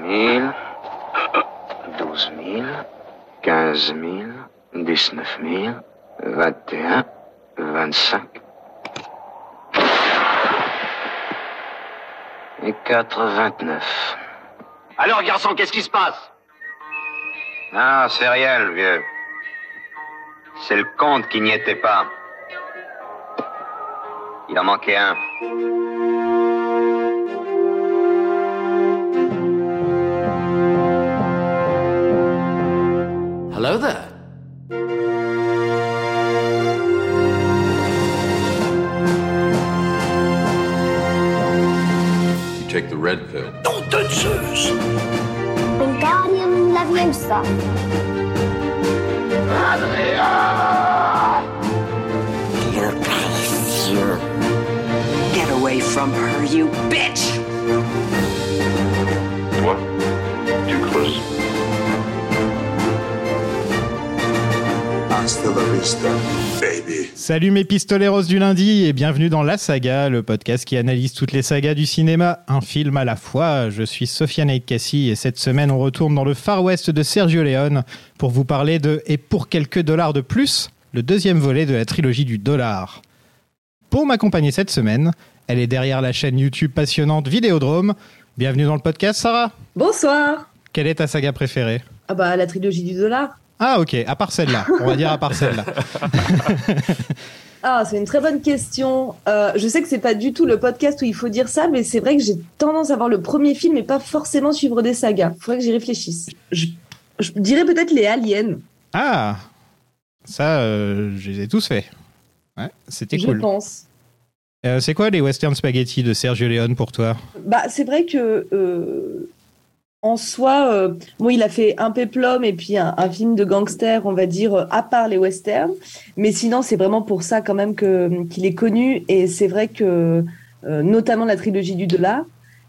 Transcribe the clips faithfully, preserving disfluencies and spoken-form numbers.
mille, douze mille, quinze mille, dix-neuf mille, vingt et un, vingt-cinq et quatre-vingt-neuf. Alors, garçon, qu'est-ce qui se passe? Ah, c'est rien, le vieux. C'est le compte qui n'y était pas. Il en manquait un. Hello there. You take the red pill. Nom de Zeus! Wingardium Leviosa. Dear Palliser, get away from her, you bitch! What? Too close. Hasta la vista, baby. Salut mes pistoleros du lundi et bienvenue dans La Saga, le podcast qui analyse toutes les sagas du cinéma, un film à la fois. Je suis Sofiane Aïkassi et cette semaine on retourne dans le Far West de Sergio Leone pour vous parler de « Et pour quelques dollars de plus », le deuxième volet de la trilogie du dollar. Pour m'accompagner cette semaine, elle est derrière la chaîne YouTube passionnante Vidéodrome. Bienvenue dans le podcast, Sarah. Bonsoir. Quelle est ta saga préférée ? Ah bah la trilogie du dollar. Ah ok, à part celle-là, on va dire à part celle-là. Ah, c'est une très bonne question. Euh, je sais que c'est pas du tout le podcast où il faut dire ça, mais c'est vrai que j'ai tendance à voir le premier film et pas forcément suivre des sagas. Il faudrait que j'y réfléchisse. Je, je dirais peut-être les Aliens. Ah, ça, euh, je les ai tous faits. Ouais, c'était cool. Je pense. Euh, c'est quoi les western spaghetti de Sergio Leone pour toi ? Bah, c'est vrai que euh, en soi, euh, bon, il a fait un péplum et puis un, un film de gangster, on va dire, à part les westerns. Mais sinon, c'est vraiment pour ça quand même que, qu'il est connu. Et c'est vrai que, euh, notamment la trilogie du dollar.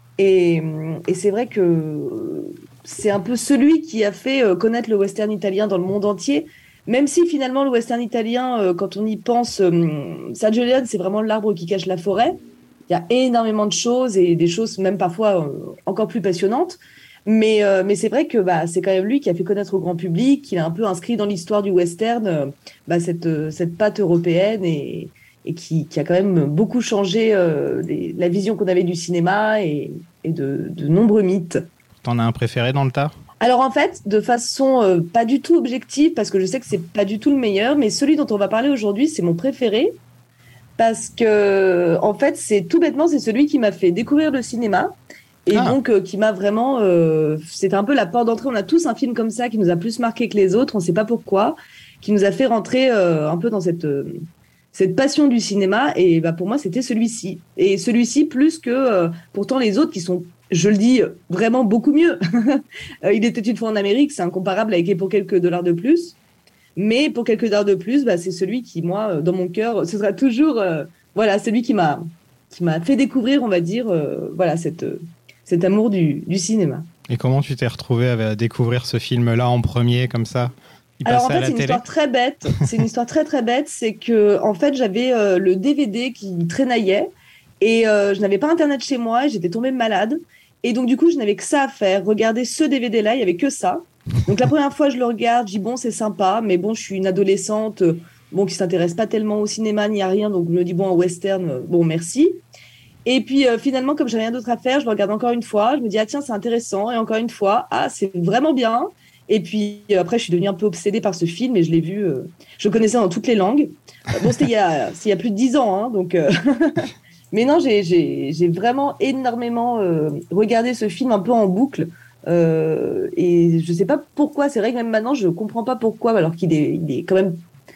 Et, et c'est vrai que c'est un peu celui qui a fait connaître le western italien dans le monde entier. Même si finalement le western italien, euh, quand on y pense, euh, Sergio Leone, c'est vraiment l'arbre qui cache la forêt. Il y a énormément de choses et des choses même parfois euh, encore plus passionnantes. Mais, euh, mais c'est vrai que bah, c'est quand même lui qui a fait connaître au grand public, qu'il a un peu inscrit dans l'histoire du western euh, bah, cette, euh, cette patte européenne et, et qui, qui a quand même beaucoup changé euh, les, la vision qu'on avait du cinéma et, et de, de nombreux mythes. T'en as un préféré dans le tas ? Alors en fait, de façon euh, pas du tout objective, parce que je sais que c'est pas du tout le meilleur, mais celui dont on va parler aujourd'hui, c'est mon préféré, parce que en fait, c'est tout bêtement, c'est celui qui m'a fait découvrir le cinéma, et ah. donc euh, qui m'a vraiment, euh, c'est un peu la porte d'entrée. On a tous un film comme ça qui nous a plus marqué que les autres, on sait pas pourquoi, qui nous a fait rentrer euh, un peu dans cette euh, cette passion du cinéma, et bah pour moi, c'était celui-ci, et celui-ci plus que euh, pourtant les autres qui sont, je le dis, vraiment beaucoup mieux. Il était une fois en Amérique, c'est incomparable avec Et pour quelques dollars de plus. Mais pour quelques dollars de plus, bah, c'est celui qui, moi, dans mon cœur, ce sera toujours, euh, voilà, celui qui m'a, qui m'a fait découvrir, on va dire, euh, voilà, cette, euh, cet amour du, du cinéma. Et comment tu t'es retrouvé à découvrir ce film-là en premier, comme ça ? Il Alors en passait à fait, la c'est une télé ? histoire très bête. C'est une histoire très très bête. C'est que, en fait, j'avais euh, le D V D qui traînaillait et euh, je n'avais pas Internet chez moi et j'étais tombée malade. Et donc, du coup, je n'avais que ça à faire. Regarder ce D V D-là, il n'y avait que ça. Donc, la première fois, je le regarde, je dis, bon, c'est sympa, mais bon, je suis une adolescente euh, bon, qui ne s'intéresse pas tellement au cinéma ni à rien. Donc, je me dis, bon, en western, euh, bon, merci. Et puis, euh, finalement, comme je n'avais rien d'autre à faire, je le regarde encore une fois. Je me dis, ah tiens, c'est intéressant. Et encore une fois, ah, c'est vraiment bien. Et puis, euh, après, je suis devenue un peu obsédée par ce film et je l'ai vu. Euh, je le connaissais dans toutes les langues. Euh, bon, c'était il y a, il y a plus de dix ans, hein, donc... Euh Mais non, j'ai, j'ai, j'ai vraiment énormément euh, regardé ce film un peu en boucle. Euh, et je ne sais pas pourquoi. C'est vrai que même maintenant, je ne comprends pas pourquoi, alors qu'il est, il est quand même,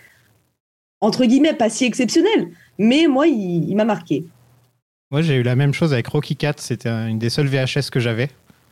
entre guillemets, pas si exceptionnel. Mais moi, il, il m'a marqué. Moi, j'ai eu la même chose avec Rocky quatre. C'était une des seules V H S que j'avais.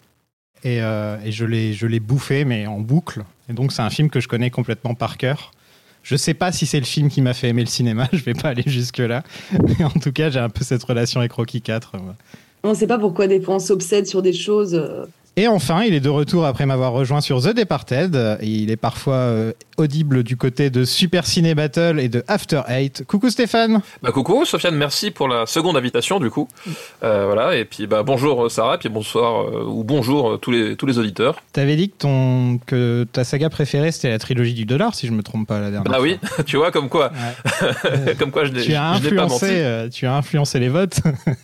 Et, euh, et je l'ai, je l'ai bouffé, mais en boucle. Et donc, c'est un film que je connais complètement par cœur. Je sais pas si c'est le film qui m'a fait aimer le cinéma, je vais pas aller jusque-là. Mais en tout cas, j'ai un peu cette relation avec Rocky quatre. On ne sait pas pourquoi des fois on s'obsède sur des choses. Euh... Et enfin, il est de retour après m'avoir rejoint sur The Departed. Et il est parfois euh, audible du côté de Super Ciné Battle et de After Eight. Coucou Stéphane. Bah coucou Sofiane, merci pour la seconde invitation du coup. Euh, voilà, et puis bah bonjour Sarah, et puis bonsoir euh, ou bonjour tous les tous les auditeurs. T'avais dit que ton que ta saga préférée c'était la trilogie du dollar, si je me trompe pas la dernière. Ah fois. oui, tu vois comme quoi. Ouais. Comme quoi je n'ai, tu as je n'ai pas menti. influencé, tu as influencé les votes.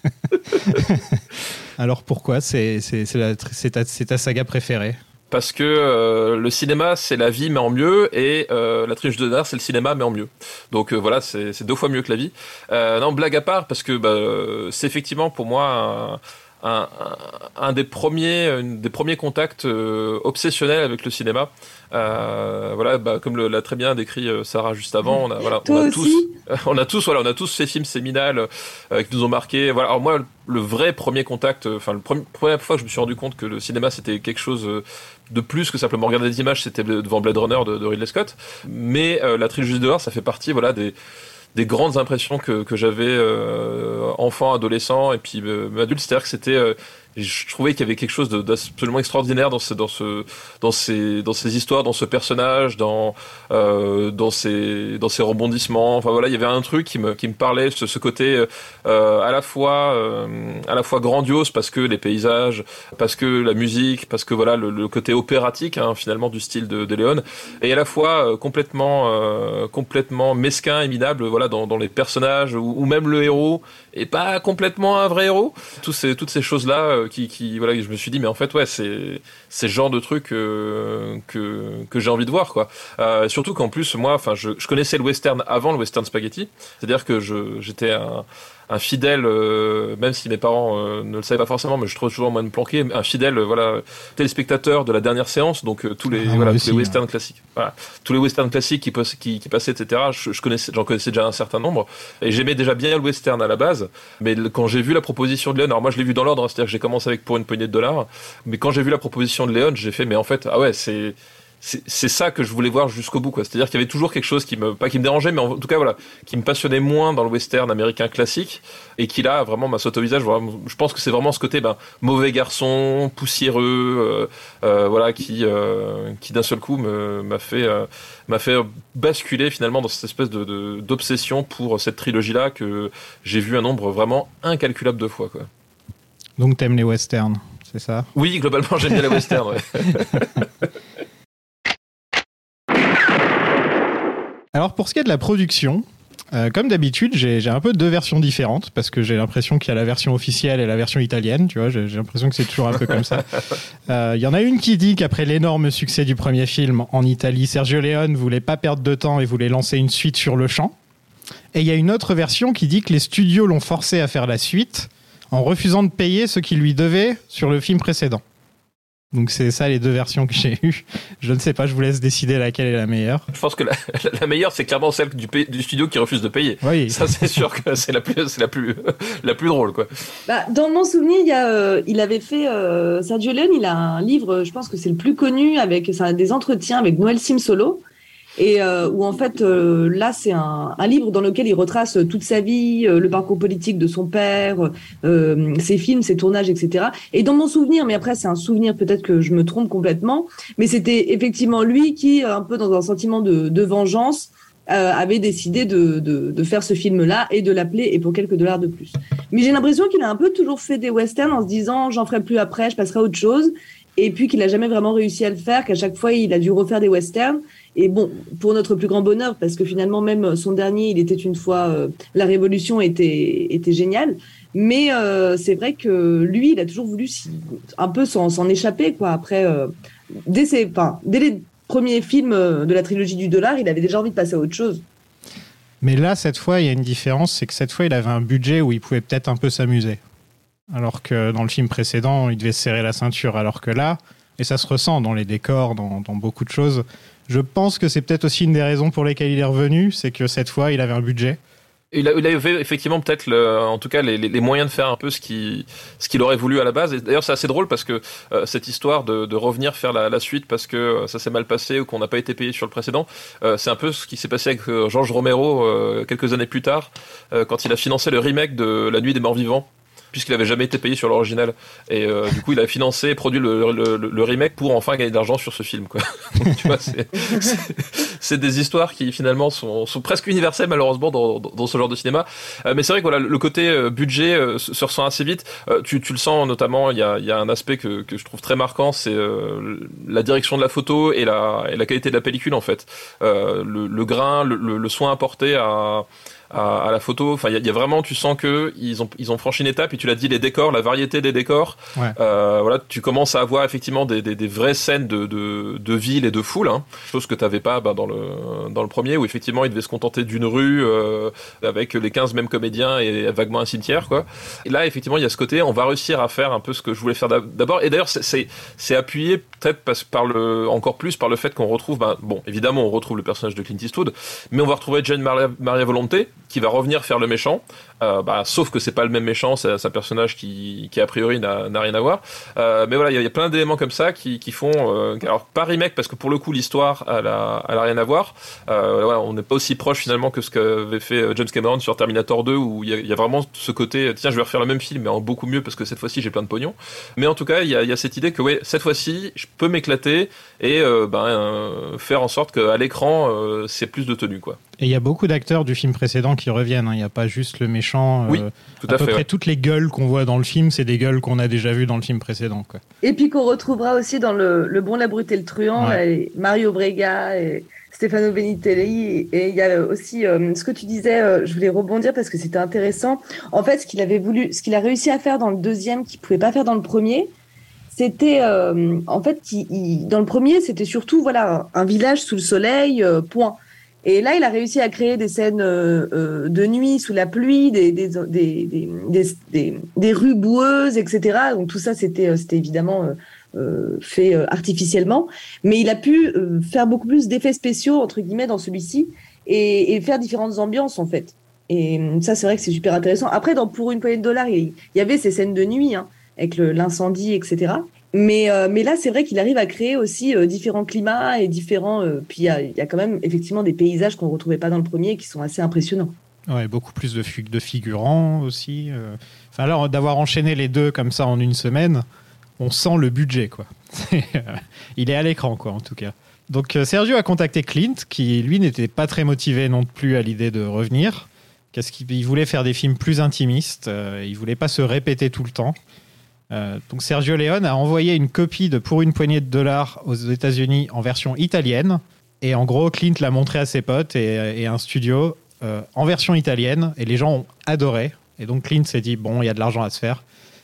Alors pourquoi c'est c'est c'est, la, c'est, ta, c'est ta saga préférée? Parce que euh, le cinéma c'est la vie mais en mieux, et euh, la trilogie de dollar c'est le cinéma mais en mieux. Donc euh, voilà, c'est, c'est deux fois mieux que la vie. Euh, non, blague à part, parce que bah, c'est effectivement pour moi un, un, un, un des premiers, une des premiers contacts euh, obsessionnels avec le cinéma. Euh, voilà, bah, comme le, l'a très bien décrit Sarah juste avant, on a, voilà, Toi on a aussi tous, on a tous, voilà, on a tous ces films séminales euh, qui nous ont marqué. Voilà, alors moi, le vrai premier contact, enfin, la première fois que je me suis rendu compte que le cinéma c'était quelque chose de plus que simplement regarder des images, c'était devant Blade Runner de, de Ridley Scott. Mais euh, la trilogie de dollar, ça fait partie, voilà, des des grandes impressions que que j'avais euh, enfant, adolescent et puis euh, adulte. C'est-à-dire que c'était euh, je trouvais qu'il y avait quelque chose de, d'absolument extraordinaire dans ce, dans ce, dans ces, dans ces histoires, dans ce personnage, dans, euh, dans ces, dans ces rebondissements. Enfin voilà, il y avait un truc qui me, qui me parlait, ce, ce côté euh, à la fois, euh, à la fois grandiose parce que les paysages, parce que la musique, parce que voilà le, le côté opératique hein, finalement du style de, de Léon, et à la fois euh, complètement, euh, complètement mesquin et minable. Voilà dans, dans les personnages ou, ou même le héros et pas complètement un vrai héros. Tous ces, toutes ces choses là. Euh, Qui, qui, voilà, je me suis dit, mais en fait, ouais, c'est, c'est le genre de truc euh, que, que j'ai envie de voir, quoi. Euh, surtout qu'en plus, moi, enfin, je, je connaissais le western avant le western spaghetti. C'est-à-dire que je, j'étais un, un fidèle, euh, même si mes parents euh, ne le savaient pas forcément, mais je trouve toujours moyen de me planquer, un fidèle, euh, voilà, téléspectateur de la dernière séance, donc euh, tous les, ah, voilà, aussi, tous les westerns hein. classiques. Voilà. Tous les westerns classiques qui, qui, qui passaient, et cetera. Je, je connaissais, j'en connaissais déjà un certain nombre. Et j'aimais déjà bien le western à la base. Mais quand j'ai vu la proposition de Léon, alors moi je l'ai vu dans l'ordre, hein, c'est-à-dire que j'ai commencé avec Pour une poignée de dollars. Mais quand j'ai vu la proposition de Léon, j'ai fait, mais en fait, ah ouais, c'est, c'est, c'est ça que je voulais voir jusqu'au bout, quoi. C'est-à-dire qu'il y avait toujours quelque chose qui me, pas qui me dérangeait, mais en tout cas, voilà, qui me passionnait moins dans le western américain classique. Et qui là, vraiment, m'a sauté au visage. Vraiment, je pense que c'est vraiment ce côté, ben, mauvais garçon, poussiéreux, euh, euh, voilà, qui, euh, qui d'un seul coup me, m'a fait, euh, m'a fait basculer finalement dans cette espèce de, de, d'obsession pour cette trilogie-là que j'ai vu un nombre vraiment incalculable de fois, quoi. Donc t'aimes les westerns, c'est ça? Oui, globalement, j'aime bien les westerns, ouais. Alors pour ce qui est de la production, euh, comme d'habitude, j'ai, j'ai un peu deux versions différentes parce que j'ai l'impression qu'il y a la version officielle et la version italienne, tu vois, j'ai, j'ai l'impression que c'est toujours un peu comme ça. Il euh, y en a une qui dit qu'après l'énorme succès du premier film en Italie, Sergio Leone voulait pas perdre de temps et voulait lancer une suite sur le champ. Et il y a une autre version qui dit que les studios l'ont forcé à faire la suite en refusant de payer ce qu'ils lui devaient sur le film précédent. Donc c'est ça les deux versions que j'ai eues. Je ne sais pas, je vous laisse décider laquelle est la meilleure. Je pense que la, la meilleure, c'est clairement celle du, pay, du studio qui refuse de payer. Oui. Ça, c'est sûr que c'est la plus, c'est la plus, la plus drôle, quoi. Bah, dans mon souvenir, il, y a, euh, il avait fait... Euh, Sergio Leone, il a un livre, je pense que c'est le plus connu, avec ça, des entretiens avec Noël Simsolo. Et euh, où en fait, euh, là, c'est un, un livre dans lequel il retrace toute sa vie, euh, le parcours politique de son père, euh, ses films, ses tournages, et cetera. Et dans mon souvenir, mais après c'est un souvenir, peut-être que je me trompe complètement, mais c'était effectivement lui qui, un peu dans un sentiment de, de vengeance, euh, avait décidé de, de, de faire ce film-là et de l'appeler Et pour quelques dollars de plus. Mais j'ai l'impression qu'il a un peu toujours fait des westerns en se disant j'en ferai plus après, je passerai à autre chose. Et puis qu'il a jamais vraiment réussi à le faire, qu'à chaque fois il a dû refaire des westerns. Et bon, pour notre plus grand bonheur, parce que finalement même son dernier, il était une fois, euh, La Révolution était était génial. Mais euh, c'est vrai que lui, il a toujours voulu un peu s'en, s'en échapper, quoi. Après, euh, dès ses, enfin, dès les premiers films de la trilogie du dollar, il avait déjà envie de passer à autre chose. Mais là, cette fois, il y a une différence, c'est que cette fois, il avait un budget où il pouvait peut-être un peu s'amuser. Alors que dans le film précédent, il devait se serrer la ceinture. Alors que là, et ça se ressent dans les décors, dans, dans beaucoup de choses, je pense que c'est peut-être aussi une des raisons pour lesquelles il est revenu, c'est que cette fois, il avait un budget. Il, a, il avait effectivement peut-être, le, en tout cas, les, les moyens de faire un peu ce qu'il, ce qu'il aurait voulu à la base. Et d'ailleurs, c'est assez drôle parce que euh, cette histoire de, de revenir faire la, la suite parce que ça s'est mal passé ou qu'on n'a pas été payé sur le précédent, euh, c'est un peu ce qui s'est passé avec Georges Romero euh, quelques années plus tard, euh, quand il a financé le remake de La Nuit des Morts Vivants. puisqu'il avait jamais été payé sur l'original. Et euh, du coup, il a financé et produit le, le, le, le remake pour enfin gagner de l'argent sur ce film, quoi. Donc, tu vois, c'est, c'est, c'est des histoires qui finalement sont, sont presque universelles, malheureusement, dans, dans, dans ce genre de cinéma. Euh, mais c'est vrai que voilà, le côté euh, budget euh, se ressent assez vite. Euh, tu, tu le sens notamment, il y a, il y a un aspect que, que je trouve très marquant, c'est euh, la direction de la photo et la, et la qualité de la pellicule, en fait. Euh, le, le grain, le, le, le soin apporté à... À, à la photo, enfin il y, y a vraiment, tu sens que ils ont ils ont franchi une étape. Et tu l'as dit, les décors, la variété des décors. Ouais. Euh, voilà, tu commences à avoir effectivement des des, des vraies scènes de de de ville et de foule, hein, chose que t'avais pas bah, dans le dans le premier où effectivement ils devaient se contenter d'une rue euh, avec les quinze mêmes comédiens et vaguement un cimetière, quoi. Et là effectivement il y a ce côté, on va réussir à faire un peu ce que je voulais faire d'abord. Et d'ailleurs c'est c'est, c'est appuyé peut-être parce, par le encore plus par le fait qu'on retrouve, bah, bon évidemment on retrouve le personnage de Clint Eastwood, mais on va retrouver Jane Maria, Maria Volonté qui va revenir faire le méchant, euh, bah, sauf que c'est pas le même méchant, c'est, c'est un personnage qui, qui a priori n'a, n'a rien à voir. Euh, mais voilà, il y, y a plein d'éléments comme ça qui, qui font, euh, alors pas remake parce que pour le coup l'histoire elle a, elle a rien à voir. Euh, voilà, on n'est pas aussi proche finalement que ce qu'avait fait James Cameron sur Terminator deux où il y, y a vraiment ce côté, tiens je vais refaire le même film mais en beaucoup mieux parce que cette fois-ci j'ai plein de pognon. Mais en tout cas il y a, y a cette idée que ouais cette fois-ci je peux m'éclater et euh, ben euh, faire en sorte qu'à l'écran euh, c'est plus de tenue, quoi. Et il y a beaucoup d'acteurs du film précédent qui reviennent. Il hein. n'y a pas juste le méchant. Euh, oui, tout à, à fait. peu près ouais. toutes les gueules qu'on voit dans le film, c'est des gueules qu'on a déjà vues dans le film précédent, quoi. Et puis qu'on retrouvera aussi dans le, le Bon, la Brute et le Truand, Ouais. là, Mario Brega et Stefano Benitelli. Et il y a aussi euh, ce que tu disais, euh, je voulais rebondir parce que c'était intéressant. En fait, ce qu'il avait voulu, ce qu'il a réussi à faire dans le deuxième, qu'il pouvait pas faire dans le premier, c'était euh, en fait, il, il, dans le premier, c'était surtout voilà un, un village sous le soleil, euh, point. Et là, il a réussi à créer des scènes euh, euh, de nuit sous la pluie, des des des des, des, des, des rues boueuses, et cetera. Donc tout ça, c'était c'était évidemment euh, euh, fait euh, artificiellement, mais il a pu euh, faire beaucoup plus d'effets spéciaux entre guillemets dans celui-ci et, et faire différentes ambiances en fait. Et ça, c'est vrai que c'est super intéressant. Après, dans Pour une poignée de dollars, il y avait ces scènes de nuit hein, avec le, l'incendie, et cetera. Mais, euh, mais là, c'est vrai qu'il arrive à créer aussi euh, différents climats et différents. Euh, puis il y a, y a quand même effectivement des paysages qu'on ne retrouvait pas dans le premier et qui sont assez impressionnants. Ouais, beaucoup plus de, fu- de figurants aussi. Euh. Enfin, alors, d'avoir enchaîné les deux comme ça en une semaine, on sent le budget, quoi. Il est à l'écran, quoi, en tout cas. Donc, euh, Sergio a contacté Clint, qui, lui, n'était pas très motivé non plus à l'idée de revenir. Qu'est-ce qu'il il voulait faire des films plus intimistes. Euh, il ne voulait pas se répéter tout le temps. Euh, donc Sergio Leone a envoyé une copie de Pour une poignée de dollars aux États-Unis en version italienne. Et en gros, Clint l'a montré à ses potes et, et un studio euh, en version italienne. Et les gens ont adoré. Et donc Clint s'est dit, bon, il y a de l'argent à se faire.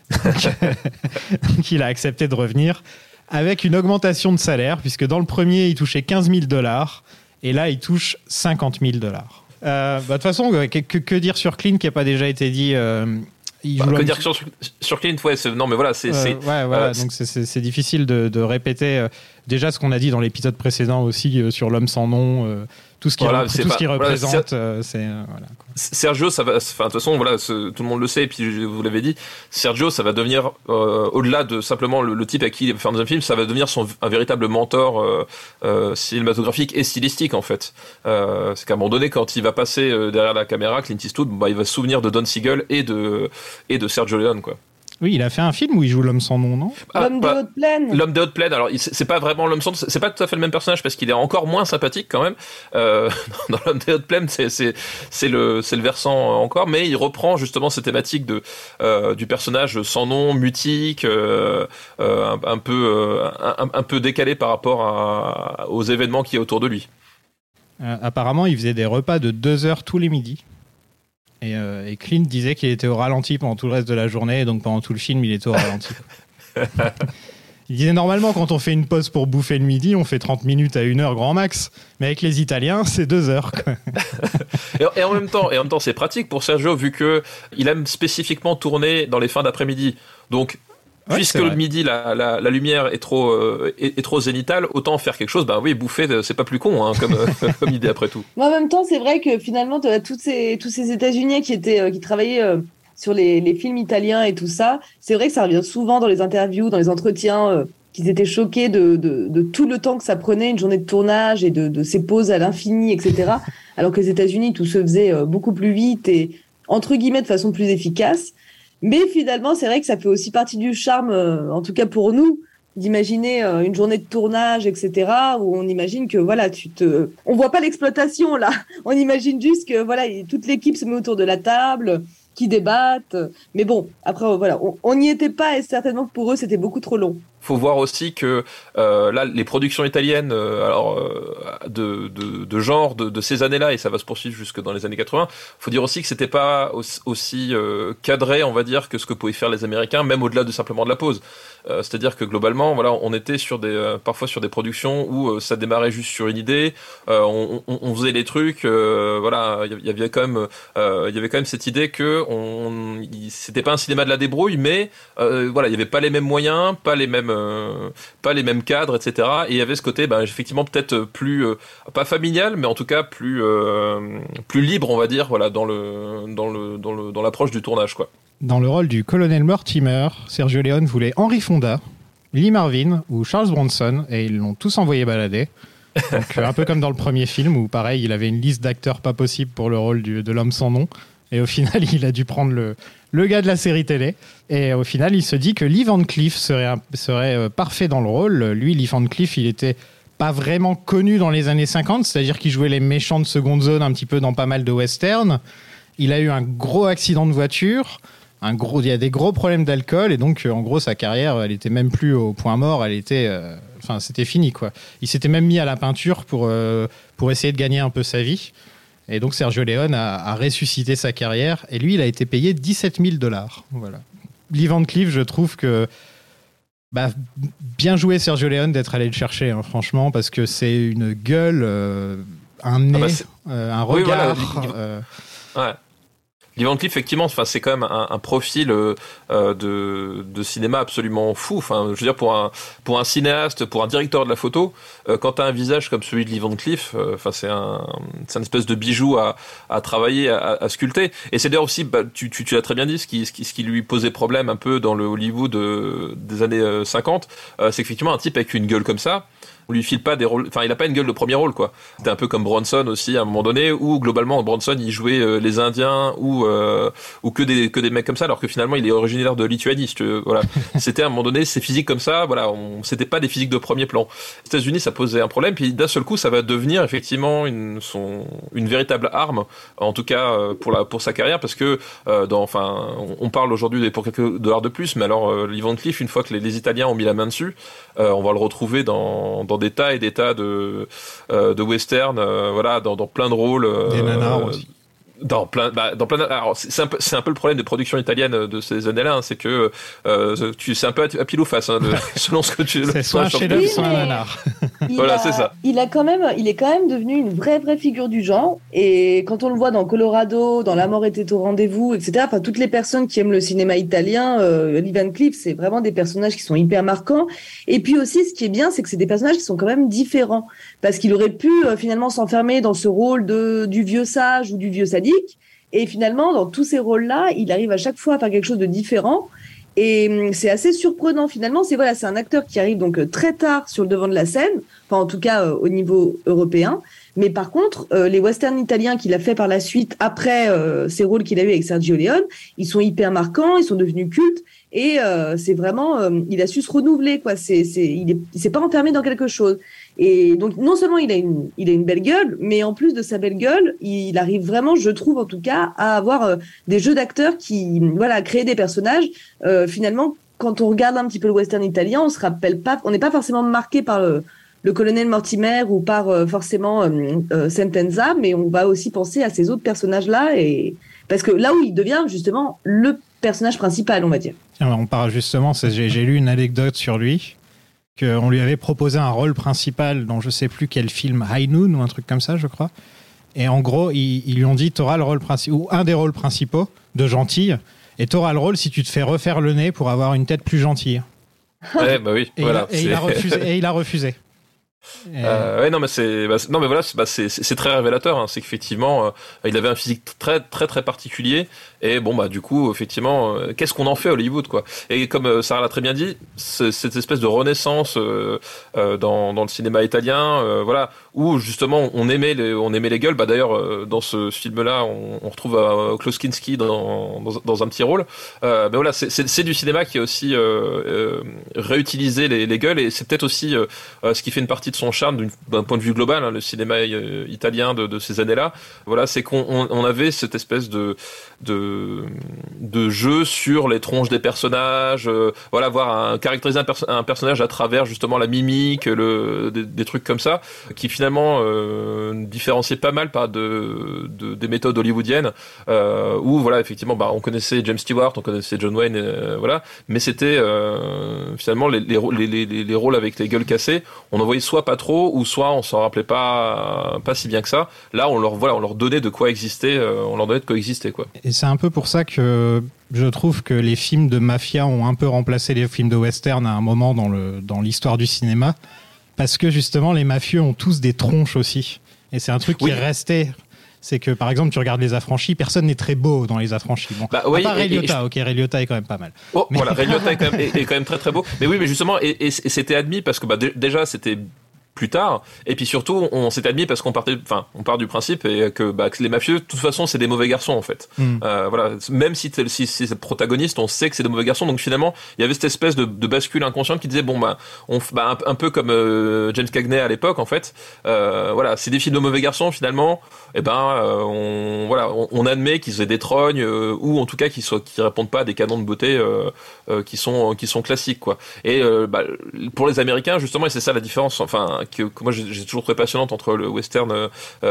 Donc il a accepté de revenir avec une augmentation de salaire, puisque dans le premier, il touchait quinze mille dollars. Et là, il touche cinquante mille dollars. Euh, bah, de toute façon, que, que, que dire sur Clint qui n'a pas déjà été dit euh, il bah, joue que l'homme... dire sur, sur Clint, ouais, c'est, non mais voilà, c'est, Euh, c'est ouais, voilà, euh, donc c'est, c'est, c'est difficile de, de répéter euh, déjà ce qu'on a dit dans l'épisode précédent aussi euh, sur l'homme sans nom, euh, tout ce qui, voilà, repr- tout pas, ce qui voilà, représente, c'est, euh, c'est euh, voilà, quoi. Sergio, ça va, enfin de toute façon, voilà, ce, tout le monde le sait, et puis vous l'avez dit, Sergio, ça va devenir euh, au-delà de simplement le, le type à qui il va faire un film, ça va devenir son un véritable mentor euh, euh, cinématographique et stylistique en fait. Euh, c'est qu'à un moment donné, quand il va passer euh, derrière la caméra, Clint Eastwood, bah, il va se souvenir de Don Siegel et de et de Sergio Leone, quoi. Oui, il a fait un film où il joue l'homme sans nom, non ? Ah, L'homme bah, des hautes plaines. L'homme des hautes plaines. Alors, il- c'est c'est pas vraiment l'homme sans nom, c'est pas tout à fait le même personnage parce qu'il est encore moins sympathique quand même. Euh, dans l'homme des hautes plaines, c'est c'est c'est le c'est le versant encore, mais il reprend justement ces thématiques de euh, du personnage sans nom, mutique, euh, euh, un, un peu euh, un, un peu décalé par rapport à, aux événements qui est autour de lui. Euh, apparemment, il faisait des repas de deux heures tous les midis. Et, euh, et Clint disait qu'il était au ralenti pendant tout le reste de la journée, et donc pendant tout le film, il était au ralenti. Il disait normalement, quand on fait une pause pour bouffer le midi, on fait trente minutes à une heure grand max. Mais avec les Italiens, c'est deux heures, quoi. Et, et en même temps, et en même temps, c'est pratique pour Sergio vu que il aime spécifiquement tourner dans les fins d'après-midi. Donc, Ouais, puisque c'est le vrai. midi la, la, la lumière est trop euh, est, est trop zénitale, autant faire quelque chose. Ben oui, bouffer, c'est pas plus con hein, comme euh, comme idée après tout. Mais en même temps, c'est vrai que finalement, tu as toutes ces, tous ces États-Unis qui étaient, euh, qui travaillaient euh, sur les, les films italiens et tout ça. C'est vrai que ça revient souvent dans les interviews, dans les entretiens, euh, qu'ils étaient choqués de, de, de tout le temps que ça prenait, une journée de tournage et de, de ces pauses à l'infini, et cetera. Alors que les États-Unis, tout se faisait euh, beaucoup plus vite et entre guillemets de façon plus efficace. Mais finalement, c'est vrai que ça fait aussi partie du charme, euh, en tout cas pour nous, d'imaginer euh, une journée de tournage, et cetera, où on imagine que voilà, tu te, on voit pas l'exploitation là, on imagine juste que voilà, toute l'équipe se met autour de la table, qui débattent. Mais bon, après voilà, on n'y était pas et certainement que pour eux c'était beaucoup trop long. Faut voir aussi que euh, là, les productions italiennes, euh, alors euh, de, de, de genre de, de ces années-là, et ça va se poursuivre jusque dans les années quatre-vingts. Faut dire aussi que c'était pas aussi, aussi euh, cadré, on va dire, que ce que pouvaient faire les Américains, même au-delà de simplement de la pause. Euh, c'est-à-dire que globalement, voilà, on était sur des, euh, parfois sur des productions où euh, ça démarrait juste sur une idée, euh, on, on, on faisait les trucs, euh, voilà, il y avait quand même, euh, il y avait quand même cette idée que on, il, c'était pas un cinéma de la débrouille, mais euh, voilà, il y avait pas les mêmes moyens, pas les mêmes Euh, pas les mêmes cadres, et cetera. Et il y avait ce côté, bah, effectivement, peut-être plus, euh, pas familial, mais en tout cas plus, euh, plus libre, on va dire, voilà, dans le, dans le, dans le, dans l'approche du tournage, quoi. Dans le rôle du colonel Mortimer, Sergio Leone voulait Henry Fonda, Lee Marvin ou Charles Bronson, et ils l'ont tous envoyé balader. Donc, un peu comme dans le premier film, où pareil, il avait une liste d'acteurs pas possible pour le rôle du, de l'homme sans nom. Et au final, il a dû prendre le, le gars de la série télé. Et au final, il se dit que Lee Van Cleef serait, un, serait euh, parfait dans le rôle. Lui, Lee Van Cleef, il était pas vraiment connu dans les années cinquante, c'est-à-dire qu'il jouait les méchants de seconde zone un petit peu dans pas mal de westerns. Il a eu un gros accident de voiture. Un gros, il y a des gros problèmes d'alcool. Et donc, en gros, sa carrière, elle était même plus au point mort. Elle était... Euh, enfin, c'était fini, quoi. Il s'était même mis à la peinture pour, euh, pour essayer de gagner un peu sa vie. Et donc Sergio Leone a, a ressuscité sa carrière et lui, il a été payé dix-sept mille dollars. Voilà. Lee Van Cleef, je trouve que bah, bien joué Sergio Leone d'être allé le chercher, hein, franchement, parce que c'est une gueule, euh, un nez, ah bah euh, un regard. Oui, voilà. euh... Ouais. Lee Van Cleef, effectivement, enfin, c'est quand même un, un profil euh, de, de cinéma absolument fou. Enfin, je veux dire, pour un, pour un cinéaste, pour un directeur de la photo, euh, quand tu as un visage comme celui de Lee Van Cleef, euh, enfin, c'est un, c'est une espèce de bijou à, à travailler, à, à sculpter. Et c'est d'ailleurs aussi, bah, tu, tu, tu l'as très bien dit, ce qui, ce qui, ce qui lui posait problème un peu dans le Hollywood euh, des années cinquante, euh, c'est qu'effectivement, un type avec une gueule comme ça, on lui file pas des rôles, enfin il a pas une gueule de premier rôle, quoi. C'était un peu comme Bronson aussi à un moment donné, où globalement Bronson il jouait euh, les Indiens ou euh, ou que des que des mecs comme ça, alors que finalement il est originaire de Lituanie. Si tu veux, voilà. C'était à un moment donné ces physiques comme ça, voilà, on, c'était pas des physiques de premier plan. Les États-Unis ça posait un problème, puis d'un seul coup ça va devenir effectivement une son une véritable arme, en tout cas euh, pour la pour sa carrière, parce que euh, dans enfin on, on parle aujourd'hui pour quelques dollars de plus, mais alors euh, Lee Van Cleef, une fois que les, les Italiens ont mis la main dessus, euh, on va le retrouver dans dans des tas et des tas de euh, de western, euh, voilà, dans, dans plein de rôles. Euh, des nanars aussi. Dans plein, bah, dans plein. Alors c'est un peu, c'est un peu le problème des productions italiennes de ces années-là, hein, c'est que euh, tu, c'est un peu à pile ou face, hein, de, selon ce que tu. C'est soit un chef-d'œuvre, soit un nanar. Voilà, a, c'est ça. Il a quand même, il est quand même devenu une vraie, vraie figure du genre. Et quand on le voit dans Colorado, dans La mort était au rendez-vous, et cetera. Enfin, toutes les personnes qui aiment le cinéma italien, euh, Lee Van Cleef, c'est vraiment des personnages qui sont hyper marquants. Et puis aussi, ce qui est bien, c'est que c'est des personnages qui sont quand même différents, parce qu'il aurait pu euh, finalement s'enfermer dans ce rôle de du vieux sage ou du vieux sadique. Et finalement, dans tous ces rôles-là, il arrive à chaque fois à faire quelque chose de différent. Et c'est assez surprenant finalement. C'est voilà, c'est un acteur qui arrive donc très tard sur le devant de la scène, enfin en tout cas euh, au niveau européen. Mais par contre, euh, les westerns italiens qu'il a fait par la suite après euh, ces rôles qu'il a eu avec Sergio Leone, ils sont hyper marquants, ils sont devenus cultes. Et euh, c'est vraiment, euh, il a su se renouveler, quoi. C'est, c'est, il est, il s'est pas enfermé dans quelque chose. Et donc non seulement il a une, il a une belle gueule, mais en plus de sa belle gueule, il arrive vraiment, je trouve en tout cas, à avoir euh, des jeux d'acteurs qui, voilà, à créer des personnages. Euh, finalement, quand on regarde un petit peu le western italien, on se rappelle pas, on n'est pas forcément marqué par le, le colonel Mortimer ou par euh, forcément euh, euh, Sentenza, mais on va aussi penser à ces autres personnages-là, et parce que là où il devient justement le personnage principal, on va dire. Tiens, on parle justement, c'est, j'ai, j'ai lu une anecdote sur lui, qu'on lui avait proposé un rôle principal dans je sais plus quel film, High Noon ou un truc comme ça, je crois. Et en gros, ils, ils lui ont dit, t'auras le rôle principal, ou un des rôles principaux de gentille, et t'auras le rôle si tu te fais refaire le nez pour avoir une tête plus gentille. Ouais, bah oui, et voilà. Il a, et, il a refusé, et il a refusé. Euh... Euh, ouais, non, mais c'est, bah, non, mais voilà, c'est, bah, c'est, c'est très révélateur. Hein. C'est qu'effectivement, euh, il avait un physique très, très, très particulier. Et bon, bah, du coup, effectivement, euh, qu'est-ce qu'on en fait à Hollywood, quoi. Et comme euh, Sarah l'a très bien dit, cette espèce de renaissance euh, euh, dans, dans le cinéma italien, euh, voilà, où justement on aimait les, on aimait les gueules. Bah, d'ailleurs, euh, dans ce film-là, on, on retrouve euh, Klaus Kinski dans, dans, dans un petit rôle. Euh, mais voilà, c'est, c'est, c'est du cinéma qui a aussi euh, euh, réutilisé les, les gueules, et c'est peut-être aussi euh, ce qui fait une partie de son charme d'un point de vue global, hein, le cinéma euh, italien de, de ces années-là. Voilà, c'est qu'on on, on avait cette espèce de de de jeu sur les tronches des personnages, euh, voilà, voir un, caractériser un, perso- un personnage à travers justement la mimique, le des, des trucs comme ça, qui finalement euh, différenciaient pas mal par de, de des méthodes hollywoodiennes, euh, où voilà, effectivement, bah on connaissait James Stewart, on connaissait John Wayne, euh, voilà, mais c'était euh, finalement les les, les les les rôles avec les gueules cassées, on en voyait soit pas trop, ou soit on s'en rappelait pas pas si bien que ça. Là, on leur voilà, on leur donnait de quoi exister, euh, on leur donnait de quoi exister, quoi. Et c'est un peu pour ça que je trouve que les films de mafia ont un peu remplacé les films de western à un moment dans le dans l'histoire du cinéma, parce que justement les mafieux ont tous des tronches aussi, et c'est un truc qui oui. est resté. C'est que, par exemple, tu regardes Les Affranchis, personne n'est très beau dans Les Affranchis. Bon, bah, oui, à part Ray Liotta, je... ok, Ray Liotta est quand même pas mal. Oh, mais... voilà, Ray Liotta est quand même, est, est quand même très très beau. Mais oui, mais justement, et, et, et c'était admis parce que bah, d- déjà, c'était plus tard, et puis surtout on s'est admis parce qu'on partait, enfin on part du principe et que, bah, que les mafieux de toute façon c'est des mauvais garçons en fait. Mm. Euh, voilà, même si si, si c'est le protagoniste, on sait que c'est des mauvais garçons, donc finalement il y avait cette espèce de, de bascule inconsciente qui disait bon bah on bah, un, un peu comme euh, James Cagney à l'époque en fait. Euh, voilà, c'est des films de mauvais garçons finalement. Et eh ben euh, on voilà on, on admet qu'ils aient des trognes euh, ou en tout cas qu'ils soient qui répondent pas à des canons de beauté euh, euh, qui sont qui sont classiques quoi. Et euh, bah, pour les Américains justement, et c'est ça la différence, enfin que, que moi j'ai, j'ai toujours trouvé passionnante entre le western euh,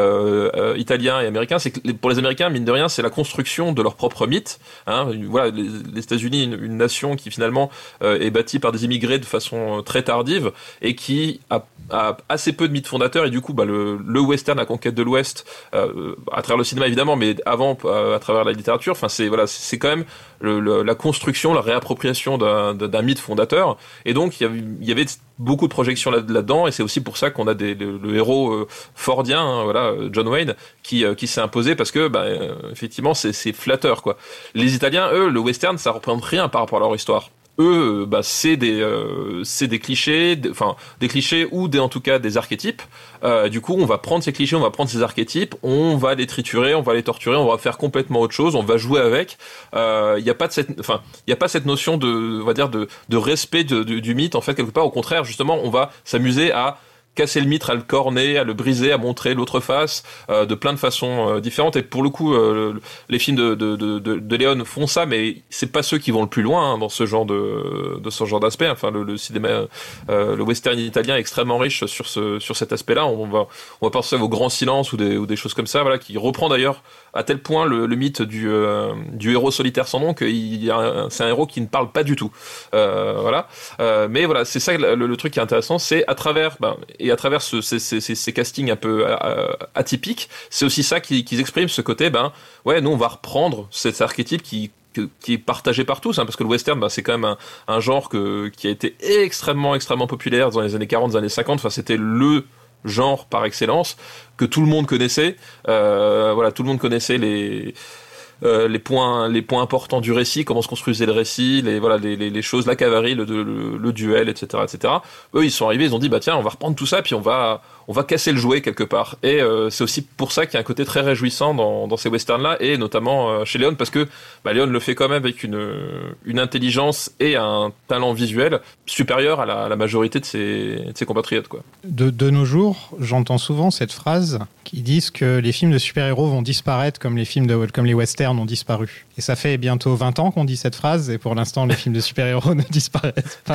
euh, italien et américain, c'est que les, pour les Américains, mine de rien, c'est la construction de leur propre mythe. Hein. Voilà, les, les États-Unis, une, une nation qui finalement euh, est bâtie par des immigrés de façon très tardive et qui a, a assez peu de mythes fondateurs, et du coup, bah, le, le western, la conquête de l'Ouest, euh, à travers le cinéma évidemment, mais avant à, à travers la littérature. Enfin, c'est voilà, c'est, c'est quand même le, le, la construction, la réappropriation d'un, d'un mythe fondateur. Et donc, il y avait, il y avait beaucoup de projections là, là-dedans, et c'est aussi pour ça qu'on a des, le, le héros euh, fordien, hein, voilà, John Wayne, qui, euh, qui s'est imposé parce que, bah, euh, effectivement, c'est, c'est flatteur, quoi. Les Italiens, eux, le western, ça représente rien par rapport à leur histoire. Eux, bah, c'est des, euh, c'est des clichés, enfin, des clichés ou des, en tout cas, des archétypes. Euh, du coup, on va prendre ces clichés, on va prendre ces archétypes, on va les triturer, on va les torturer, on va faire complètement autre chose, on va jouer avec. Il euh, y a pas de cette, enfin, il y a pas cette notion de, on va dire, de, de respect de, de, du mythe, en fait, quelque part. Au contraire, justement, on va s'amuser à casser le mythe, à le corner, à le briser, à montrer l'autre face, euh, de plein de façons euh, différentes. Et pour le coup, euh, les films de, de, de, de, de Léon font ça, mais c'est pas ceux qui vont le plus loin hein, dans ce genre de, de ce genre d'aspect. Enfin, le, le cinéma, euh, le western italien est extrêmement riche sur ce, sur cet aspect-là. On va, on va penser au Grand Silence ou des, ou des choses comme ça, voilà, qui reprend d'ailleurs à tel point le, le mythe du, euh, du héros solitaire sans nom qu'il y a un, c'est un héros qui ne parle pas du tout. Euh, voilà. Euh, mais voilà, c'est ça le, le truc qui est intéressant, c'est à travers, ben, et à travers ce, ces, ces, ces castings un peu euh, atypiques, c'est aussi ça qu'ils, qu'ils expriment, ce côté, ben, ouais, nous on va reprendre cet archétype qui Que, qui est partagé par tous, hein, parce que le western, bah, c'est quand même un, un genre que, qui a été extrêmement, extrêmement populaire dans les années quarante, les années cinquante. Enfin, c'était le genre par excellence que tout le monde connaissait. Euh, voilà, tout le monde connaissait les euh, les points, les points importants du récit, comment se construisait le récit, les voilà, les, les, les choses, la cavalerie, le, le, le duel, et cetera, et cetera. Eux, ils sont arrivés, ils ont dit, bah tiens, on va reprendre tout ça, puis on va on va casser le jouet quelque part. Et euh, c'est aussi pour ça qu'il y a un côté très réjouissant dans, dans ces westerns-là, et notamment euh, chez Léon, parce que bah, Léon le fait quand même avec une, une intelligence et un talent visuel supérieur à la, à la majorité de ses, de ses compatriotes, quoi. De, de nos jours, j'entends souvent cette phrase qui disent que les films de super-héros vont disparaître comme les films de, comme les westerns ont disparu. Et ça fait bientôt vingt ans qu'on dit cette phrase, et pour l'instant, les films de super-héros ne disparaissent pas.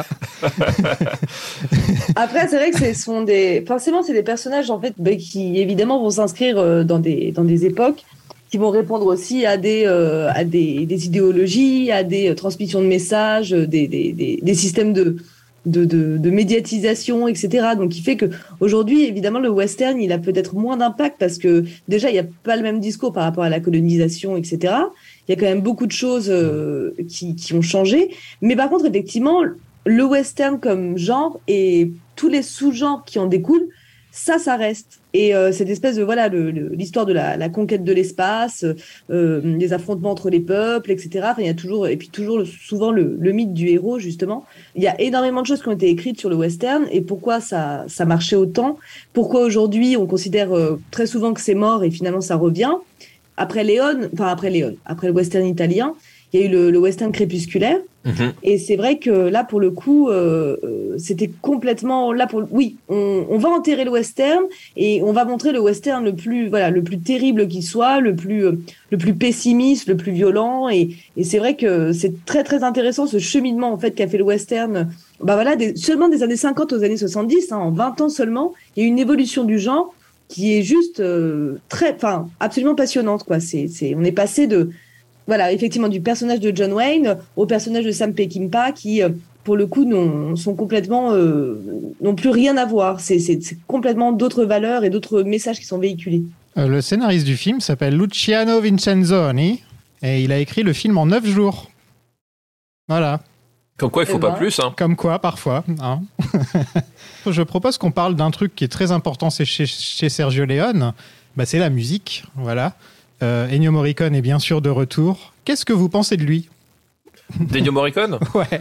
Après, c'est vrai que ce sont des... Forcément, c'est des personnages, en fait, bah, qui, évidemment, vont s'inscrire dans des, dans des époques, qui vont répondre aussi à des, euh, à des, des idéologies, à des transmissions de messages, des, des, des, des systèmes de... De, de, de médiatisation, et cetera. Donc, qui fait que aujourd'hui, évidemment, le western, il a peut-être moins d'impact parce que déjà, il n'y a pas le même discours par rapport à la colonisation, et cetera. Il y a quand même beaucoup de choses euh, qui, qui ont changé. Mais par contre, effectivement, le western comme genre est tous les sous-genres qui en découlent, ça, ça reste. Et euh, cette espèce de, voilà, le, le, l'histoire de la, la conquête de l'espace, euh, les affrontements entre les peuples, et cetera. Enfin, il y a toujours, et puis toujours le, souvent le, le mythe du héros, justement. Il y a énormément de choses qui ont été écrites sur le western et pourquoi ça, ça marchait autant. Pourquoi aujourd'hui on considère euh, très souvent que c'est mort et finalement ça revient. Après Léon, enfin après Léon, après le western italien, il y a eu le, le western crépusculaire. Mmh. Et c'est vrai que là, pour le coup, euh, c'était complètement là pour. Oui, on, on va enterrer le western et on va montrer le western le plus, voilà, le plus terrible qui soit, le plus, euh, le plus pessimiste, le plus violent. Et, et c'est vrai que c'est très très intéressant ce cheminement en fait qu'a fait le western. Bah voilà, des, seulement des années cinquante aux années soixante-dix, hein, en vingt ans seulement, il y a eu une évolution du genre qui est juste euh, très, enfin, absolument passionnante, quoi. C'est, c'est, on est passé de Voilà, effectivement, du personnage de John Wayne au personnage de Sam Peckinpah qui, pour le coup, n'ont, sont complètement, euh, n'ont plus rien à voir. C'est, c'est, c'est complètement d'autres valeurs et d'autres messages qui sont véhiculés. Euh, le scénariste du film s'appelle Luciano Vincenzoni et il a écrit le film en neuf jours. Voilà. Comme quoi, il ne faut et pas ben. plus. Hein. Comme quoi, parfois. Hein. Je propose qu'on parle d'un truc qui est très important c'est chez, chez Sergio Leone. Bah, c'est la musique, voilà. Euh, Ennio Morricone est bien sûr de retour. Qu'est-ce que vous pensez de lui ? D'Ennio Morricone ? Ouais.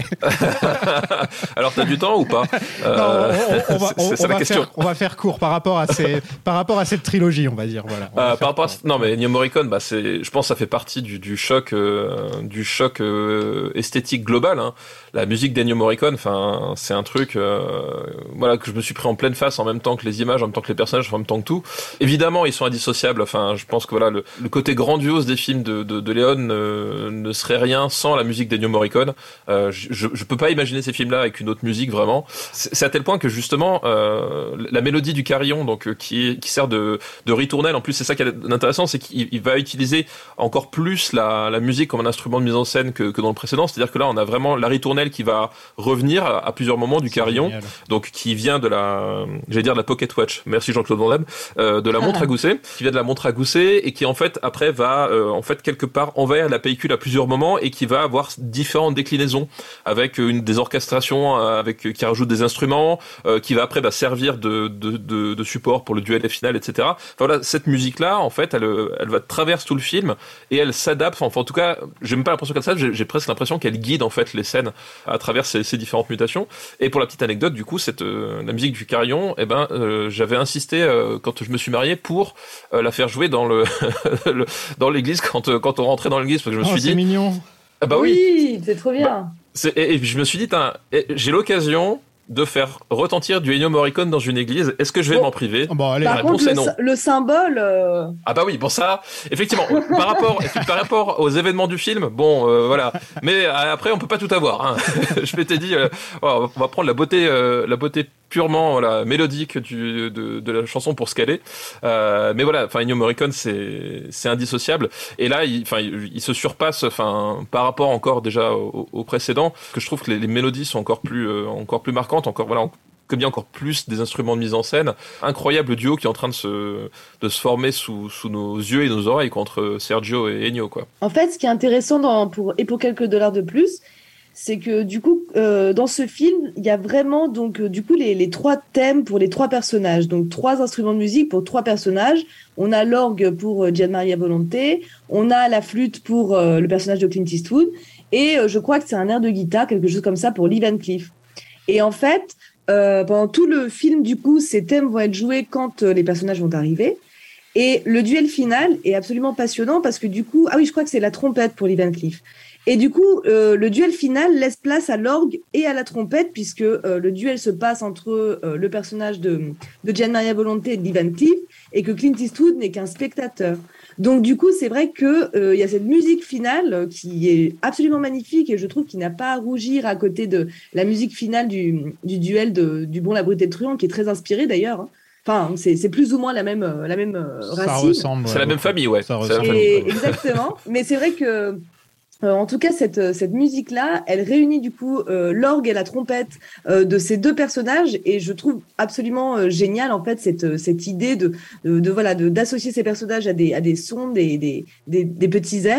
Alors, t'as du temps ou pas ? euh, Non, on, on, on va, c'est, c'est on, on la va question. faire, on va faire court par rapport à, ces, par rapport à cette trilogie, on va dire. Voilà, on va Euh, par rapport à, court. non mais Ennio Morricone, bah c'est, je pense que ça fait partie du, du choc, euh, du choc euh, esthétique global. Hein. La musique d'Ennio Morricone, enfin c'est un truc, euh, voilà que je me suis pris en pleine face en même temps que les images, en même temps que les personnages, en même temps que tout. Évidemment, ils sont indissociables. Enfin, je pense que voilà le, le côté grandiose des films de, de, de Léon euh, ne serait rien sans la musique d'Ennio Morricone. Euh, je, je peux pas imaginer ces films-là avec une autre musique vraiment. C'est, c'est à tel point que justement euh, la mélodie du carillon, donc euh, qui, est, qui sert de, de ritournelle. En plus, c'est ça qui est intéressant, c'est qu'il il va utiliser encore plus la, la musique comme un instrument de mise en scène que, que dans le précédent. C'est-à-dire que là, on a vraiment la ritournelle qui va revenir à, à plusieurs moments du C'est carillon, génial. donc qui vient de la, j'allais dire de la pocket watch. Merci Jean-Claude Van Damme, euh, de la montre à gousset, qui vient de la montre à gousset et qui en fait après va euh, en fait quelque part envers la pellicule à plusieurs moments et qui va avoir différentes déclinaisons avec une des orchestrations euh, avec qui rajoute des instruments, euh, qui va après bah, servir de, de, de, de support pour le duel final, et cetera. Enfin, voilà, cette musique-là, en fait, elle, elle va traverser tout le film et elle s'adapte. Enfin, en tout cas, j'ai même pas l'impression qu'elle s'adapte, j'ai, j'ai presque l'impression qu'elle guide en fait les scènes à travers ces, ces différentes mutations. Et pour la petite anecdote, du coup, cette euh, la musique du carillon, eh ben, euh, j'avais insisté euh, quand je me suis marié pour euh, la faire jouer dans le, le dans l'église quand euh, quand on rentrait dans l'église, parce que je me Oh, suis c'est dit, mignon. ah bah oui. Oui, c'est trop bien. Bah, c'est, et, et puis je me suis dit, j'ai l'occasion de faire retentir du Ennio Morricone dans une église. Est-ce que je vais Bon. m'en priver ? Bon, allez. La Par réponse contre, est le, non. le symbole. euh, Ah bah oui, bon ça, effectivement, par rapport, et puis par rapport aux événements du film, bon, euh, voilà. Mais euh, après, on peut pas tout avoir. Hein. Je m'étais dit, euh, voilà, on va prendre la beauté, euh, la beauté purement voilà, mélodique du, de, de la chanson pour ce qu'elle est. Euh, mais voilà, enfin, Ennio Morricone, c'est, c'est indissociable. Et là, il, enfin, il, il se surpasse, enfin, par rapport encore déjà au, au précédent, que je trouve que les, les mélodies sont encore plus, euh, encore plus marquantes, encore voilà. Comme il y a encore plus des instruments de mise en scène, incroyable duo qui est en train de se de se former sous sous nos yeux et nos oreilles contre Sergio et Ennio quoi. En fait, ce qui est intéressant dans, pour, et pour quelques dollars de plus, c'est que du coup, euh, dans ce film, il y a vraiment donc euh, du coup les, les trois thèmes pour les trois personnages, donc trois instruments de musique pour trois personnages. On a l'orgue pour euh, Gian Maria Volonté, on a la flûte pour euh, le personnage de Clint Eastwood, et euh, je crois que c'est un air de guitare, quelque chose comme ça pour Lee Van Cleef. Et en fait, euh, pendant tout le film, du coup, ces thèmes vont être joués quand euh, les personnages vont arriver. Et le duel final est absolument passionnant parce que du coup, ah oui, je crois que c'est la trompette pour Lee Van Cleef. Et du coup, euh, le duel final laisse place à l'orgue et à la trompette puisque euh, le duel se passe entre euh, le personnage de, de Gian Maria Volonté et de Lee Van Cleef et que Clint Eastwood n'est qu'un spectateur. Donc du coup, c'est vrai que euh, il y a cette musique finale euh, qui est absolument magnifique et je trouve qu'il n'a pas à rougir à côté de la musique finale du, du duel de, du Bon, la Brute et le Truand, qui est très inspirée d'ailleurs. Hein. Enfin, c'est, c'est plus ou moins la même, euh, la même euh, Ça racine. ressemble. C'est ouais, la même beaucoup. famille ouais. Ça C'est la ressemble. famille, Et, ouais. exactement. Mais c'est vrai que Euh, en tout cas, cette, cette musique-là, elle réunit du coup euh, l'orgue et la trompette euh, de ces deux personnages, et je trouve absolument euh, génial en fait cette cette idée de de, de voilà de d'associer ces personnages à des à des sons, des des des, des petits airs.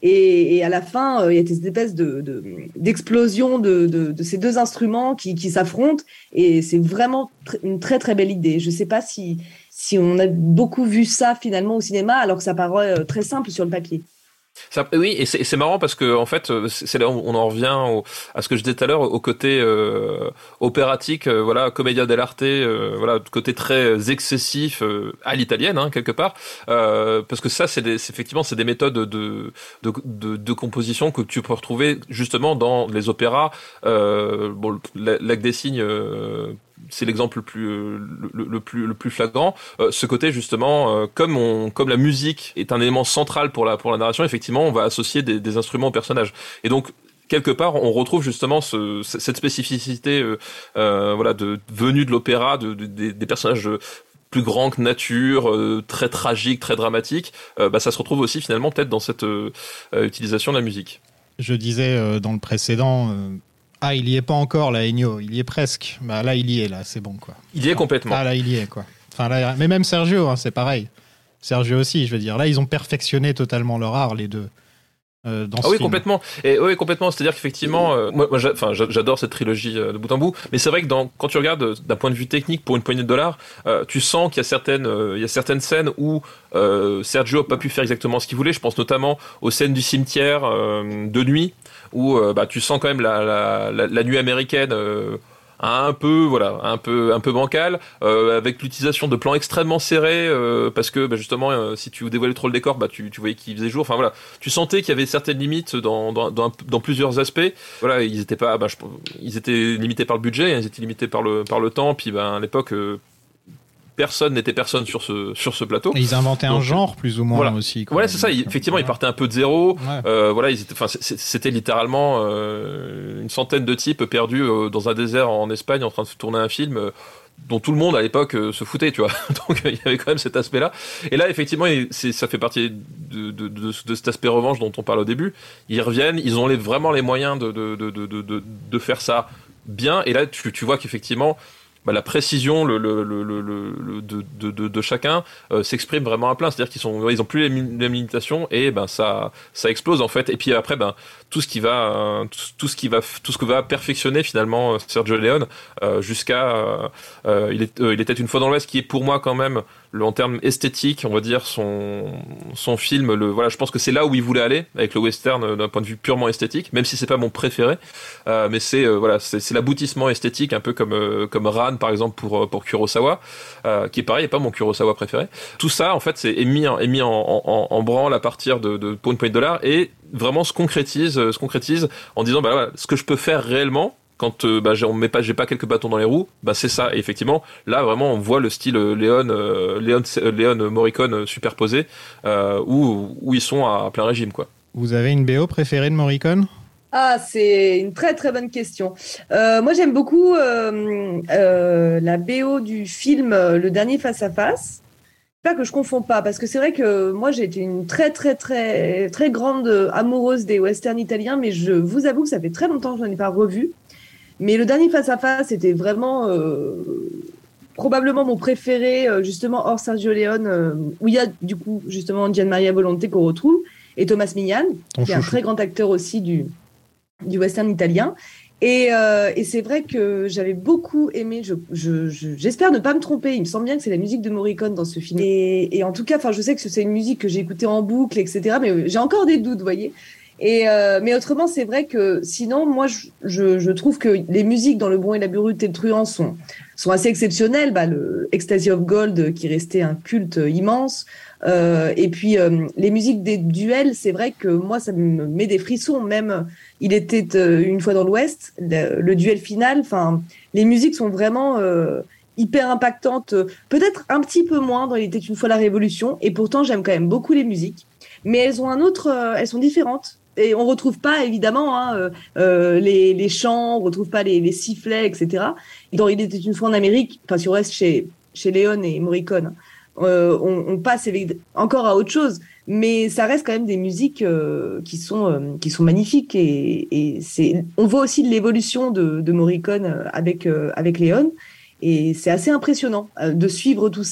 Et, et à la fin, euh, il y a cette espèce de, de, d'explosion de, de, de ces deux instruments qui, qui s'affrontent. Et c'est vraiment tr- une très, très belle idée. Je ne sais pas si, si on a beaucoup vu ça finalement au cinéma, alors que ça paraît euh, très simple sur le papier. Ça, oui, et c'est, c'est marrant parce que en fait, c'est, c'est là où on en revient au, à ce que je disais tout à l'heure, au côté euh, opératique, euh, voilà, commedia dell'arte, euh, voilà, côté très excessif euh, à l'italienne, hein, quelque part, euh, parce que ça, c'est, des, c'est effectivement, c'est des méthodes de, de, de, de composition que tu peux retrouver justement dans les opéras. Euh, bon, le Lac des Cygnes. Euh, c'est l'exemple le plus le, le plus le plus flagrant. Euh, ce côté justement, euh, comme on comme la musique est un élément central pour la pour la narration, effectivement, on va associer des, des instruments aux personnages. Et donc quelque part, on retrouve justement ce, cette spécificité, euh, euh, voilà, de venue de l'opéra, de, de, de des personnages plus grands que nature, euh, très tragiques, très dramatiques. Euh, bah, ça se retrouve aussi finalement peut-être dans cette euh, utilisation de la musique. Je disais euh, dans le précédent. Euh... Ah, il y est pas encore, là, Ennio. Il y est presque. Bah, là, il y est, là, c'est bon, quoi. Il y est complètement. Ah, là, il y est, quoi. Enfin, là, mais même Sergio, hein, c'est pareil. Sergio aussi, je veux dire. Là, ils ont perfectionné totalement leur art, les deux. Euh, dans ah ce oui, film. complètement. Et oui, complètement. C'est-à-dire qu'effectivement, euh, moi, moi j'a, j'adore cette trilogie euh, de bout en bout. Mais c'est vrai que dans, quand tu regardes euh, d'un point de vue technique pour une poignée de dollars, euh, tu sens qu'il y a certaines, euh, il y a certaines scènes où euh, Sergio a pas pu faire exactement ce qu'il voulait. Je pense notamment aux scènes du cimetière euh, de nuit, où euh, bah, tu sens quand même la, la, la, la nuit américaine. Euh, un peu voilà un peu un peu bancal, euh, avec l'utilisation de plans extrêmement serrés, euh, parce que bah, justement euh, si tu dévoilais trop le décor, bah tu, tu voyais qu'il faisait jour. Enfin voilà, tu sentais qu'il y avait certaines limites dans dans dans, dans plusieurs aspects. Voilà, ils étaient pas bah, je, ils étaient limités par le budget, ils étaient limités par le par le temps. Puis bah, à l'époque euh, personne n'était personne sur ce sur ce plateau. Et ils inventaient Donc, un genre plus ou moins voilà. aussi. Quoi. Ouais, c'est ça. Ils, effectivement, voilà. Ils partaient un peu de zéro. Ouais. Euh, voilà, ils étaient. Enfin, c'était littéralement euh, une centaine de types perdus euh, dans un désert en Espagne en train de tourner un film. Euh, dont tout le monde à l'époque euh, se foutait, tu vois. Donc il y avait quand même cet aspect-là. Et là, effectivement, c'est, ça fait partie de, de, de, de cet aspect revanche dont on parle au début. Ils reviennent, ils ont les, vraiment les moyens de, de, de, de, de, de faire ça bien. Et là, tu, tu vois qu'effectivement, bah, la précision le, le, le, le, le, de, de, de, de chacun euh, s'exprime vraiment à plein. C'est-à-dire qu'ils sont, ils ont plus les mêmes limitations et ben ça, ça explose en fait. Et puis après, ben tout ce qui va, euh, tout, tout ce qui va, tout ce que va perfectionner finalement Sergio Leone euh, jusqu'à, euh, euh, il, est, euh, il était une fois dans l'Ouest, qui est pour moi quand même, le, en termes esthétiques, on va dire son, son film. Le, voilà, je pense que c'est là où il voulait aller avec le western euh, d'un point de vue purement esthétique, même si c'est pas mon préféré, euh, mais c'est euh, voilà, c'est, c'est l'aboutissement esthétique, un peu comme euh, comme Ran par exemple pour pour Kurosawa, euh, qui est pareil, est pas mon Kurosawa préféré. Tout ça en fait c'est est mis en, est mis en, en, en branle à partir de, de pour une poignée de dollars et vraiment se concrétise se concrétise en disant bah voilà, ce que je peux faire réellement quand euh, bah, j'ai, on met pas, j'ai pas quelques bâtons dans les roues, bah c'est ça. Et effectivement, là vraiment on voit le style euh, Léon, euh, Léon, euh, Léon Morricone euh, superposé, euh, où où ils sont à plein régime quoi. Vous avez une B O préférée de Morricone ? Ah, c'est une très très bonne question. Euh, moi, j'aime beaucoup euh, euh, la B O du film euh, Le Dernier Face à Face. J'espère que je confonds pas, parce que c'est vrai que moi, j'ai été une très très très très grande amoureuse des westerns italiens, mais je vous avoue que ça fait très longtemps que je n'en ai pas revu. Mais Le Dernier Face à Face était vraiment euh, probablement mon préféré, euh, justement hors Sergio Leone, euh, où il y a du coup justement Gian Maria Volonté qu'on retrouve et Thomas Milian, Ton qui est un chouchou. très grand acteur aussi du du western italien. Et, euh, et c'est vrai que j'avais beaucoup aimé, je, je, je, j'espère ne pas me tromper, il me semble bien que c'est la musique de Morricone dans ce film. Et, et en tout cas, enfin, je sais que c'est une musique que j'ai écoutée en boucle, et cetera, mais j'ai encore des doutes, vous voyez. Et, euh, mais autrement, c'est vrai que sinon, moi, je, je, je trouve que les musiques dans Le Bon et la Brute et le Truand sont, sont assez exceptionnelles. Bah, le Ecstasy of Gold, qui restait un culte immense. Euh, et puis, euh, les musiques des duels, c'est vrai que moi, ça me met des frissons. Même, il était euh, une fois dans l'Ouest, le, le duel final. Enfin, les musiques sont vraiment euh, hyper impactantes. Peut-être un petit peu moins dans Il était une fois la Révolution. Et pourtant, j'aime quand même beaucoup les musiques. Mais elles ont un autre, euh, elles sont différentes. Et on retrouve pas évidemment hein, euh, euh, les, les chants, on retrouve pas les, les sifflets, et cetera. Dans Il était une fois en Amérique, enfin si on reste chez chez Léon et Morricone, euh, on, on passe encore à autre chose, mais ça reste quand même des musiques euh, qui sont euh, qui sont magnifiques et, et c'est on voit aussi l'évolution de, de Morricone avec euh, avec Léon et c'est assez impressionnant euh, de suivre tout ça.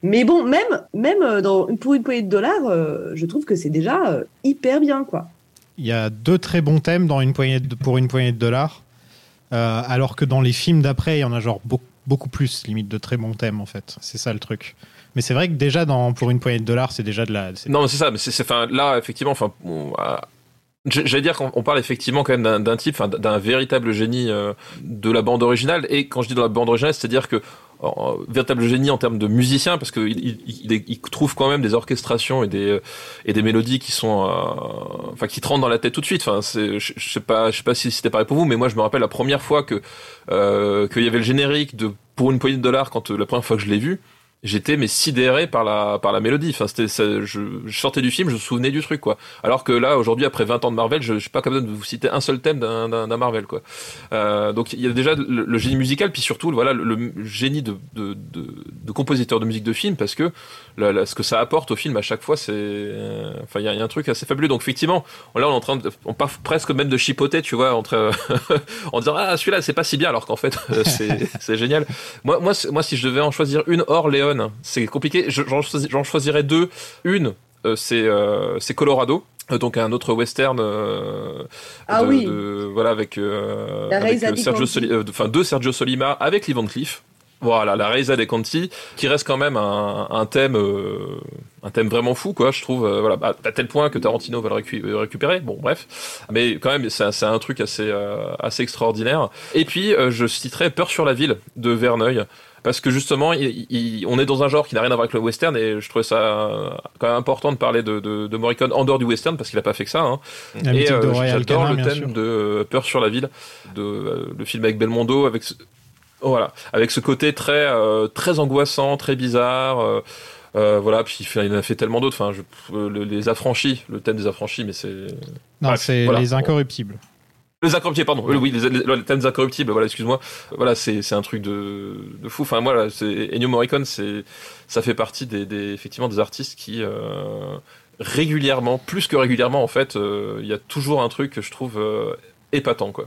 Mais bon, même, même dans, pour une poignée de dollars, euh, je trouve que c'est déjà euh, hyper bien, quoi. Il y a deux très bons thèmes dans une poignée de, pour une poignée de dollars, euh, alors que dans les films d'après, il y en a genre beaucoup, beaucoup plus, limite, de très bons thèmes, en fait. C'est ça le truc. Mais c'est vrai que déjà, dans, pour une poignée de dollars, c'est déjà de la... C'est... Non, mais c'est ça. Mais c'est, c'est, fin, là, effectivement, enfin... Bon, euh, j'allais dire qu'on parle effectivement quand même d'un, d'un type, d'un véritable génie euh, de la bande originale. Et quand je dis dans la bande originale, c'est-à-dire que euh, véritable génie en termes de musicien, parce qu'il il, il, il trouve quand même des orchestrations et des et des mélodies qui sont, euh, enfin, qui te rentrent dans la tête tout de suite. Enfin, c'est, je, je sais pas, je sais pas si c'était pareil pour vous, mais moi je me rappelle la première fois que euh, qu'il y avait le générique de Pour une poignée de dollars, quand euh, la première fois que je l'ai vu. J'étais mais sidéré par la par la mélodie. Enfin, c'était ça, je, je sortais du film, je me souvenais du truc, quoi. Alors que là, aujourd'hui, après vingt ans de Marvel, je, je suis pas capable de vous citer un seul thème d'un, d'un, d'un Marvel, quoi. Euh, donc il y a déjà le, le génie musical, puis surtout voilà le, le génie de, de de de compositeur de musique de film, parce que la, la, ce que ça apporte au film à chaque fois, c'est euh, enfin il y a, y a un truc assez fabuleux. Donc effectivement, là on est en train de on part presque même de chipoter, tu vois, entre en disant ah celui-là c'est pas si bien, alors qu'en fait c'est c'est génial. Moi moi moi si je devais en choisir une hors Léon, c'est compliqué. J'en, j'en choisirais deux. Une, euh, c'est, euh, c'est Colorado, euh, donc un autre western. Euh, ah de, oui. De, voilà avec, euh, la avec euh, Sergio Soli, euh, enfin de Sergio Solima avec Lee Van Cleef. Voilà, la Reisa dei Conti, qui reste quand même un, un thème, euh, un thème vraiment fou, quoi. Je trouve, euh, voilà, à, à tel point que Tarantino va le récu- récupérer. Bon, bref, mais quand même, c'est, c'est un truc assez, euh, assez extraordinaire. Et puis, euh, je citerai Peur sur la ville de Verneuil. Parce que justement, il, il, on est dans un genre qui n'a rien à voir avec le western, et je trouvais ça quand même important de parler de, de, de Morricone en dehors du western, parce qu'il n'a pas fait que ça. Hein. Et euh, j'adore Canin, le thème sûr. de Peur sur la ville, de euh, le film avec Belmondo, avec ce, voilà, avec ce côté très euh, très angoissant, très bizarre. Euh, euh, voilà, puis il en a fait tellement d'autres. Enfin, je, euh, les affranchis, le thème des affranchis, mais c'est non, bref, c'est voilà, les incorruptibles. Bon. Les incorruptibles, pardon. Oui, les, les, les thèmes incorruptibles. Voilà, excuse-moi. Voilà, c'est c'est un truc de de fou. Enfin, moi, là, c'est Ennio Morricone, c'est ça fait partie des, des effectivement des artistes qui euh, régulièrement, plus que régulièrement, en fait, il euh, y a toujours un truc que je trouve euh, épatant, quoi.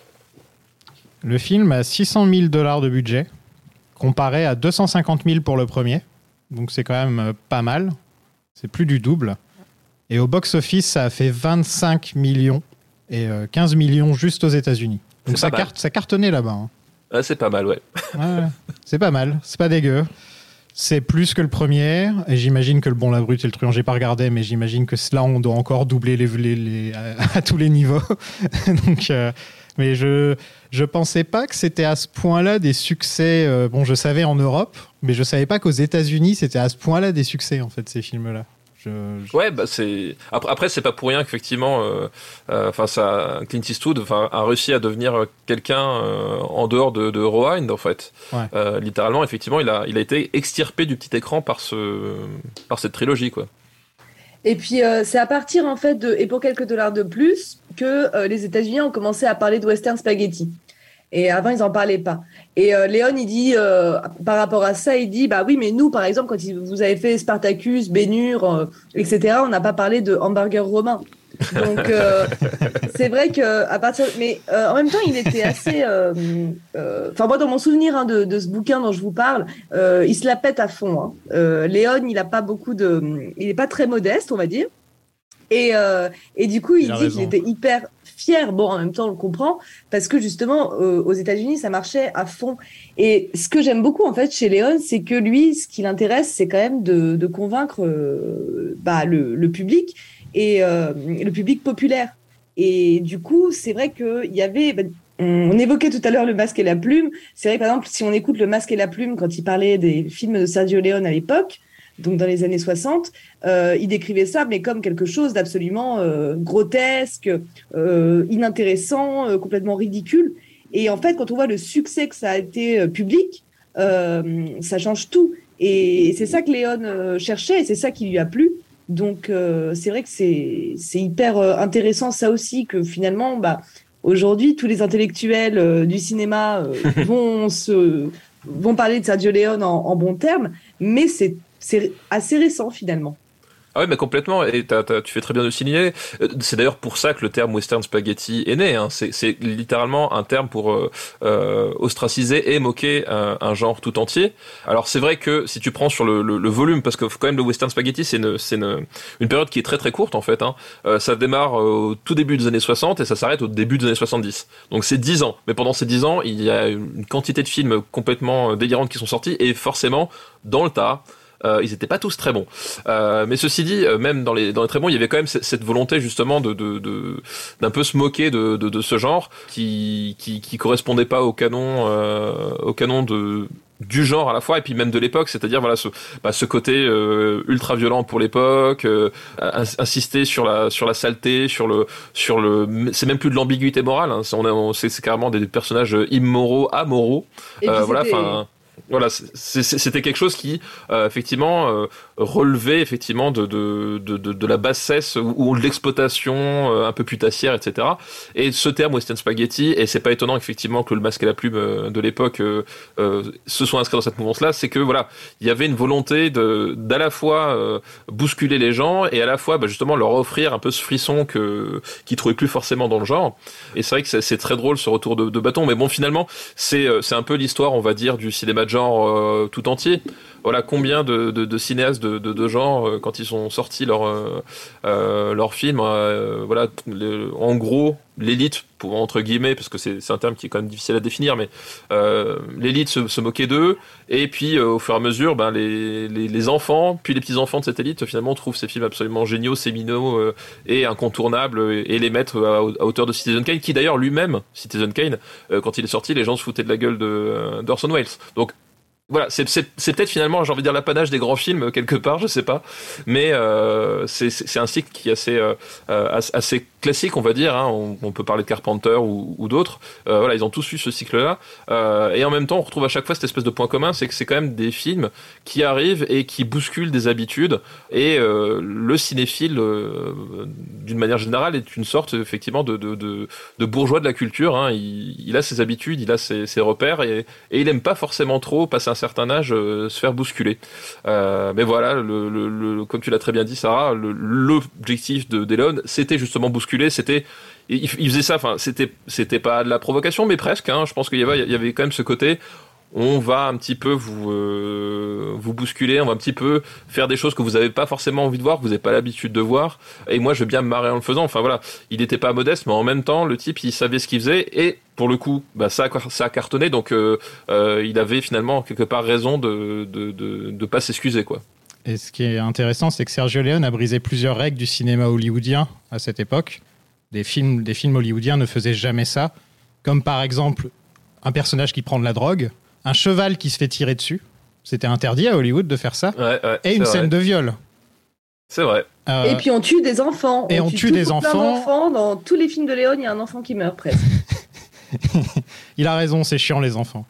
Le film a six cent mille dollars de budget, comparé à deux cent cinquante mille pour le premier. Donc c'est quand même pas mal. C'est plus du double. Et au box-office, ça a fait vingt-cinq millions. Et euh, quinze millions juste aux États-Unis. Donc ça, carte, ça cartonnait là-bas. Hein. Ah, c'est pas mal, ouais. ouais. C'est pas mal, c'est pas dégueu. C'est plus que le premier. Et j'imagine que le Bon, la Brute et le Truand, j'ai pas regardé, mais j'imagine que là, on doit encore doubler les, les, les, à, à tous les niveaux. Donc, euh, mais je je pensais pas que c'était à ce point-là des succès. Euh, bon, je savais en Europe, mais je savais pas qu'aux États-Unis, c'était à ce point-là des succès, en fait, ces films-là. Je, je... Ouais, bah c'est après, après c'est pas pour rien qu'effectivement, enfin euh, ça, Clint Eastwood, enfin a réussi à devenir quelqu'un euh, en dehors de, de Rewind en fait. Ouais. Euh, littéralement, effectivement, il a il a été extirpé du petit écran par ce par cette trilogie, quoi. Et puis euh, c'est à partir en fait de et pour quelques dollars de plus que euh, les États-Unis ont commencé à parler de western spaghetti. Et avant, ils n'en parlaient pas. Et euh, Léon, il dit, euh, par rapport à ça, il dit, bah oui, mais nous, par exemple, quand il, vous avez fait Spartacus, Ben-Hur, euh, et cetera, on n'a pas parlé de hamburger romain. Donc, euh, c'est vrai que à partir, mais euh, en même temps, il était assez. Enfin, euh, euh, moi, dans mon souvenir hein, de, de ce bouquin dont je vous parle, euh, il se la pète à fond. Hein. Euh, Léon, il a pas beaucoup de, il est pas très modeste, on va dire. Et euh, et du coup, il, il dit raison. qu'il était hyper fier. Bon, en même temps, on le comprend parce que justement, euh, aux États-Unis, ça marchait à fond. Et ce que j'aime beaucoup en fait chez Léon, c'est que lui, ce qui l'intéresse, c'est quand même de, de convaincre euh, bah, le, le public et euh, le public populaire. Et du coup, c'est vrai qu'il y avait. Bah, on évoquait tout à l'heure Le Masque et la Plume. C'est vrai, par exemple, si on écoute Le Masque et la Plume quand il parlait des films de Sergio Leone à l'époque, donc dans les années soixante, euh, il décrivait ça, mais comme quelque chose d'absolument euh, grotesque, euh, inintéressant, euh, complètement ridicule. Et en fait, quand on voit le succès que ça a été euh, public, euh, ça change tout. Et c'est ça que Léon euh, cherchait, et c'est ça qui lui a plu. Donc, euh, c'est vrai que c'est, c'est hyper euh, intéressant, ça aussi, que finalement, bah, aujourd'hui, tous les intellectuels euh, du cinéma euh, vont, se, vont parler de Sergio Leone en, en bons termes, mais c'est C'est assez récent finalement. Ah oui, mais complètement. Et t'as, t'as, tu fais très bien de le signaler. C'est d'ailleurs pour ça que le terme western spaghetti est né. Hein. C'est, c'est littéralement un terme pour euh, euh, ostraciser et moquer un, un genre tout entier. Alors c'est vrai que si tu prends sur le, le, le volume, parce que quand même le western spaghetti, c'est une, c'est une, une période qui est très très courte en fait. Hein. Euh, ça démarre au tout début des années soixante et ça s'arrête au début des années soixante-dix. Donc c'est dix ans. Mais pendant ces dix ans, il y a une quantité de films complètement délirantes qui sont sortis et forcément dans le tas. Euh, ils étaient pas tous très bons. Euh, mais ceci dit, euh, même dans les dans les très bons, il y avait quand même c- cette volonté justement de de, de d'un peu se moquer de de, de ce genre qui qui qui correspondait pas au canon euh, au canon de du genre à la fois et puis même de l'époque, c'est-à-dire voilà ce bah, ce côté euh, ultra violent pour l'époque, euh, insister sur la sur la saleté, sur le sur le c'est même plus de l'ambiguïté morale, hein, c'est, on a, c'est, c'est carrément des personnages immoraux, amoraux. Euh, voilà, enfin. Voilà, c'est, c'est, c'était quelque chose qui, euh, effectivement, euh, relevait effectivement de, de, de, de, de la bassesse ou, ou de l'exploitation euh, un peu putassière, et cetera. Et ce terme western spaghetti, et c'est pas étonnant effectivement que le Masque et la Plume euh, de l'époque euh, euh, se soit inscrit dans cette mouvance-là, c'est que voilà, il y avait une volonté de d'à la fois euh, bousculer les gens et à la fois bah, justement leur offrir un peu ce frisson que qu'ils trouvaient plus forcément dans le genre. Et c'est vrai que c'est, c'est très drôle ce retour de, de bâton, mais bon finalement c'est c'est un peu l'histoire, on va dire, du cinéma de genre euh, tout entier. Voilà, combien de, de, de cinéastes de, de, de genre euh, quand ils ont sorti leur euh, euh, leur film, euh, voilà, le, en gros l'élite, pour entre guillemets, parce que c'est, c'est un terme qui est quand même difficile à définir, mais euh, l'élite se, se moquait d'eux, et puis euh, au fur et à mesure, ben les, les les enfants, puis les petits enfants de cette élite finalement trouvent ces films absolument géniaux, séminaux euh, et incontournables, et, et les mettent à, à hauteur de Citizen Kane, qui d'ailleurs lui-même, Citizen Kane, euh, quand il est sorti, les gens se foutaient de la gueule de d'Orson Welles. Donc voilà, c'est, c'est, c'est peut-être finalement, j'ai envie de dire, l'apanage des grands films, quelque part, je sais pas. Mais euh, c'est, c'est, c'est un cycle qui est assez, euh, assez classique, on va dire. Hein. On, on peut parler de Carpenter ou, ou d'autres. Euh, voilà, ils ont tous eu ce cycle-là. Euh, et en même temps, on retrouve à chaque fois cette espèce de point commun, c'est que c'est quand même des films qui arrivent et qui bousculent des habitudes. Et euh, le cinéphile, euh, d'une manière générale, est une sorte, effectivement, de, de, de, de bourgeois de la culture. Hein. Il, il a ses habitudes, il a ses, ses repères, et, et il aime pas forcément trop passer un certain âge euh, se faire bousculer. Euh, mais voilà, le, le, le, comme tu l'as très bien dit, Sarah, le, l'objectif de Delon, c'était justement bousculer. C'était, il, il faisait ça. Enfin, c'était, c'était pas de la provocation, mais presque. Hein, je pense qu'il y avait, il y avait quand même ce côté. On va un petit peu vous euh, vous bousculer, on va un petit peu faire des choses que vous n'avez pas forcément envie de voir, que vous n'avez pas l'habitude de voir. Et moi, je vais bien me marrer en le faisant. Enfin voilà, il n'était pas modeste, mais en même temps, le type, il savait ce qu'il faisait. Et pour le coup, bah ça, a, ça a cartonné. Donc, euh, euh, il avait finalement quelque part raison de de de, de pas s'excuser, quoi. Et ce qui est intéressant, c'est que Sergio Leone a brisé plusieurs règles du cinéma hollywoodien à cette époque. Des films, des films hollywoodiens ne faisaient jamais ça. Comme par exemple, un personnage qui prend de la drogue. Un cheval qui se fait tirer dessus. C'était interdit à Hollywood de faire ça. Ouais, ouais, et une vrai. scène de viol. C'est vrai. Euh... Et puis on tue des enfants. Et on, on tue, tue des enfants. enfants. Dans tous les films de Léon, il y a un enfant qui meurt presque. Il a raison, c'est chiant les enfants.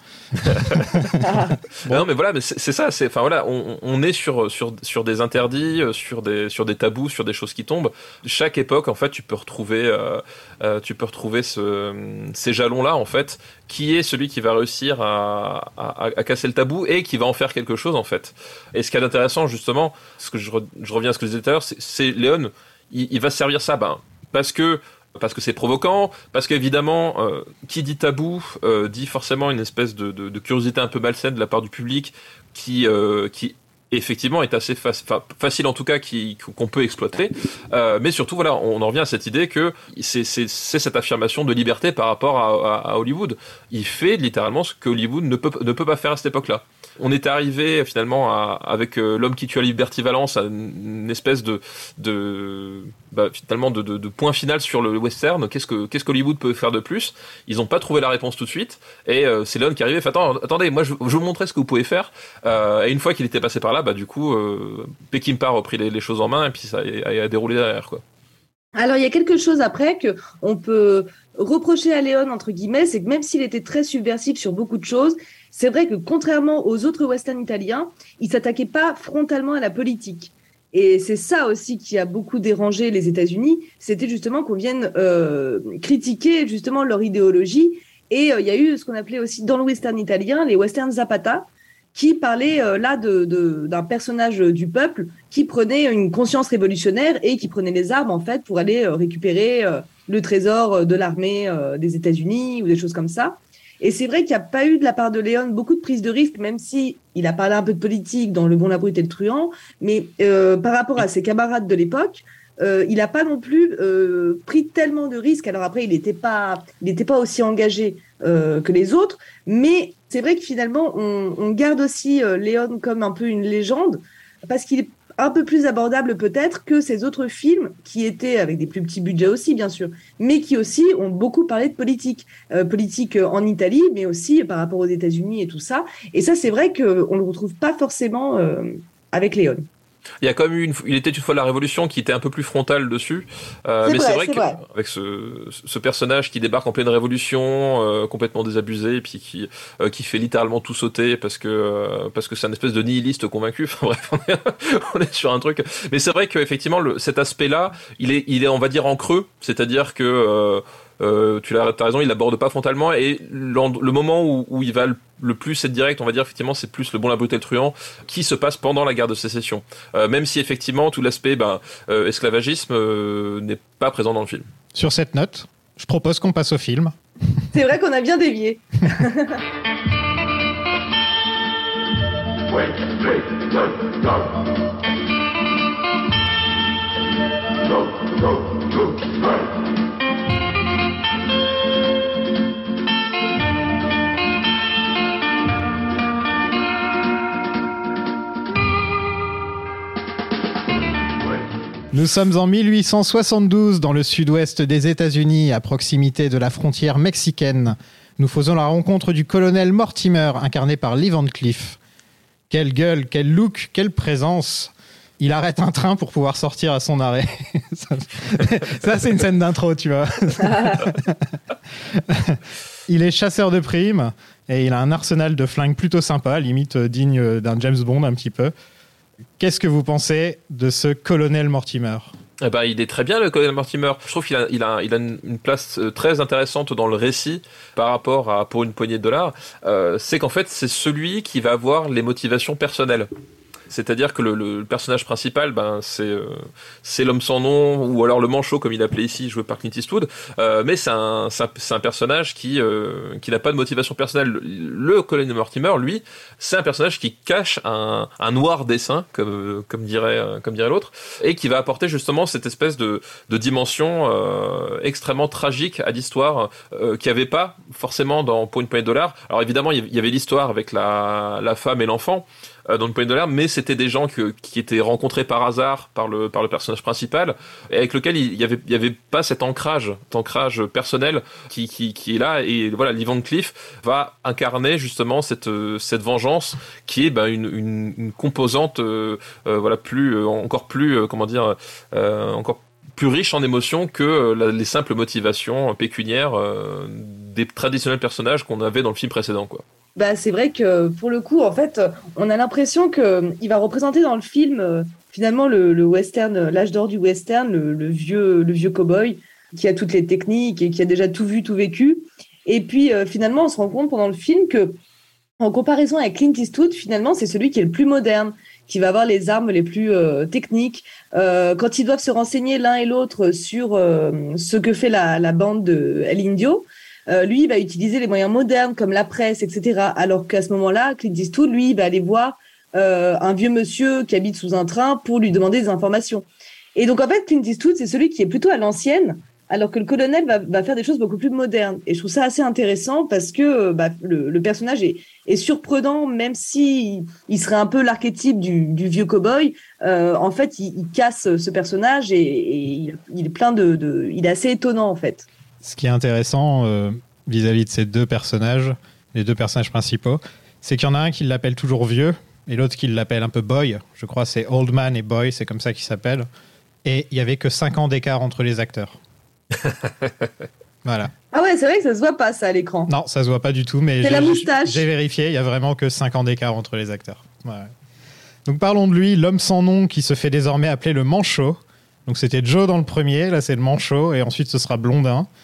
Bon. Non mais voilà, mais c'est, c'est ça, c'est, enfin voilà, on, on est sur sur sur des interdits, sur des sur des tabous, sur des choses qui tombent. Chaque époque, en fait, tu peux retrouver, euh, euh, tu peux retrouver ce, ces jalons-là, en fait, qui est celui qui va réussir à, à à casser le tabou et qui va en faire quelque chose, en fait. Et ce qui est intéressant, justement, ce que je, re, je reviens à ce que je disais tout à l'heure, c'est, c'est Léon, il, il va se servir ça, ben parce que parce que c'est provoquant, parce qu'évidemment, euh, qui dit tabou euh, dit forcément une espèce de, de, de curiosité un peu malsaine de la part du public qui, euh, qui effectivement est assez faci- facile en tout cas qui, qu'on peut exploiter. Euh, mais surtout, voilà, on en revient à cette idée que c'est, c'est, c'est cette affirmation de liberté par rapport à, à, à Hollywood. Il fait littéralement ce que Hollywood ne peut, ne peut pas faire à cette époque-là. On est arrivé finalement à, avec euh, L'homme qui tua Liberty Valance à une espèce de, de bah, finalement de, de, de point final sur le western. Qu'est-ce que qu'est-ce qu'Hollywood peut faire de plus ? Ils n'ont pas trouvé la réponse tout de suite. Et euh, c'est Léon qui est arrivé. Fait, Attends, attendez, moi je, je vous montrais ce que vous pouvez faire. Euh, et une fois qu'il était passé par là, bah du coup, euh, Peckinpah a repris les, les choses en main et puis ça a, a déroulé derrière, quoi. Alors il y a quelque chose après que on peut reprocher à Léon entre guillemets, c'est que même s'il était très subversif sur beaucoup de choses, c'est vrai que contrairement aux autres westerns italiens, il s'attaquait pas frontalement à la politique. Et c'est ça aussi qui a beaucoup dérangé les États-Unis, c'était justement qu'on vienne euh, critiquer justement leur idéologie. Et il euh, y a eu ce qu'on appelait aussi dans le western italien les westerns Zapata, qui parlait euh, là de, de, d'un personnage du peuple qui prenait une conscience révolutionnaire et qui prenait les armes en fait pour aller euh, récupérer euh, le trésor de l'armée euh, des États-Unis ou des choses comme ça. Et c'est vrai qu'il n'y a pas eu de la part de Léon beaucoup de prise de risque, même si il a parlé un peu de politique dans Le Bon, la Brute et le Truand, mais euh, par rapport à ses camarades de l'époque, euh, il n'a pas non plus euh, pris tellement de risques. Alors après, il n'était pas, il n'était pas aussi engagé euh, que les autres, mais c'est vrai que finalement, on, on garde aussi euh, Léon comme un peu une légende, parce qu'il est un peu plus abordable peut-être que ces autres films qui étaient avec des plus petits budgets aussi, bien sûr, mais qui aussi ont beaucoup parlé de politique. Euh, politique en Italie, mais aussi par rapport aux États-Unis et tout ça. Et ça, c'est vrai qu'on ne le retrouve pas forcément euh, avec Léon. Il y a quand même eu une, il était une fois la Révolution qui était un peu plus frontale dessus, euh, c'est mais vrai, c'est vrai c'est qu'avec ce, ce personnage qui débarque en pleine Révolution, euh, complètement désabusé, et puis qui, euh, qui fait littéralement tout sauter parce que euh, parce que c'est un espèce de nihiliste convaincu. Enfin bref, on est, on est sur un truc. Mais c'est vrai qu'effectivement, le, cet aspect-là, il est, il est, on va dire, en creux, c'est-à-dire que euh, Euh, tu as raison, il l'aborde pas frontalement, et le moment où, où il va le, le plus être direct, on va dire effectivement, c'est plus Le Bon, la Brute et le Truand qui se passe pendant la guerre de sécession. Euh, même si effectivement tout l'aspect ben, euh, esclavagisme euh, n'est pas présent dans le film. Sur cette note, je propose qu'on passe au film. C'est vrai qu'on a bien dévié. Wait, wait, no, no. No, no, no, no. Nous sommes en mille huit cent soixante-douze dans le sud-ouest des États-Unis, à proximité de la frontière mexicaine. Nous faisons la rencontre du colonel Mortimer, incarné par Lee Van Cleef. Quelle gueule, quel look, quelle présence! Il arrête un train pour pouvoir sortir à son arrêt. ça, ça, c'est une scène d'intro, tu vois. Il est chasseur de primes et il a un arsenal de flingues plutôt sympa, limite digne d'un James Bond un petit peu. Qu'est-ce que vous pensez de ce colonel Mortimer ? Eh ben, il est très bien, le colonel Mortimer. Je trouve qu'il a, il a, il a une place très intéressante dans le récit par rapport à Pour une poignée de dollars. Euh, c'est qu'en fait, c'est celui qui va avoir les motivations personnelles. C'est-à-dire que le, le personnage principal, ben, c'est, euh, c'est l'homme sans nom, ou alors le manchot, comme il l'appelait ici, joué par Clint Eastwood. Euh, mais c'est un, c'est un, c'est un personnage qui, euh, qui n'a pas de motivation personnelle. Le, le colonel Mortimer, lui, c'est un personnage qui cache un, un noir dessein, comme, comme dirait, comme dirait l'autre, et qui va apporter justement cette espèce de, de dimension euh, extrêmement tragique à l'histoire, euh, qu'il n'y avait pas forcément dans Pour une poignée de dollars. Alors évidemment, il y avait l'histoire avec la, la femme et l'enfant, dans une poignée de dollars, mais c'était des gens que, qui étaient rencontrés par hasard par le, par le personnage principal, et avec lequel il y avait, il y avait pas cet ancrage, cet ancrage personnel qui, qui, qui est là. Et voilà, Lee Van Cleef va incarner justement cette, cette vengeance qui est ben, une, une, une composante euh, euh, voilà, plus, euh, encore plus, euh, comment dire, euh, encore plus riche en émotions que euh, la, les simples motivations pécuniaires euh, des traditionnels personnages qu'on avait dans le film précédent, quoi. Bah, c'est vrai que pour le coup, en fait, on a l'impression qu'il va représenter dans le film euh, finalement le, le western, l'âge d'or du western, le, le vieux, le vieux cow-boy qui a toutes les techniques et qui a déjà tout vu, tout vécu. Et puis euh, finalement, on se rend compte pendant le film que, en comparaison avec Clint Eastwood, finalement, c'est celui qui est le plus moderne, qui va avoir les armes les plus euh, techniques. Euh, quand ils doivent se renseigner l'un et l'autre sur euh, ce que fait la, la bande de El Indio, Euh, lui, il va utiliser les moyens modernes comme la presse, et cetera. Alors qu'à ce moment-là, Clint Eastwood, lui, il va aller voir euh, un vieux monsieur qui habite sous un train pour lui demander des informations. Et donc, en fait, Clint Eastwood, c'est celui qui est plutôt à l'ancienne, alors que le colonel va, va faire des choses beaucoup plus modernes. Et je trouve ça assez intéressant parce que bah, le, le personnage est, est surprenant, même si il serait un peu l'archétype du, du vieux cow-boy. Euh, en fait, il, il casse ce personnage et, et il, il est plein de, de, il est assez étonnant, en fait. Ce qui est intéressant euh, vis-à-vis de ces deux personnages, les deux personnages principaux, c'est qu'il y en a un qui l'appelle toujours vieux et l'autre qui l'appelle un peu boy. Je crois que c'est Old Man et Boy, c'est comme ça qu'il s'appelle. Et il n'y avait que cinq ans d'écart entre les acteurs. Voilà. Ah ouais, c'est vrai que ça se voit pas, ça, à l'écran. Non, ça se voit pas du tout, mais c'est j'ai, la moustache. J'ai vérifié, il y a vraiment que cinq ans d'écart entre les acteurs. Ouais. Donc parlons de lui, l'homme sans nom qui se fait désormais appeler le manchot. Donc c'était Joe dans le premier, là c'est le manchot, et ensuite ce sera Blondin.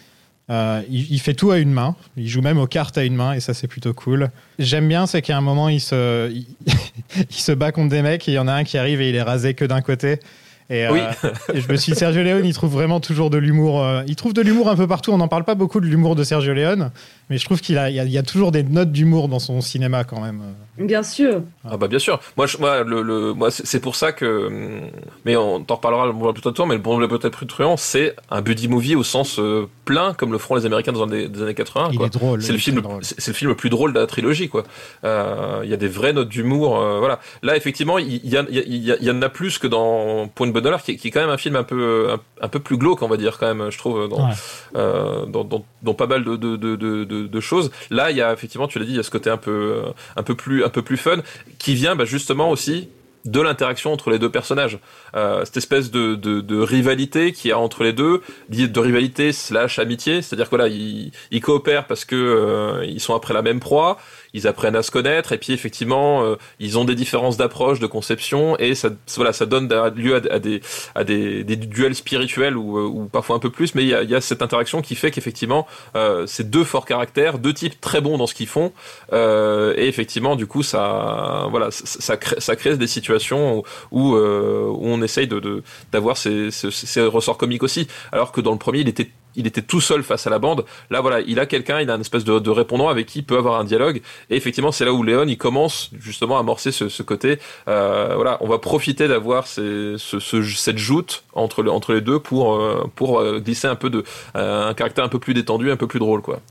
Euh, il, il fait tout à une main. Il joue même aux cartes à une main et ça, c'est plutôt cool. J'aime bien, c'est qu'à un moment, il se, il, il se bat contre des mecs et il y en a un qui arrive et il est rasé que d'un côté. Et, oui. euh, et je me suis dit, Sergio Leone, il trouve vraiment toujours de l'humour. Euh, il trouve de l'humour un peu partout. On n'en parle pas beaucoup de l'humour de Sergio Leone, mais je trouve qu'il a, il y a, il y a toujours des notes d'humour dans son cinéma quand même. Bien sûr. Ah bah bien sûr. Moi, je, moi, le, le, moi, c'est, c'est pour ça que. Mais on t'en reparlera plus tard, mais le bon, peut-être plus truand, c'est un buddy movie au sens euh, plein, comme le feront les Américains dans les, des années quatre-vingts. Il quoi. est drôle. C'est le film, drôle. C'est, c'est le film le plus drôle de la trilogie, quoi. Il euh, y a des vraies notes d'humour. Euh, voilà. Là, effectivement, il y, y, a, il y, a, il y en a plus que dans Pour une bonne dollar, qui, qui est quand même un film un peu, un, un peu plus glauque, on va dire, quand même, je trouve, dans, ouais. euh, dans, dans, dans pas mal de, de, de, de, de, de choses. Là, il y a effectivement, tu l'as dit, il y a ce côté un peu, un peu plus, un peu plus fun, qui vient bah, justement aussi de l'interaction entre les deux personnages. Euh, cette espèce de, de, de rivalité qu'il y a entre les deux, de rivalité slash amitié, c'est-à-dire que là, ils, ils coopèrent parce que euh, ils sont après la même proie, ils apprennent à se connaître, et puis effectivement, euh, ils ont des différences d'approche, de conception, et ça, voilà, ça donne lieu à, à, des, à des, des duels spirituels ou, ou parfois un peu plus, mais il y a, il y a cette interaction qui fait qu'effectivement, euh, c'est deux forts caractères, deux types très bons dans ce qu'ils font, euh, et effectivement, du coup, ça, voilà, ça, ça, crée, ça crée des situations où, où, euh, où on essaye de, de, d'avoir ces, ces, ces ressorts comiques aussi, alors que dans le premier, il était il était tout seul face à la bande. Là, voilà, il a quelqu'un, il a une espèce de, de répondant avec qui il peut avoir un dialogue. Et effectivement, c'est là où Léon, il commence justement à amorcer ce, ce côté. Euh, voilà, on va profiter d'avoir ces, ce, ce, cette joute entre, le, entre les deux pour, euh, pour glisser un peu de, euh, un caractère un peu plus détendu, un peu plus drôle, quoi.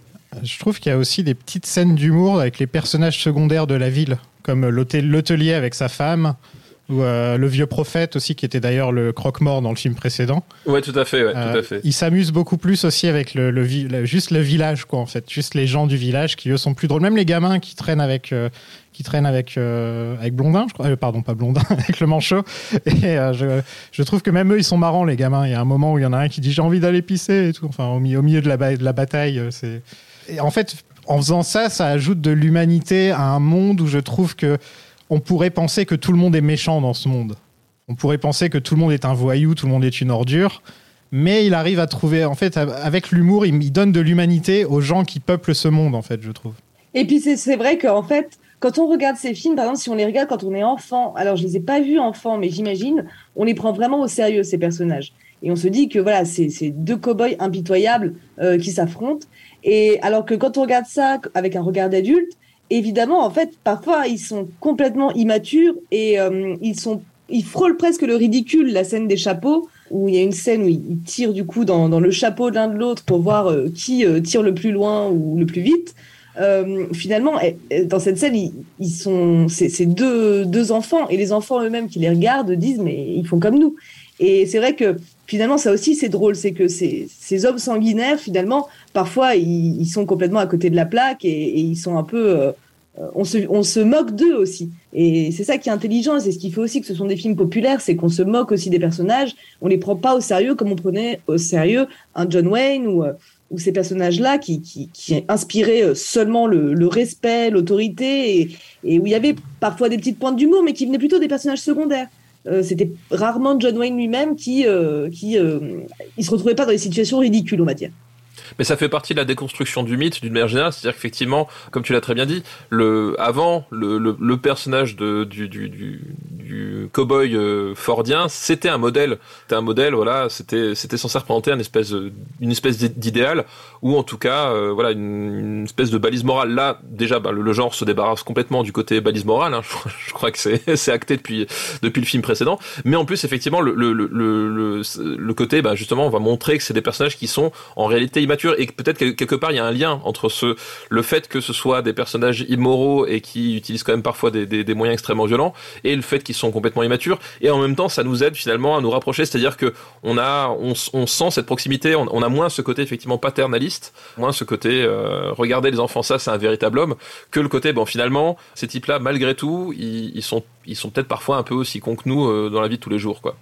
Je trouve qu'il y a aussi des petites scènes d'humour avec les personnages secondaires de la ville, comme l'hôtelier avec sa femme. Ou euh, le vieux prophète aussi, qui était d'ailleurs le croque-mort dans le film précédent. Ouais, tout à fait, ouais, euh, tout à fait. Il s'amuse beaucoup plus aussi avec le, le, le, juste le village, quoi, en fait. Juste les gens du village qui, eux, sont plus drôles. Même les gamins qui traînent avec, euh, qui traînent avec, euh, avec Blondin, je crois. Euh, pardon, pas Blondin, avec le manchot. Et euh, je, je trouve que même eux, ils sont marrants, les gamins. Il y a un moment où il y en a un qui dit « j'ai envie d'aller pisser » et tout. Enfin, au, au milieu de la, de la bataille, c'est... Et en fait, en faisant ça, ça ajoute de l'humanité à un monde où je trouve que on pourrait penser que tout le monde est méchant dans ce monde. On pourrait penser que tout le monde est un voyou, tout le monde est une ordure, mais il arrive à trouver, en fait, avec l'humour, il donne de l'humanité aux gens qui peuplent ce monde, en fait, je trouve. Et puis c'est, c'est vrai qu'en fait, quand on regarde ces films, par exemple, si on les regarde quand on est enfant, alors je les ai pas vus enfant, mais j'imagine, on les prend vraiment au sérieux, ces personnages. Et on se dit que voilà, c'est, c'est deux cow-boys impitoyables euh, qui s'affrontent. Et alors que quand on regarde ça avec un regard d'adulte, évidemment, en fait, parfois, ils sont complètement immatures et euh, ils sont, ils frôlent presque le ridicule, la scène des chapeaux, où il y a une scène où ils tirent du coup dans, dans le chapeau de l'un de l'autre pour voir euh, qui euh, tire le plus loin ou le plus vite. Euh, finalement, et, et dans cette scène, ils, ils sont, c'est, c'est deux, deux enfants et les enfants eux-mêmes qui les regardent disent mais ils font comme nous. Et c'est vrai que finalement, ça aussi, c'est drôle, c'est que ces, ces hommes sanguinaires, finalement, parfois, ils, ils sont complètement à côté de la plaque et, et ils sont un peu... Euh, on, se, on se moque d'eux aussi. Et c'est ça qui est intelligent, c'est ce qui fait aussi que ce sont des films populaires, c'est qu'on se moque aussi des personnages, on les prend pas au sérieux comme on prenait au sérieux un John Wayne ou, ou ces personnages-là qui, qui, qui inspiraient seulement le, le respect, l'autorité, et, et où il y avait parfois des petites pointes d'humour, mais qui venaient plutôt des personnages secondaires. Euh, c'était rarement John Wayne lui-même qui, euh, qui euh, il se retrouvait pas dans des situations ridicules, on va dire. Mais ça fait partie de la déconstruction du mythe d'une manière générale, c'est-à-dire qu'effectivement, comme tu l'as très bien dit, le avant le, le, le personnage de, du, du, du, du cow-boy euh, fordien, c'était un modèle, c'était un modèle, voilà, c'était c'était censé représenter une espèce une espèce d'idéal ou en tout cas euh, voilà une, une espèce de balise morale. Là, déjà, bah, le, le genre se débarrasse complètement du côté balise morale. Hein, je, je crois que c'est c'est acté depuis depuis le film précédent. Mais en plus, effectivement, le le le le, le côté, bah justement, on va montrer que c'est des personnages qui sont en réalité immatures. Et peut-être que quelque part il y a un lien entre ce, le fait que ce soit des personnages immoraux et qui utilisent quand même parfois des, des, des moyens extrêmement violents et le fait qu'ils sont complètement immatures, et en même temps ça nous aide finalement à nous rapprocher, c'est-à-dire que on a, on, on sent cette proximité, on, on a moins ce côté effectivement paternaliste, moins ce côté euh, regardez les enfants, ça c'est un véritable homme, que le côté bon finalement ces types-là malgré tout ils, ils sont, ils sont peut-être parfois un peu aussi cons que nous euh, dans la vie de tous les jours, quoi.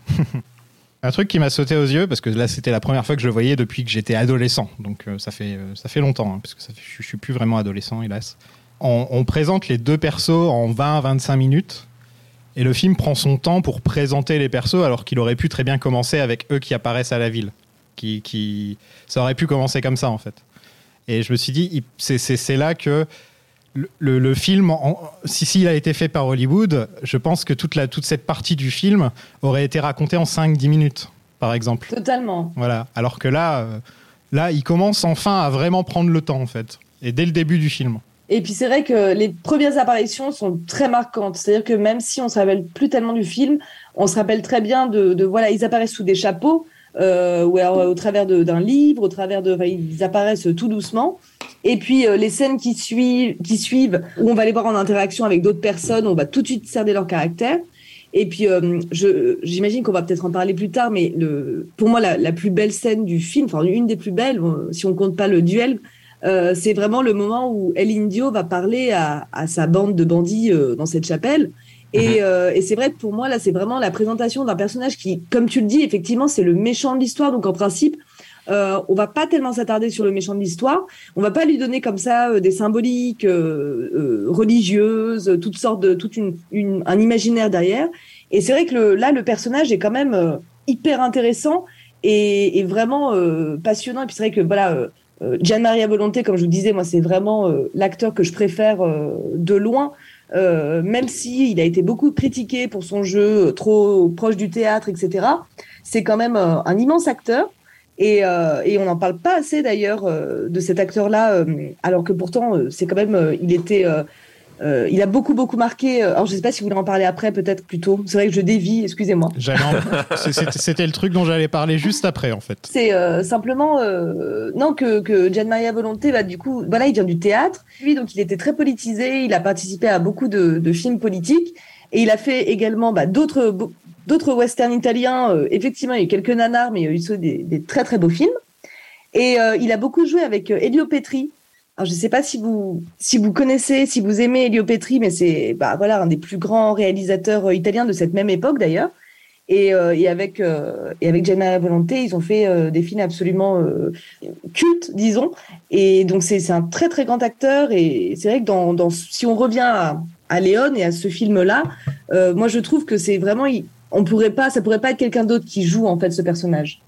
Un truc qui m'a sauté aux yeux, parce que là c'était la première fois que je le voyais depuis que j'étais adolescent, donc euh, ça, fait, euh, ça fait longtemps, hein, parce que ça fait, je, je suis plus vraiment adolescent, hélas. On, on présente les deux persos en vingt à vingt-cinq minutes, et le film prend son temps pour présenter les persos, alors qu'il aurait pu très bien commencer avec eux qui apparaissent à la ville. qui, qui... Ça aurait pu commencer comme ça, en fait. Et je me suis dit, il... c'est, c'est, c'est là que le, le, le film, en... si s'il a été fait par Hollywood, je pense que toute, la, toute cette partie du film aurait été racontée en cinq à dix minutes, par exemple. Totalement. Voilà. Alors que là, euh, là, il commence enfin à vraiment prendre le temps, en fait. Et dès le début du film. Et puis c'est vrai que les premières apparitions sont très marquantes. C'est-à-dire que même si on se rappelle plus tellement du film, on se rappelle très bien de, de voilà, ils apparaissent sous des chapeaux, euh, ou alors au travers de, d'un livre, au travers de, enfin, ils apparaissent tout doucement. Et puis euh, les scènes qui suivent, qui suivent, où on va les voir en interaction avec d'autres personnes, on va tout de suite cerner leur caractère. Et puis euh, je, j'imagine qu'on va peut-être en parler plus tard, mais le, pour moi la, la plus belle scène du film, enfin une des plus belles, si on compte pas le duel. Euh, c'est vraiment le moment où El Indio va parler à, à sa bande de bandits euh, dans cette chapelle. Et, euh, et c'est vrai que pour moi, là, c'est vraiment la présentation d'un personnage qui, comme tu le dis, effectivement, c'est le méchant de l'histoire. Donc, en principe, euh, on va pas tellement s'attarder sur le méchant de l'histoire. On va pas lui donner comme ça euh, des symboliques euh, euh, religieuses, toutes sortes de, toute une, une, un imaginaire derrière. Et c'est vrai que le, là, le personnage est quand même euh, hyper intéressant et, et vraiment euh, passionnant. Et puis c'est vrai que voilà. Euh, Euh, Gian Maria Volonté, comme je vous disais, moi c'est vraiment euh, l'acteur que je préfère euh, de loin, euh, même si il a été beaucoup critiqué pour son jeu euh, trop proche du théâtre, et cetera. C'est quand même euh, un immense acteur et, euh, et on n'en parle pas assez d'ailleurs euh, de cet acteur-là, euh, alors que pourtant euh, c'est quand même, euh, il était, euh, euh, il a beaucoup beaucoup marqué. Alors je sais pas si vous voulez en parler après, peut-être plus tôt. C'est vrai que je dévie, excusez-moi. J'allais en... c'était, c'était le truc dont j'allais parler juste après, en fait. C'est euh, simplement euh, non que que Gian Maria Volonté va du coup, voilà, il vient du théâtre. Lui, donc il était très politisé. Il a participé à beaucoup de, de films politiques et il a fait également bah, d'autres d'autres westerns italiens. Euh, effectivement, il y a eu quelques nanars, mais il y a eu aussi des, des très très beaux films. Et euh, il a beaucoup joué avec euh, Elio Petri. Alors, je ne sais pas si vous, si vous connaissez, si vous aimez Elio Petri, mais c'est bah, voilà, un des plus grands réalisateurs italiens de cette même époque, d'ailleurs. Et, euh, et, avec, euh, et avec Gian Maria Volonté, ils ont fait euh, des films absolument euh, cultes, disons. Et donc, c'est, c'est un très, très grand acteur. Et c'est vrai que dans, dans, si on revient à, à Léon et à ce film-là, euh, moi, je trouve que c'est vraiment... On pourrait pas, ça ne pourrait pas être quelqu'un d'autre qui joue, en fait, ce personnage.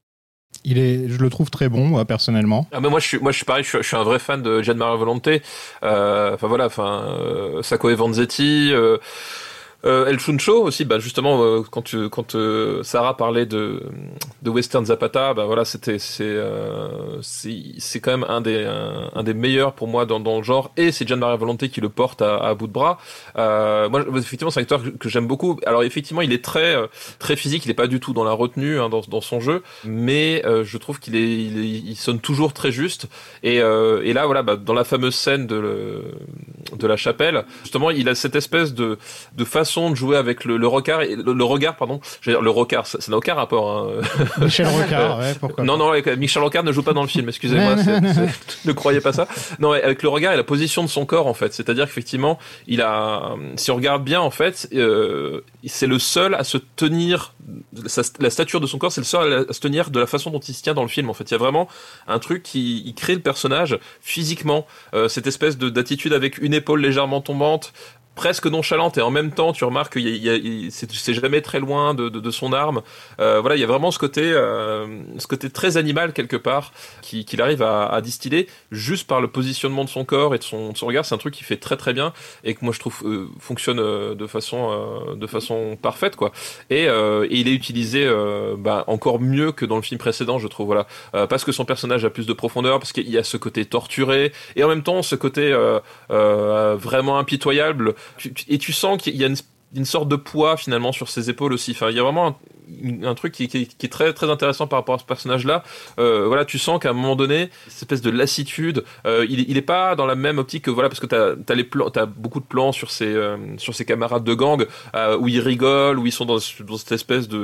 Il est, je le trouve très bon, moi, personnellement. Ah mais moi je suis, moi je suis pareil, je suis, je suis un vrai fan de Gian Maria Volonté. Enfin euh, voilà, enfin euh, Sacco e Vanzetti. Euh, Euh, El Chuncho aussi, bah justement euh, quand tu, quand euh, Sarah parlait de de Western Zapata, bah voilà c'était c'est euh, c'est c'est quand même un des un, un des meilleurs pour moi dans dans le genre et c'est Gian Maria Volonté qui le porte à, à bout de bras. Euh, moi effectivement c'est un acteur que, que j'aime beaucoup. Alors effectivement il est très très physique, il est pas du tout dans la retenue hein, dans dans son jeu, mais euh, je trouve qu'il est il, est, il sonne toujours très juste et euh, et là voilà bah, dans la fameuse scène de le, de la chapelle justement il a cette espèce de de façon de jouer avec le, le regard et le, le regard pardon je veux dire le regard ça, ça n'a aucun rapport hein. Michel Rocard ouais pourquoi non non Michel Rocard ne joue pas dans le film excusez-moi c'est, c'est, ne croyez pas ça non avec le regard et la position de son corps en fait c'est-à-dire qu'effectivement il a si on regarde bien en fait euh, c'est le seul à se tenir sa, la stature de son corps c'est le seul à, à se tenir de la façon dont il se tient dans le film en fait il y a vraiment un truc qui il crée le personnage physiquement euh, cette espèce de, d'attitude avec une épaule légèrement tombante presque nonchalante et en même temps tu remarques qu'il y a, il y a, c'est, c'est jamais très loin de, de, de son arme euh, voilà il y a vraiment ce côté euh, ce côté très animal quelque part qui, qu'il arrive à, à distiller juste par le positionnement de son corps et de son, de son regard c'est un truc qui fait très très bien et que moi je trouve euh, fonctionne euh, de façon euh, de façon parfaite quoi et, euh, et il est utilisé euh, bah, encore mieux que dans le film précédent je trouve voilà euh, parce que son personnage a plus de profondeur parce qu'il y a ce côté torturé et en même temps ce côté euh, euh, vraiment impitoyable. Tu, tu, et tu sens qu'il y a une, une sorte de poids finalement sur ses épaules aussi. Enfin, il y a vraiment un, un truc qui, qui, qui est très très intéressant par rapport à ce personnage-là. Euh, voilà, tu sens qu'à un moment donné, cette espèce de lassitude, euh, il, il est pas dans la même optique que voilà parce que t'as t'as les plans, t'as beaucoup de plans sur ses euh, sur ses camarades de gang euh, où ils rigolent, où ils sont dans, dans cette espèce de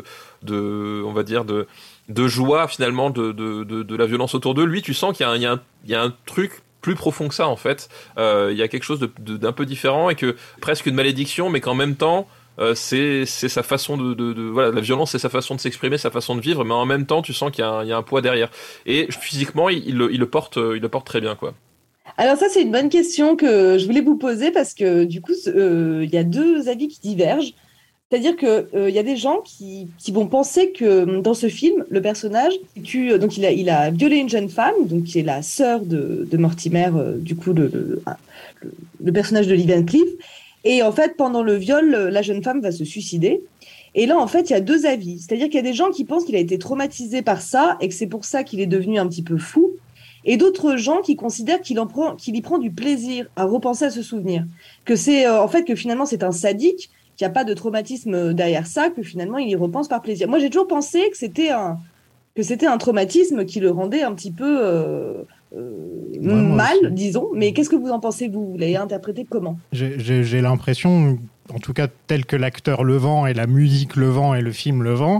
de on va dire de de joie finalement de de de, de la violence autour d'eux. Lui, tu sens qu'il y a un, il y a un, il y a un truc plus profond que ça en fait. Euh, il y a quelque chose de, de, d'un peu différent et que presque une malédiction, mais qu'en même temps, euh, c'est, c'est sa façon de, de, de voilà, la violence, c'est sa façon de s'exprimer, sa façon de vivre, mais en même temps, tu sens qu'il y a un, il y a un poids derrière. Et physiquement, il, il, le, il le porte, il le porte très bien, quoi. Alors ça, c'est une bonne question que je voulais vous poser parce que du coup, euh, il y a deux avis qui divergent. C'est-à-dire qu'il euh, y a des gens qui, qui vont penser que dans ce film, le personnage, tue, donc il a, il a violé une jeune femme, donc qui est la sœur de, de Mortimer, euh, du coup le, le, le, le personnage de Lee Van Cleef. Et en fait, pendant le viol, la jeune femme va se suicider. Et là, en fait, il y a deux avis. C'est-à-dire qu'il y a des gens qui pensent qu'il a été traumatisé par ça et que c'est pour ça qu'il est devenu un petit peu fou. Et d'autres gens qui considèrent qu'il, en prend, qu'il y prend du plaisir à repenser à ce souvenir. Que c'est, euh, en fait, que finalement, c'est un sadique, qu'il n'y a pas de traumatisme derrière ça, que finalement, il y repense par plaisir. Moi, j'ai toujours pensé que c'était un, que c'était un traumatisme qui le rendait un petit peu euh, euh, ouais, mal, aussi. disons. Mais qu'est-ce que vous en pensez, vous ? Vous l'avez interprété comment ? j'ai, j'ai, j'ai l'impression, en tout cas, tel que l'acteur le vend et la musique le vend et le film le vend,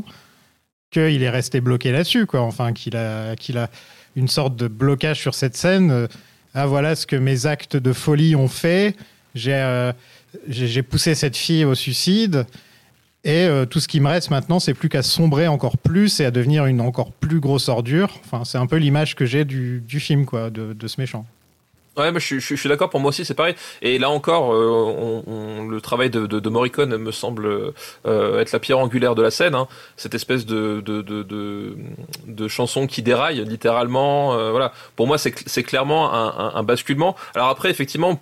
qu'il est resté bloqué là-dessus, quoi. Enfin, qu'il a, qu'il a une sorte de blocage sur cette scène. Ah, voilà ce que mes actes de folie ont fait. J'ai... Euh, J'ai, j'ai poussé cette fille au suicide et euh, tout ce qui me reste maintenant, c'est plus qu'à sombrer encore plus et à devenir une encore plus grosse ordure. Enfin, c'est un peu l'image que j'ai du, du film, quoi, de, de ce méchant. Ouais, mais je, je, je suis d'accord, pour moi aussi c'est pareil. Et là encore, euh, on, on, le travail de, de, de Morricone me semble euh, être la pierre angulaire de la scène. Hein. Cette espèce de, de, de, de, de chanson qui déraille littéralement. Euh, voilà. Pour moi, c'est, c'est clairement un, un, un basculement. Alors après, effectivement,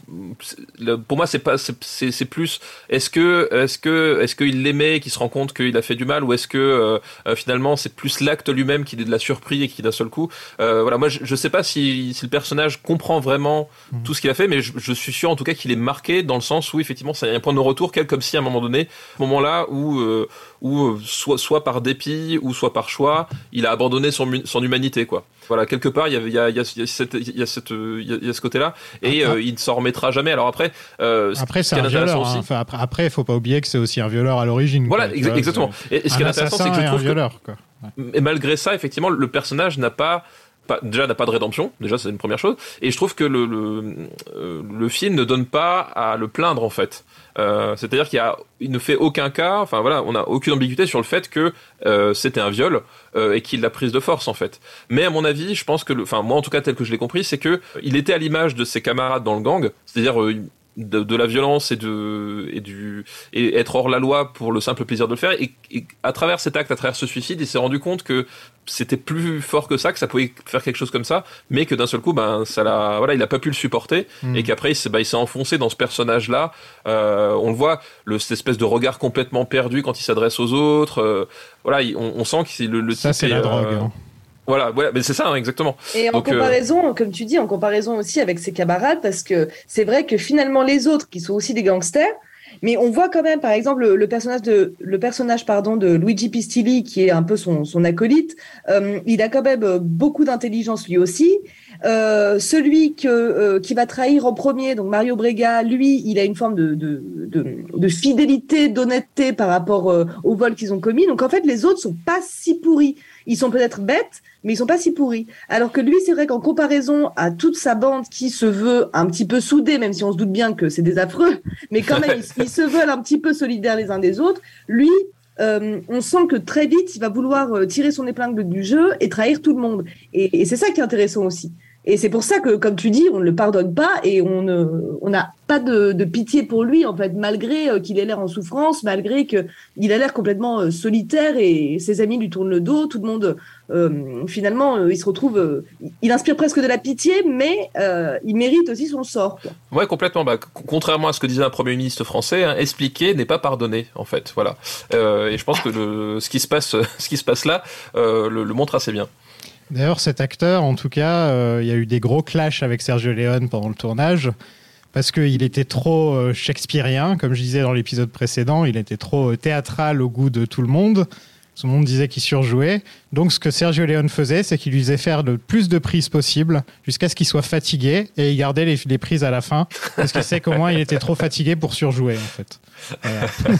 pour moi, c'est pas, c'est, c'est, c'est plus. Est-ce que, est-ce que, est-ce qu'il l'aimait, qu'il se rend compte qu'il a fait du mal, ou est-ce que euh, finalement c'est plus l'acte lui-même qui est de la surpris et qui d'un seul coup. Euh, voilà. Moi, je, je sais pas si, si le personnage comprend vraiment tout ce qu'il a fait, mais je, je suis sûr en tout cas qu'il est marqué dans le sens où effectivement c'est un point de retour, comme si à un moment donné, ce moment-là où, euh, où soit, soit par dépit ou soit par choix, il a abandonné son, son humanité, quoi. Voilà, quelque part il y a, il y a, il y a, il y a, cette, il y a, cette, il y a, il y a ce côté-là, et euh, il ne s'en remettra jamais. Alors après, euh, après c'est un violeur. Hein. Enfin, après, après, faut pas oublier que c'est aussi un violeur à l'origine. Voilà, quoi, ex- vois, exactement. Et, et ce qui est intéressant, c'est que je trouve un violeur, que, quoi. Ouais. Et malgré ça, effectivement, le personnage n'a pas Pas, déjà n'a pas de rédemption, déjà c'est une première chose, et je trouve que le, le, euh, le film ne donne pas à le plaindre en fait. Euh, c'est-à-dire qu'il y a, il ne fait aucun cas, enfin voilà, on n'a aucune ambiguïté sur le fait que euh, c'était un viol euh, et qu'il l'a prise de force en fait. Mais à mon avis, je pense que, enfin moi en tout cas tel que je l'ai compris, c'est que il était à l'image de ses camarades dans le gang, c'est-à-dire euh, De, de la violence et de et du et être hors la loi pour le simple plaisir de le faire, et, et à travers cet acte, à travers ce suicide, il s'est rendu compte que c'était plus fort que ça, que ça pouvait faire quelque chose comme ça, mais que d'un seul coup ben ça l'a voilà il a pas pu le supporter, mmh. et qu'après il s'est ben, il s'est enfoncé dans ce personnage là. Euh, on le voit, le cette espèce de regard complètement perdu quand il s'adresse aux autres, euh, voilà on, on sent que le, le ça c'est est, la euh, drogue hein. Voilà, voilà, mais c'est ça, hein, exactement. Et en Donc, comparaison, euh... comme tu dis, en comparaison aussi avec ses camarades, parce que c'est vrai que finalement les autres, qui sont aussi des gangsters, mais on voit quand même, par exemple, le, le personnage de, le personnage, pardon, de Luigi Pistilli, qui est un peu son, son acolyte, euh, il a quand même beaucoup d'intelligence lui aussi. Euh, celui que, euh, qui va trahir en premier, donc Mario Brega, lui, il a une forme de, de, de, de fidélité, d'honnêteté par rapport euh, au vol qu'ils ont commis. Donc en fait, les autres sont pas si pourris. Ils sont peut-être bêtes, mais ils sont pas si pourris. Alors que lui, c'est vrai qu'en comparaison à toute sa bande qui se veut un petit peu soudée, même si on se doute bien que c'est des affreux, mais quand même, ils, ils se veulent un petit peu solidaires les uns des autres. Lui, euh, on sent que très vite, il va vouloir tirer son épingle du jeu et trahir tout le monde. Et, et c'est ça qui est intéressant aussi. Et c'est pour ça que, comme tu dis, on ne le pardonne pas et on ne, on n'a pas de, de pitié pour lui, en fait, malgré qu'il ait l'air en souffrance, malgré qu'il a l'air complètement solitaire et ses amis lui tournent le dos, tout le monde, euh, finalement, euh, il se retrouve, euh, il inspire presque de la pitié, mais euh, il mérite aussi son sort, quoi. Ouais, complètement. Bah, contrairement à ce que disait un Premier ministre français, hein, expliquer n'est pas pardonner, en fait. Voilà. Euh, et je pense que le, ce qui se passe, ce qui se passe là, euh, le, le montre assez bien. D'ailleurs, cet acteur, en tout cas, euh, il y a eu des gros clashs avec Sergio Leone pendant le tournage, parce qu'il était trop euh, shakespearien, comme je disais dans l'épisode précédent, il était trop euh, théâtral au goût de tout le monde. Tout le monde disait qu'il surjouait. Donc, ce que Sergio Leone faisait, c'est qu'il lui faisait faire le plus de prises possible, jusqu'à ce qu'il soit fatigué, et il gardait les, les prises à la fin, parce qu'il sait qu'au moins, il était trop fatigué pour surjouer, en fait. Voilà.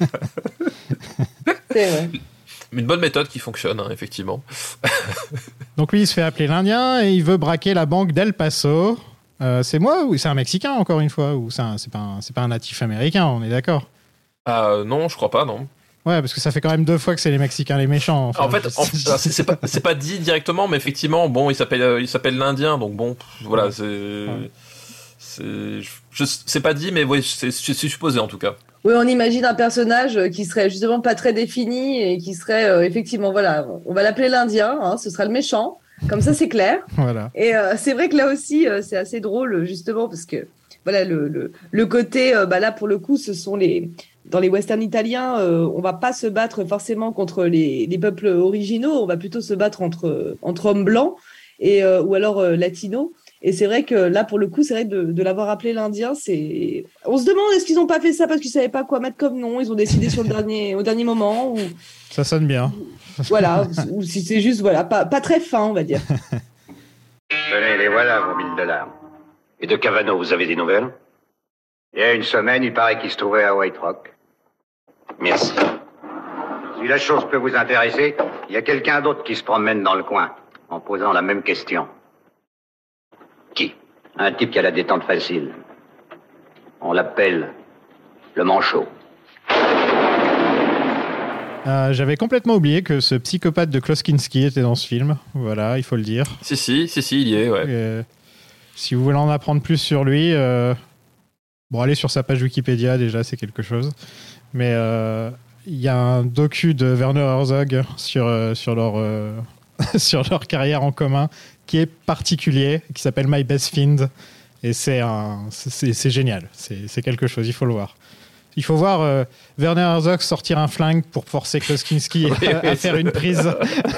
C'est vrai. Une bonne méthode qui fonctionne, hein, effectivement. Donc lui, il se fait appeler l'Indien et il veut braquer la banque d'El Paso. Euh, c'est moi ou c'est un Mexicain, encore une fois, ou c'est, un, c'est, pas un, c'est pas un natif américain, on est d'accord? euh, Non, je crois pas, non. Ouais, parce que ça fait quand même deux fois que c'est les Mexicains les méchants. Enfin, en fait, en, c'est, c'est, pas, c'est pas dit directement, mais effectivement, bon, il s'appelle, il s'appelle l'Indien, donc bon, voilà, c'est... Ouais. c'est, je, c'est pas dit, mais oui, c'est, c'est supposé en tout cas. Oui, on imagine un personnage qui serait justement pas très défini et qui serait euh, effectivement, voilà, on va l'appeler l'Indien, hein, ce sera le méchant, comme ça c'est clair. Voilà. Et euh, c'est vrai que là aussi, euh, c'est assez drôle justement parce que voilà le le, le côté, euh, bah là pour le coup, ce sont les dans les westerns italiens, euh, on va pas se battre forcément contre les, les peuples originaux, on va plutôt se battre entre entre hommes blancs et euh, ou alors euh, latinos. Et c'est vrai que là, pour le coup, c'est vrai de, de l'avoir appelé l'Indien, c'est. On se demande est-ce qu'ils n'ont pas fait ça parce qu'ils savaient pas quoi mettre comme nom, ils ont décidé sur le dernier, au dernier moment, ou. Ça sonne bien. Voilà, ou si c'est juste, voilà, pas, pas très fin, on va dire. Tenez, les voilà, vos mille dollars. Et de Cavano, vous avez des nouvelles? Il y a une semaine, il paraît qu'il se trouvait à White Rock. Merci. Si la chose peut vous intéresser, il y a quelqu'un d'autre qui se promène dans le coin, en posant la même question. Qui? Un type qui a la détente facile. On l'appelle le manchot. Euh, j'avais complètement oublié que ce psychopathe de Klaus Kinski était dans ce film. Voilà, il faut le dire. Si, si, si, si, il y est, ouais. Euh, si vous voulez en apprendre plus sur lui, euh, bon, allez sur sa page Wikipédia, déjà, c'est quelque chose. Mais euh, il y a un docu de Werner Herzog sur, euh, sur, leur, euh, sur leur carrière en commun qui est particulier, qui s'appelle My Best Fiend. Et c'est, un, c'est, c'est génial. C'est, c'est quelque chose, il faut le voir. Il faut voir euh, Werner Herzog sortir un flingue pour forcer Klaus Kinski oui, à, oui, à faire une prise.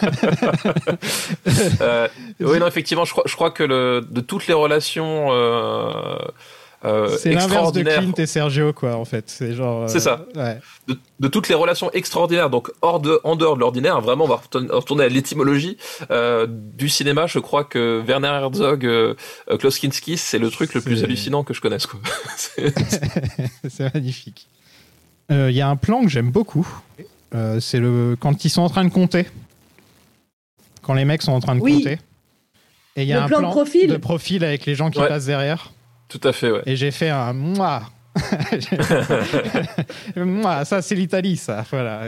euh, oui, non, effectivement, je crois, je crois que le, de toutes les relations euh, euh, c'est l'inverse de Clint et Sergio, quoi, en fait. C'est genre. Euh, c'est ça. Ouais. De, de toutes les relations extraordinaires, donc hors de, en dehors de l'ordinaire, vraiment, on va retourner à l'étymologie euh, du cinéma. Je crois que Werner Herzog, euh, Klaus Kinski, c'est le truc le plus c'est... hallucinant que je connaisse, quoi. c'est... c'est magnifique. Il euh, y a un plan que j'aime beaucoup. Euh, c'est le quand ils sont en train de compter. Quand les mecs sont en train de oui. compter. Et il y a le un plan, plan de profil. de profil avec les gens qui ouais. passent derrière. Tout à fait, ouais. Et j'ai fait un mouah. Mouah, ça c'est l'Italie, ça. Voilà.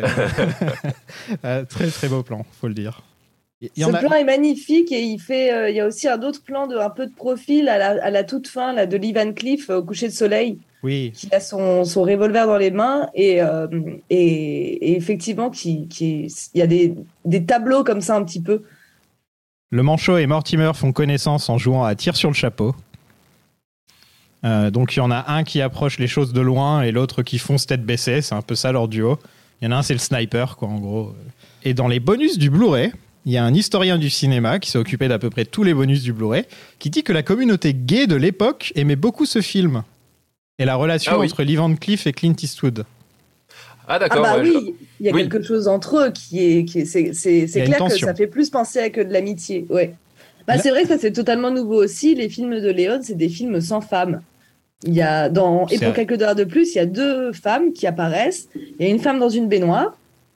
euh, très très beau plan, faut le dire. Ce a... plan est magnifique et il fait. Euh, il y a aussi un autre plan de un peu de profil à la, à la toute fin là de Lee Van Cleef au coucher de soleil. Oui. Qui a son, son revolver dans les mains et, euh, et, et effectivement qui qui il y a des des tableaux comme ça un petit peu. Le manchot et Mortimer font connaissance en jouant à tir sur le chapeau. Euh, donc il y en a un qui approche les choses de loin et l'autre qui fonce tête baissée, c'est un peu ça leur duo. Il y en a un, c'est le sniper, quoi, en gros. Et dans les bonus du Blu-ray, il y a un historien du cinéma qui s'est occupé d'à peu près tous les bonus du Blu-ray, qui dit que la communauté gay de l'époque aimait beaucoup ce film. Et la relation ah, oui. entre Lee Van Cleef et Clint Eastwood. Ah d'accord. Ah bah ouais, oui, je... il y a oui. quelque chose entre eux qui est, qui est c'est, c'est, c'est clair que ça fait plus penser à que de l'amitié. Ouais. Bah, c'est vrai que ça c'est totalement nouveau aussi. Les films de Léon, c'est des films sans femmes. Il y a dans et pour quelques dollars de plus, il y a deux femmes qui apparaissent. Il y a une femme dans une baignoire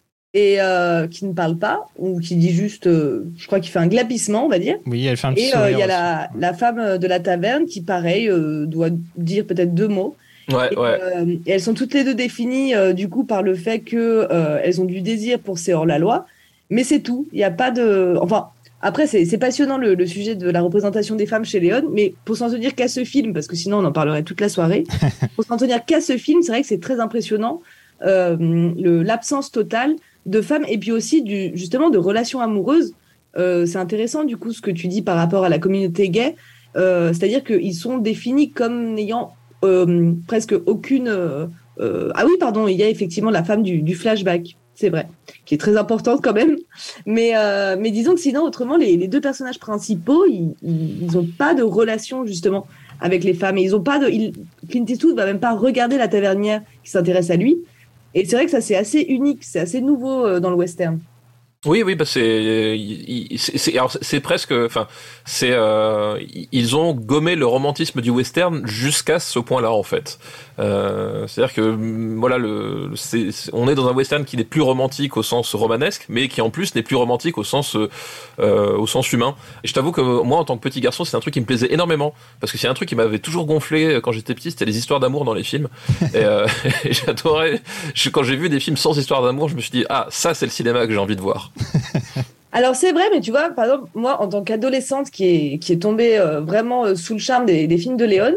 et euh, qui ne parle pas ou qui dit juste, euh, je crois qu'il fait un glapissement, on va dire. Oui, elle fait un petit Et euh, il y a la, la femme de la taverne qui, pareil, euh, doit dire peut-être deux mots. Ouais, et, ouais. Euh, et elles sont toutes les deux définies euh, du coup par le fait que euh, elles ont du désir pour ces hors-la-loi, mais c'est tout. Il n'y a pas de, enfin. Après, c'est, c'est passionnant le, le sujet de la représentation des femmes chez Léon, mais pour s'en tenir qu'à ce film, parce que sinon on en parlerait toute la soirée, pour s'en tenir qu'à ce film, c'est vrai que c'est très impressionnant, euh, le, l'absence totale de femmes, et puis aussi du, justement de relations amoureuses. Euh, c'est intéressant du coup ce que tu dis par rapport à la communauté gay, euh, c'est-à-dire qu'ils sont définis comme n'ayant euh, presque aucune... Euh, euh, ah oui, pardon, il y a effectivement la femme du, du flashback. C'est vrai, qui est très importante quand même. Mais, euh, mais disons que sinon, autrement, les, les deux personnages principaux, ils n'ont pas de relation, justement, avec les femmes. Et ils ont pas de... Ils, Clint Eastwood va même pas regarder la tavernière qui s'intéresse à lui. Et c'est vrai que ça, c'est assez unique, c'est assez nouveau euh, dans le western. Oui, oui, bah c'est, c'est, c'est, alors c'est presque, enfin, c'est, euh, ils ont gommé le romantisme du western jusqu'à ce point-là, en fait. Euh, c'est-à-dire que, voilà, le, c'est, c'est, on est dans un western qui n'est plus romantique au sens romanesque, mais qui en plus n'est plus romantique au sens, euh, au sens humain. Et je t'avoue que moi, en tant que petit garçon, c'est un truc qui me plaisait énormément, parce que c'est un truc qui m'avait toujours gonflé quand j'étais petit, c'était les histoires d'amour dans les films. et, euh, et j'adorais. Je, quand j'ai vu des films sans histoire d'amour, je me suis dit, ah, ça, c'est le cinéma que j'ai envie de voir. Alors c'est vrai, mais tu vois, par exemple, moi, en tant qu'adolescente qui est, qui est tombée euh, vraiment euh, sous le charme des, des films de Léon,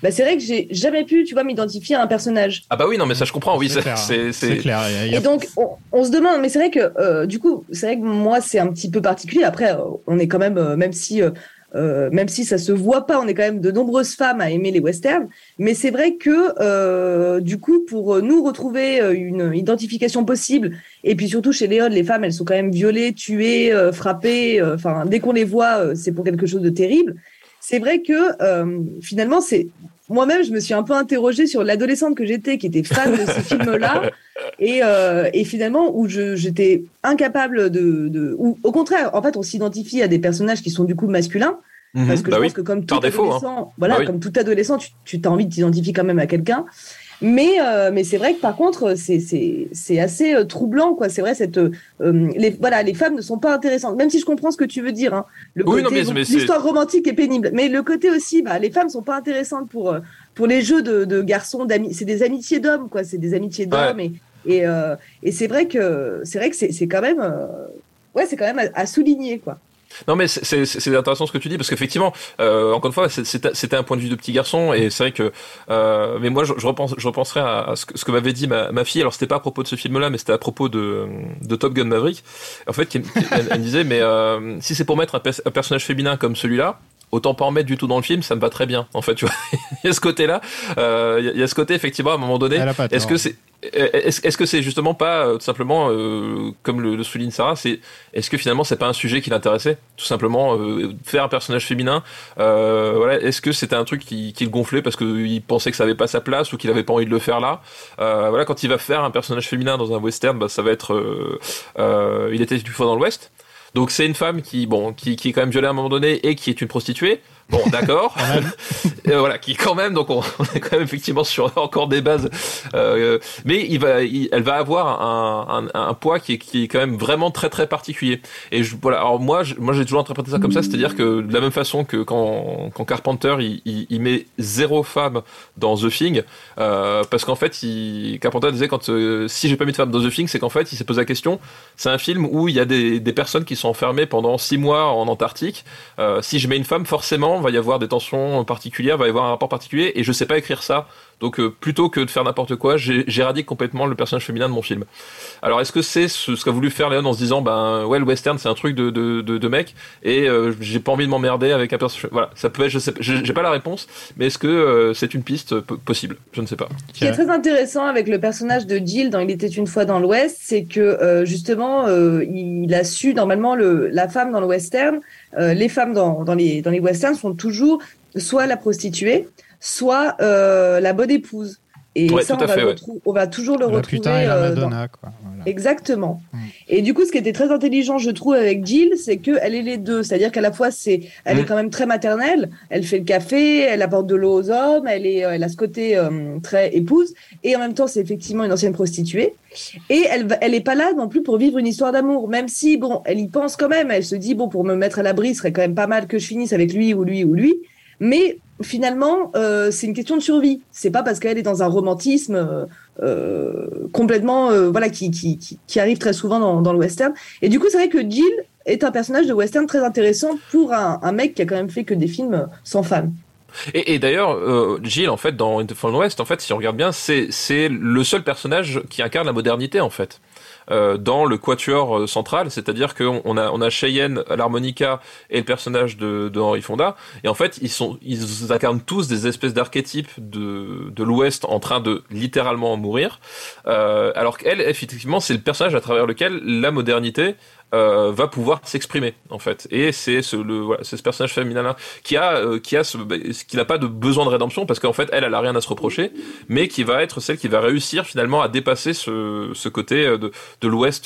bah, c'est vrai que j'ai jamais pu, tu vois, m'identifier à un personnage. Ah bah oui, non, mais ça je comprends, oui, C'est c'est, clair, c'est, c'est c'est... clair. il y a- il y a- Et donc, on, on se demande, mais c'est vrai que, euh, du coup, c'est vrai que moi, c'est un petit peu particulier. Après, euh, on est quand même, euh, même si, euh, euh, même si ça se voit pas, on est quand même de nombreuses femmes à aimer les westerns. Mais c'est vrai que, euh, du coup, pour nous retrouver une identification possible, et puis surtout chez Léon, les femmes, elles sont quand même violées, tuées, euh, frappées. Enfin, euh, dès qu'on les voit, euh, c'est pour quelque chose de terrible. C'est vrai que, euh, finalement, c'est moi-même, je me suis un peu interrogée sur l'adolescente que j'étais, qui était fan de ces films-là, et, euh, et finalement où je, j'étais incapable de, de, ou au contraire, en fait, on s'identifie à des personnages qui sont du coup masculins, Mmh, parce que bah je oui, pense que comme tout par défaut, adolescent, hein. voilà, Bah oui. comme tout adolescent, tu, tu t'as envie de t'identifier quand même à quelqu'un. Mais, euh, mais c'est vrai que par contre, c'est, c'est, c'est assez euh, troublant, quoi. C'est vrai, cette, euh, les, voilà, les femmes ne sont pas intéressantes, même si je comprends ce que tu veux dire. Hein. Le Oui, côté, non, mais- bon, mais c'est- l'histoire romantique est pénible, mais le côté aussi, bah, les femmes sont pas intéressantes pour euh, pour les jeux de, de garçons, d'amis. C'est des amitiés d'hommes, quoi. C'est des amitiés d'hommes, Ouais. et et, euh, et c'est vrai que c'est vrai que c'est, c'est quand même, euh, ouais, c'est quand même à, à souligner, quoi. Non mais c'est, c'est, c'est intéressant ce que tu dis parce qu'effectivement, euh, encore une fois, c'est, c'était, c'était un point de vue de petit garçon et c'est vrai que, euh, mais moi je, je repense, je repenserai à, à ce que, ce que m'avait dit ma, ma fille. Alors c'était pas à propos de ce film-là, mais c'était à propos de, de Top Gun Maverick. En fait, elle, elle, elle disait, mais euh, si c'est pour mettre un, pe- un personnage féminin comme celui-là, autant pas en mettre du tout dans le film, ça me va très bien. En fait, tu vois, il y a ce côté-là, euh, il y a ce côté effectivement à un moment donné. Elle a pas Est-ce tort. que c'est Est-ce, est-ce que c'est justement pas euh, tout simplement euh, comme le, le souligne Sarah, c'est est-ce que finalement c'est pas un sujet qui l'intéressait tout simplement euh, faire un personnage féminin, euh, voilà, est-ce que c'était un truc qui, qui le gonflait parce qu'il pensait que ça avait pas sa place ou qu'il avait pas envie de le faire là, euh, voilà, quand il va faire un personnage féminin dans un western, bah, ça va être euh, euh, il était une fois dans l'Ouest. Donc c'est une femme qui bon qui, qui est quand même violée à un moment donné et qui est une prostituée. Bon, d'accord. euh, voilà, qui quand même, donc on, on est quand même effectivement sur encore des bases. Euh, mais il va, il, elle va avoir un, un, un poids qui est, qui est quand même vraiment très très particulier. Et je, voilà. Alors moi, je, moi j'ai toujours interprété ça comme ça, c'est-à-dire que de la même façon que quand, quand Carpenter il, il, il met zéro femme dans The Thing, euh, parce qu'en fait, il, Carpenter disait quand euh, si j'ai pas mis de femme dans The Thing, c'est qu'en fait, il s'est posé la question. C'est un film où il y a des, des personnes qui sont enfermées pendant six mois en Antarctique. Euh, si je mets une femme, forcément va y avoir des tensions particulières, va y avoir un rapport particulier, et je sais pas écrire ça. Donc euh, plutôt que de faire n'importe quoi, j'ai, j'éradique complètement le personnage féminin de mon film. Alors est-ce que c'est ce, ce qu'a voulu faire Léon en se disant ben ouais, le western c'est un truc de de de, de mec et euh, j'ai pas envie de m'emmerder avec un personnage. Voilà, ça peut être, je sais, j'ai, j'ai pas la réponse, mais est-ce que euh, c'est une piste p- possible? Je ne sais pas. Ce qui est très intéressant avec le personnage de Jill dans Il était une fois dans l'Ouest, c'est que euh, justement, euh, il a su normalement le la femme dans le western, euh, les femmes dans dans les dans les westerns sont toujours soit la prostituée, soit euh, la bonne épouse. Et Ouais, ça, tout on à va, fait, le ouais. retrou- on va toujours le La retrouver. putain et la euh, dans- Madonna, quoi. Voilà. Exactement. Mm. Et du coup, ce qui était très intelligent, je trouve, avec Jill, c'est qu'elle est les deux. C'est-à-dire qu'à la fois, c'est, elle Mm. est quand même très maternelle. Elle fait le café, elle apporte de l'eau aux hommes, elle est, elle a ce côté euh, très épouse. Et en même temps, c'est effectivement une ancienne prostituée. Et elle, va- elle est pas là non plus pour vivre une histoire d'amour. Même si, bon, elle y pense quand même. Elle se dit, bon, pour me mettre à l'abri, ce serait quand même pas mal que je finisse avec lui ou lui ou lui. Mais finalement, euh, c'est une question de survie. C'est pas parce qu'elle est dans un romantisme euh, euh, complètement, euh, voilà, qui, qui, qui, qui arrive très souvent dans, dans le western. Et du coup, c'est vrai que Jill est un personnage de western très intéressant pour un, un mec qui a quand même fait que des films sans femme. Et, et d'ailleurs, euh, Jill, en fait, dans Into the West, en fait, si on regarde bien, c'est c'est le seul personnage qui incarne la modernité, en fait. Euh, dans le quatuor euh, central, c'est-à-dire qu'on on a on a Cheyenne à l'harmonica et le personnage de, de Henry Fonda, et en fait ils sont ils incarnent tous des espèces d'archétypes de de l'Ouest en train de littéralement mourir, euh, alors qu'elle effectivement c'est le personnage à travers lequel la modernité Euh, va pouvoir s'exprimer en fait, et c'est ce le voilà, c'est ce personnage féminin là qui a euh, qui a ce qui n'a pas de besoin de rédemption parce qu'en fait elle elle a rien à se reprocher, mais qui va être celle qui va réussir finalement à dépasser ce ce côté de de l'Ouest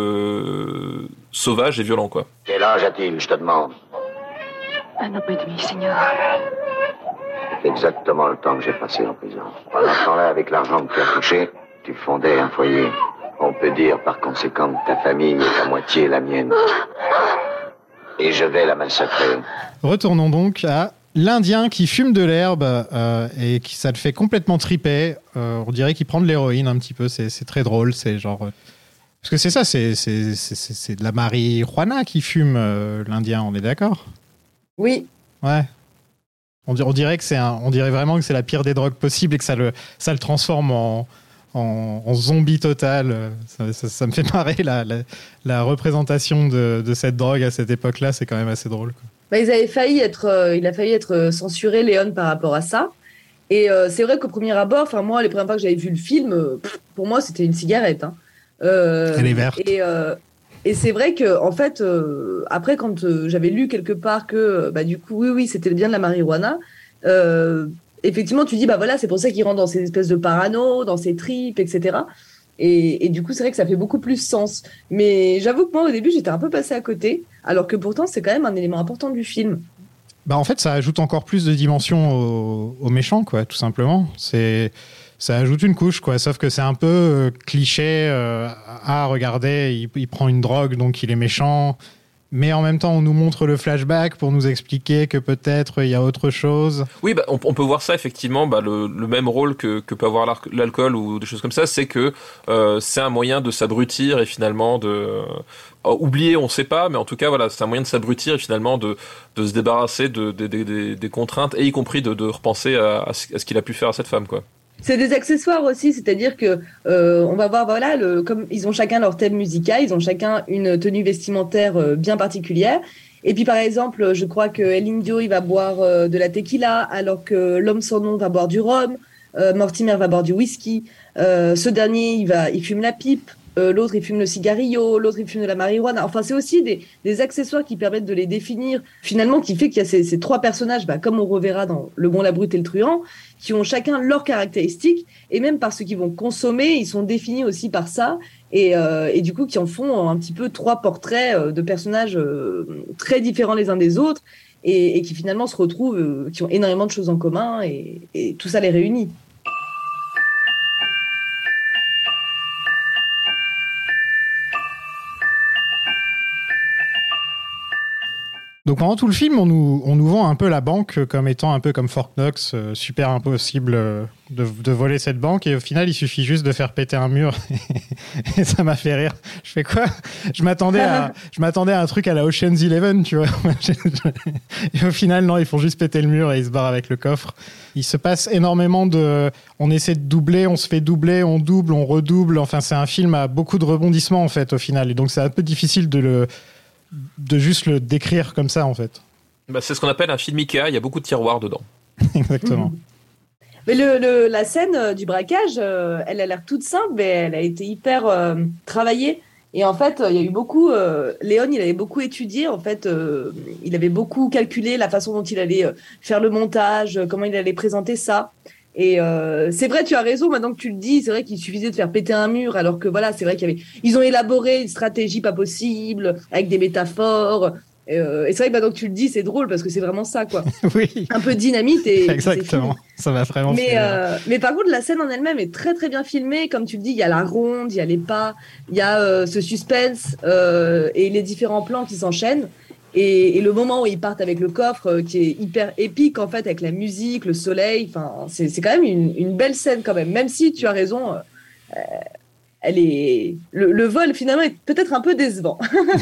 euh, sauvage et violent, quoi. Quel âge a-t-il, je te demande? Un an et demi, Seigneur. C'est exactement le temps que j'ai passé en prison. Pendant ce temps-là, avec l'argent que tu as touché, tu fondais un foyer. On peut dire par conséquent que ta famille est à moitié la mienne. Et je vais la massacrer. Retournons donc à l'Indien qui fume de l'herbe euh, et qui ça le fait complètement triper. Euh, on dirait qu'il prend de l'héroïne un petit peu. C'est, c'est très drôle. C'est genre euh, parce que c'est ça. C'est c'est c'est, c'est, c'est de la marijuana qui fume euh, l'Indien. On est d'accord? Oui. Ouais. On, on dirait que c'est un, on dirait vraiment que c'est la pire des drogues possibles et que ça le, ça le transforme en, en, en zombie total. Ça, ça, ça me fait marrer la, la, la représentation de, de cette drogue à cette époque-là, c'est quand même assez drôle, quoi. Bah, ils avaient failli être, euh, il a failli être censuré, Léon, par rapport à ça. Et euh, c'est vrai qu'au premier abord, enfin moi, les premières fois que j'avais vu le film, euh, pff, pour moi, c'était une cigarette. Hein. Euh, Elle est verte. Et, euh, et c'est vrai que, en fait, euh, après, quand euh, j'avais lu quelque part que, bah, du coup, oui, oui, c'était bien de la marijuana. Euh, effectivement, tu dis, bah voilà, c'est pour ça qu'il rentre dans ces espèces de parano, dans ses tripes, et cetera. Et, et du coup, c'est vrai que ça fait beaucoup plus sens. Mais j'avoue que moi, au début, j'étais un peu passée à côté, alors que pourtant, c'est quand même un élément important du film. Bah en fait, ça ajoute encore plus de dimension au, au méchant, quoi, tout simplement. C'est, ça ajoute une couche, quoi. Sauf que c'est un peu euh, cliché. Euh, ah, regardez, il, il prend une drogue, donc il est méchant. Mais en même temps, on nous montre le flashback pour nous expliquer que peut-être il y a autre chose. Oui, bah, on, on peut voir ça effectivement, bah, le, le même rôle que, que peut avoir l'alcool ou des choses comme ça, c'est que euh, c'est un moyen de s'abrutir et finalement de euh, oublier, on sait pas, mais en tout cas voilà, c'est un moyen de s'abrutir et finalement de, de se débarrasser de, de, de, de, des contraintes et y compris de, de repenser à, à ce qu'il a pu faire à cette femme, quoi. C'est des accessoires aussi, c'est-à-dire que euh, on va voir, voilà, le, comme ils ont chacun leur thème musical, ils ont chacun une tenue vestimentaire euh, bien particulière. Et puis par exemple, je crois que El Indio il va boire euh, de la tequila, alors que l'homme sans nom va boire du rhum, euh, Mortimer va boire du whisky. Euh, ce dernier, il va, il fume la pipe. Euh, l'autre, il fume le cigarillo, l'autre, il fume de la marijuana. Enfin, c'est aussi des, des accessoires qui permettent de les définir. Finalement, qui fait qu'il y a ces, ces trois personnages, bah, comme on reverra dans Le Bon, la Brute et le Truand, qui ont chacun leurs caractéristiques, et même par ce qu'ils vont consommer, ils sont définis aussi par ça, et, euh, et du coup, qui en font un petit peu trois portraits de personnages euh, très différents les uns des autres, et, et qui finalement se retrouvent, euh, qui ont énormément de choses en commun, et, et tout ça les réunit. Donc pendant tout le film, on nous, on nous vend un peu la banque comme étant un peu comme Fort Knox, euh, super impossible euh, de, de voler cette banque, et au final, il suffit juste de faire péter un mur. Et ça m'a fait rire. Je fais quoi ? Je m'attendais à, je m'attendais à un truc à la Ocean's Eleven, tu vois. Et au final, non, ils font juste péter le mur et ils se barrent avec le coffre. Il se passe énormément de... On essaie de doubler, on se fait doubler, on double, on redouble. Enfin, c'est un film à beaucoup de rebondissements, en fait, au final. Et donc, c'est un peu difficile de le... de juste le décrire comme ça, en fait. Bah, c'est ce qu'on appelle un film Ikea, il y a beaucoup de tiroirs dedans. Exactement. Mais le, le, la scène euh, du braquage, euh, elle a l'air toute simple, mais elle a été hyper euh, travaillée. Et en fait, il y a eu beaucoup... Euh, Léon, il avait beaucoup étudié, en fait. Euh, il avait beaucoup calculé la façon dont il allait euh, faire le montage, euh, comment il allait présenter ça. Et euh, c'est vrai, tu as raison, maintenant que tu le dis, c'est vrai qu'il suffisait de faire péter un mur, alors que voilà, c'est vrai qu'il y avait... Ils ont élaboré une stratégie pas possible, avec des métaphores... Euh, et c'est vrai que maintenant que tu le dis, c'est drôle parce que c'est vraiment ça, quoi. Oui. Un peu dynamite et. Exactement. Ça va vraiment. Mais, euh, mais par contre, la scène en elle-même est très très bien filmée. Comme tu le dis, il y a la ronde, il y a les pas, il y a euh, ce suspense euh, et les différents plans qui s'enchaînent. Et, et le moment où ils partent avec le coffre, euh, qui est hyper épique en fait, avec la musique, le soleil. Enfin, c'est, c'est quand même une, une belle scène quand même. Même si tu as raison, euh, elle est le, le vol finalement est peut-être un peu décevant.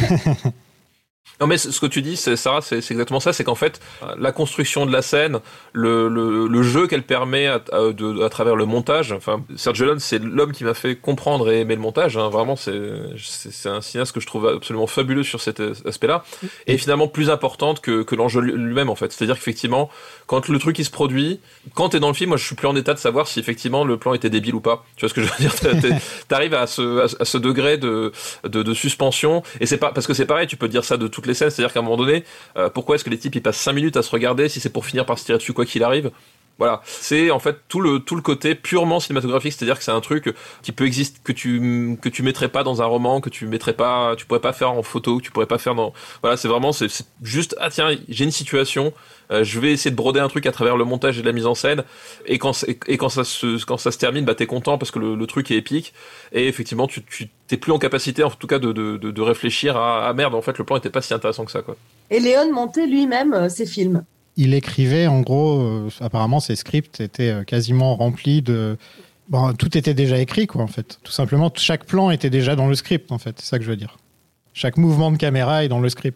Non mais ce que tu dis, c'est, Sarah, c'est, c'est exactement ça, c'est qu'en fait, la construction de la scène, le, le, le jeu qu'elle permet à, à, de, à travers le montage, enfin, Sergio Leone, c'est l'homme qui m'a fait comprendre et aimer le montage, hein, vraiment, c'est, c'est, c'est un cinéaste que je trouve absolument fabuleux sur cet aspect-là, et finalement plus importante que, que l'enjeu lui-même, en fait. C'est-à-dire qu'effectivement, quand le truc il se produit, quand t'es dans le film, moi je suis plus en état de savoir si effectivement le plan était débile ou pas. Tu vois ce que je veux dire? T'arrives à ce, à, à ce degré de, de, de suspension, et c'est pas, parce que c'est pareil, tu peux dire ça de toutes les scènes, c'est-à-dire qu'à un moment donné, euh, pourquoi est-ce que les types ils passent cinq minutes à se regarder si c'est pour finir par se tirer dessus quoi qu'il arrive? Voilà, c'est en fait tout le tout le côté purement cinématographique, c'est-à-dire que c'est un truc qui peut exister, que tu que tu mettrais pas dans un roman, que tu mettrais pas, tu pourrais pas faire en photo, que tu pourrais pas faire dans, voilà, c'est vraiment c'est, c'est juste ah tiens, j'ai une situation, euh, je vais essayer de broder un truc à travers le montage et la mise en scène, et quand et, et quand ça se quand ça se termine, bah t'es content parce que le, le truc est épique, et effectivement tu tu t'es plus en capacité en tout cas de de de, de réfléchir à ah merde, en fait le plan était pas si intéressant que ça, quoi. Et Léon montait lui-même euh, ses films. Il écrivait, en gros, euh, apparemment, ses scripts étaient euh, quasiment remplis de... Bon, tout était déjà écrit, quoi, en fait. Tout simplement, chaque plan était déjà dans le script, en fait. C'est ça que je veux dire. Chaque mouvement de caméra est dans le script.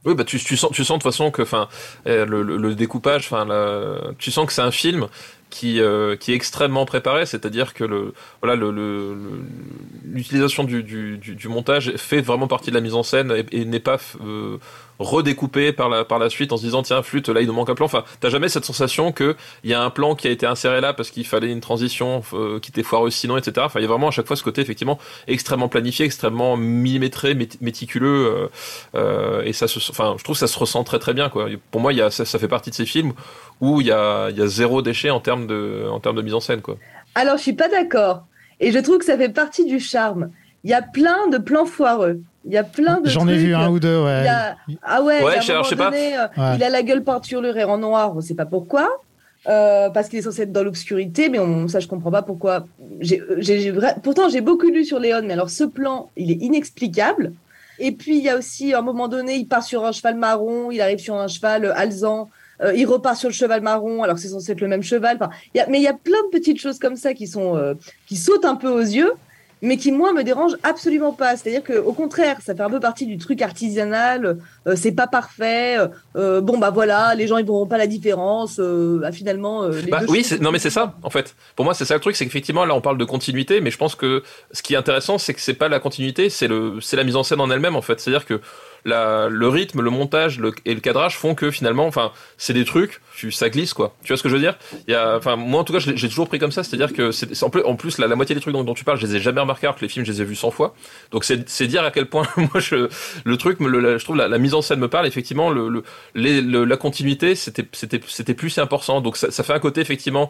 Oui, bah tu, tu sens, tu sens de toute façon que, enfin, le, le, le découpage, enfin, tu sens que c'est un film qui, euh, qui est extrêmement préparé, c'est-à-dire que le, voilà, le, le, l'utilisation du, du, du, du montage fait vraiment partie de la mise en scène et, et n'est pas euh, redécoupé par la, par la suite en se disant tiens flûte, là il nous manque un plan. Enfin, t'as jamais cette sensation que il y a un plan qui a été inséré là parce qu'il fallait une transition euh, qui était foireuse sinon, et cetera. Enfin, il y a vraiment à chaque fois ce côté effectivement extrêmement planifié, extrêmement millimétré, méticuleux, euh, euh, et ça se, enfin, je trouve que ça se ressent très très bien, quoi. Pour moi, il y a, ça, ça fait partie de ces films où il y a, il y a zéro déchet en termes de, en termes de mise en scène, quoi. Alors, je suis pas d'accord. Et je trouve que ça fait partie du charme. Il y a plein de plans foireux. Il y a plein de J'en trucs. ai vu un ou deux, ouais. Il y a... Ah ouais, ouais à un je, alors, moment je sais pas. donné, euh, Ouais. il a la gueule peinturlurée en noir, on sait pas pourquoi. Euh, parce qu'il est censé être dans l'obscurité, mais on, ça, je comprends pas pourquoi. J'ai, j'ai, j'ai vra... Pourtant, j'ai beaucoup lu sur Léon, mais alors ce plan, il est inexplicable. Et puis, il y a aussi, à un moment donné, il part sur un cheval marron, il arrive sur un cheval euh, alezan, euh, il repart sur le cheval marron, alors que c'est censé être le même cheval. Enfin, il y a... Mais il y a plein de petites choses comme ça qui, sont, euh, qui sautent un peu aux yeux, mais qui, moi, me dérangent absolument pas. C'est-à-dire qu'au contraire, ça fait un peu partie du truc artisanal, euh, c'est pas parfait, euh, bon, bah voilà, les gens, ils verront pas la différence, euh, bah, finalement... Euh, les Bah, deux oui, choses c'est, non mais c'est ça, en fait. Pour moi, c'est ça le truc, c'est qu'effectivement, là, on parle de continuité, mais je pense que ce qui est intéressant, c'est que c'est pas la continuité, c'est le, c'est la mise en scène en elle-même, en fait. C'est-à-dire que la, le rythme, le montage le, et le cadrage font que finalement, enfin, c'est des trucs, tu, ça glisse, quoi. Tu vois ce que je veux dire? Il y a, enfin, moi, en tout cas, j'ai, j'ai toujours pris comme ça, c'est-à-dire que c'est, c'est en plus, en plus la, la moitié des trucs dont, dont tu parles, je les ai jamais remarqués, alors que les films, je les ai vus cent fois. Donc, c'est, c'est dire à quel point, moi, je, le truc, me, le, la, je trouve la, la mise en scène me parle, effectivement, le, le, les, le la continuité, c'était, c'était, c'était plus si important. Donc, ça, ça fait un côté, effectivement,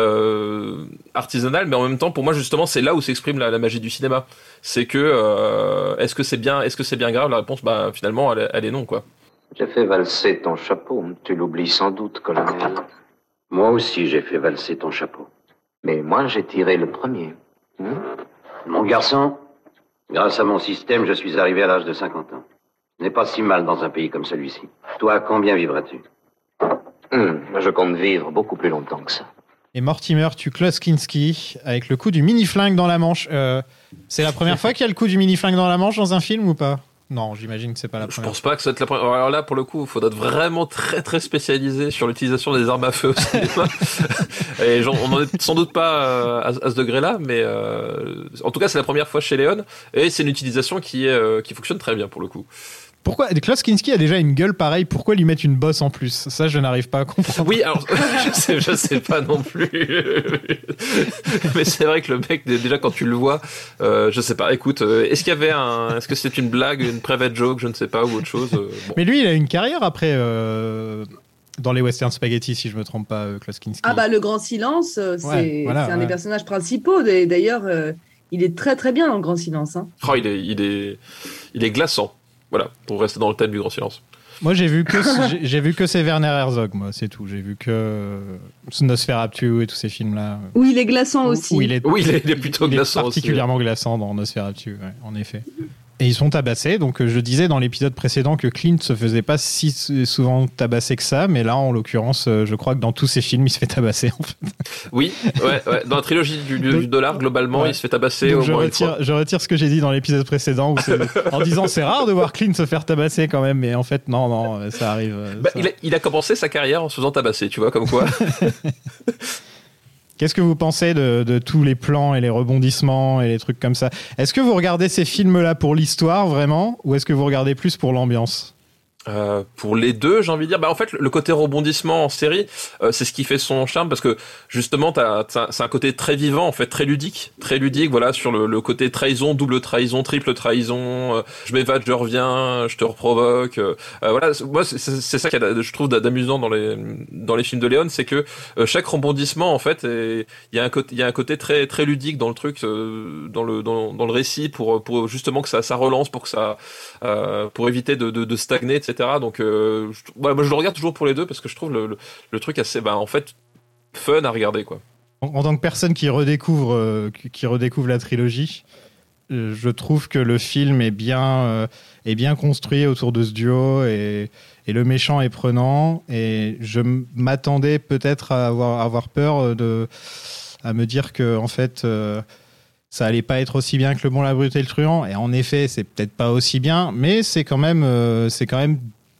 euh, artisanal, mais en même temps, pour moi, justement, c'est là où s'exprime la, la magie du cinéma. C'est que, euh, est-ce que c'est bien, est-ce que c'est bien grave? La réponse, bah, finalement, elle, elle est non, quoi. J'ai fait valser ton chapeau, tu l'oublies sans doute, colonel. Moi aussi, j'ai fait valser ton chapeau. Mais moi, j'ai tiré le premier. Hein? Mon garçon, grâce à mon système, je suis arrivé à l'âge de cinquante ans. Ce n'est pas si mal dans un pays comme celui-ci. Toi, combien vivras-tu? Hum, je compte vivre beaucoup plus longtemps que ça. Et Mortimer tue Klaus Kinski avec le coup du mini-flingue dans la manche. Euh, c'est la première fois qu'il y a le coup du mini-flingue dans la manche dans un film ou pas? Non, j'imagine que c'est pas la Je première. pense pas que ça va être la première. Alors là, pour le coup, il faudra être vraiment très très spécialisé sur l'utilisation des armes à feu au cinéma. Et genre, on en est sans doute pas euh, à, à ce degré-là, mais euh, en tout cas, c'est la première fois chez Léon, et c'est une utilisation qui est euh, qui fonctionne très bien pour le coup. Pourquoi Klaus Kinski a déjà une gueule pareille? Pourquoi lui mettre une bosse en plus? Ça, je n'arrive pas à comprendre. Oui, alors je sais, je sais pas non plus, mais c'est vrai que le mec, déjà quand tu le vois, euh, je sais pas. Écoute, euh, est-ce qu'il y avait un, est-ce que c'est une blague, une private joke, je ne sais pas, ou autre chose. euh, bon. Mais lui, il a une carrière après euh, dans les western spaghetti, si je me trompe pas, euh, Klaus Kinski. Ah bah, le Grand Silence, euh, c'est, Ouais, voilà, c'est un ouais. des personnages principaux. Et d'ailleurs, euh, il est très très bien dans le Grand Silence. Hein. Oh, il est, il est, il est glaçant. Voilà, pour rester dans le thème du Grand Silence. Moi, j'ai vu que j'ai, j'ai vu que c'est Werner Herzog, moi, c'est tout. J'ai vu que euh, Nosferatu et tous ces films-là. Où il est glaçant aussi. Où il est, Oui, il est, il est plutôt il est glaçant particulièrement glaçant dans Nosferatu, ouais, en effet. Et ils sont tabassés. Donc, euh, je disais dans l'épisode précédent que Clint se faisait pas si souvent tabasser que ça, mais là, en l'occurrence, euh, je crois que dans tous ses films, il se fait tabasser. En fait. Oui, ouais, ouais. Dans la trilogie du, du, Donc, du dollar, globalement, ouais. il se fait tabasser Donc au je moins retire, une fois. je retire ce que j'ai dit dans l'épisode précédent où c'est, en disant c'est rare de voir Clint se faire tabasser quand même, mais en fait non, non, ça arrive. Bah, ça... il, a, il a commencé sa carrière en se faisant tabasser, tu vois, comme quoi. Qu'est-ce que vous pensez de, de tous les plans et les rebondissements et les trucs comme ça? Est-ce que vous regardez ces films-là pour l'histoire vraiment, ou est-ce que vous regardez plus pour l'ambiance? Euh, pour les deux, j'ai envie de dire, bah en fait le côté rebondissement en série, euh, c'est ce qui fait son charme, parce que justement t'as, t'as, c'est un côté très vivant, en fait, très ludique, très ludique, voilà, sur le, le côté trahison, double trahison, triple trahison, euh, je m'évade, je reviens, je te reprovoque, euh, euh, voilà, moi c'est, c'est, c'est ça qu'il y a, je trouve d'amusant dans les dans les films de Léon, c'est que euh, chaque rebondissement, en fait, il y a un côté il y a un côté très très ludique dans le truc, euh, dans le dans, dans le récit, pour pour justement que ça ça relance, pour que ça euh, pour éviter de de, de stagner, et cetera. Donc, euh, je, ouais, moi je le regarde toujours pour les deux, parce que je trouve le, le, le truc assez, bah, en fait, fun à regarder, quoi. En, en tant que personne qui redécouvre, euh, qui, qui redécouvre la trilogie, euh, je trouve que le film est bien, euh, est bien construit autour de ce duo, et, et le méchant est prenant, et je m'attendais peut-être à avoir, à avoir peur de, à me dire que, en fait, euh, ça allait pas être aussi bien que Le Bon, la Brute et le Truand, et en effet, c'est peut-être pas aussi bien, mais c'est quand même, euh, c'est quand même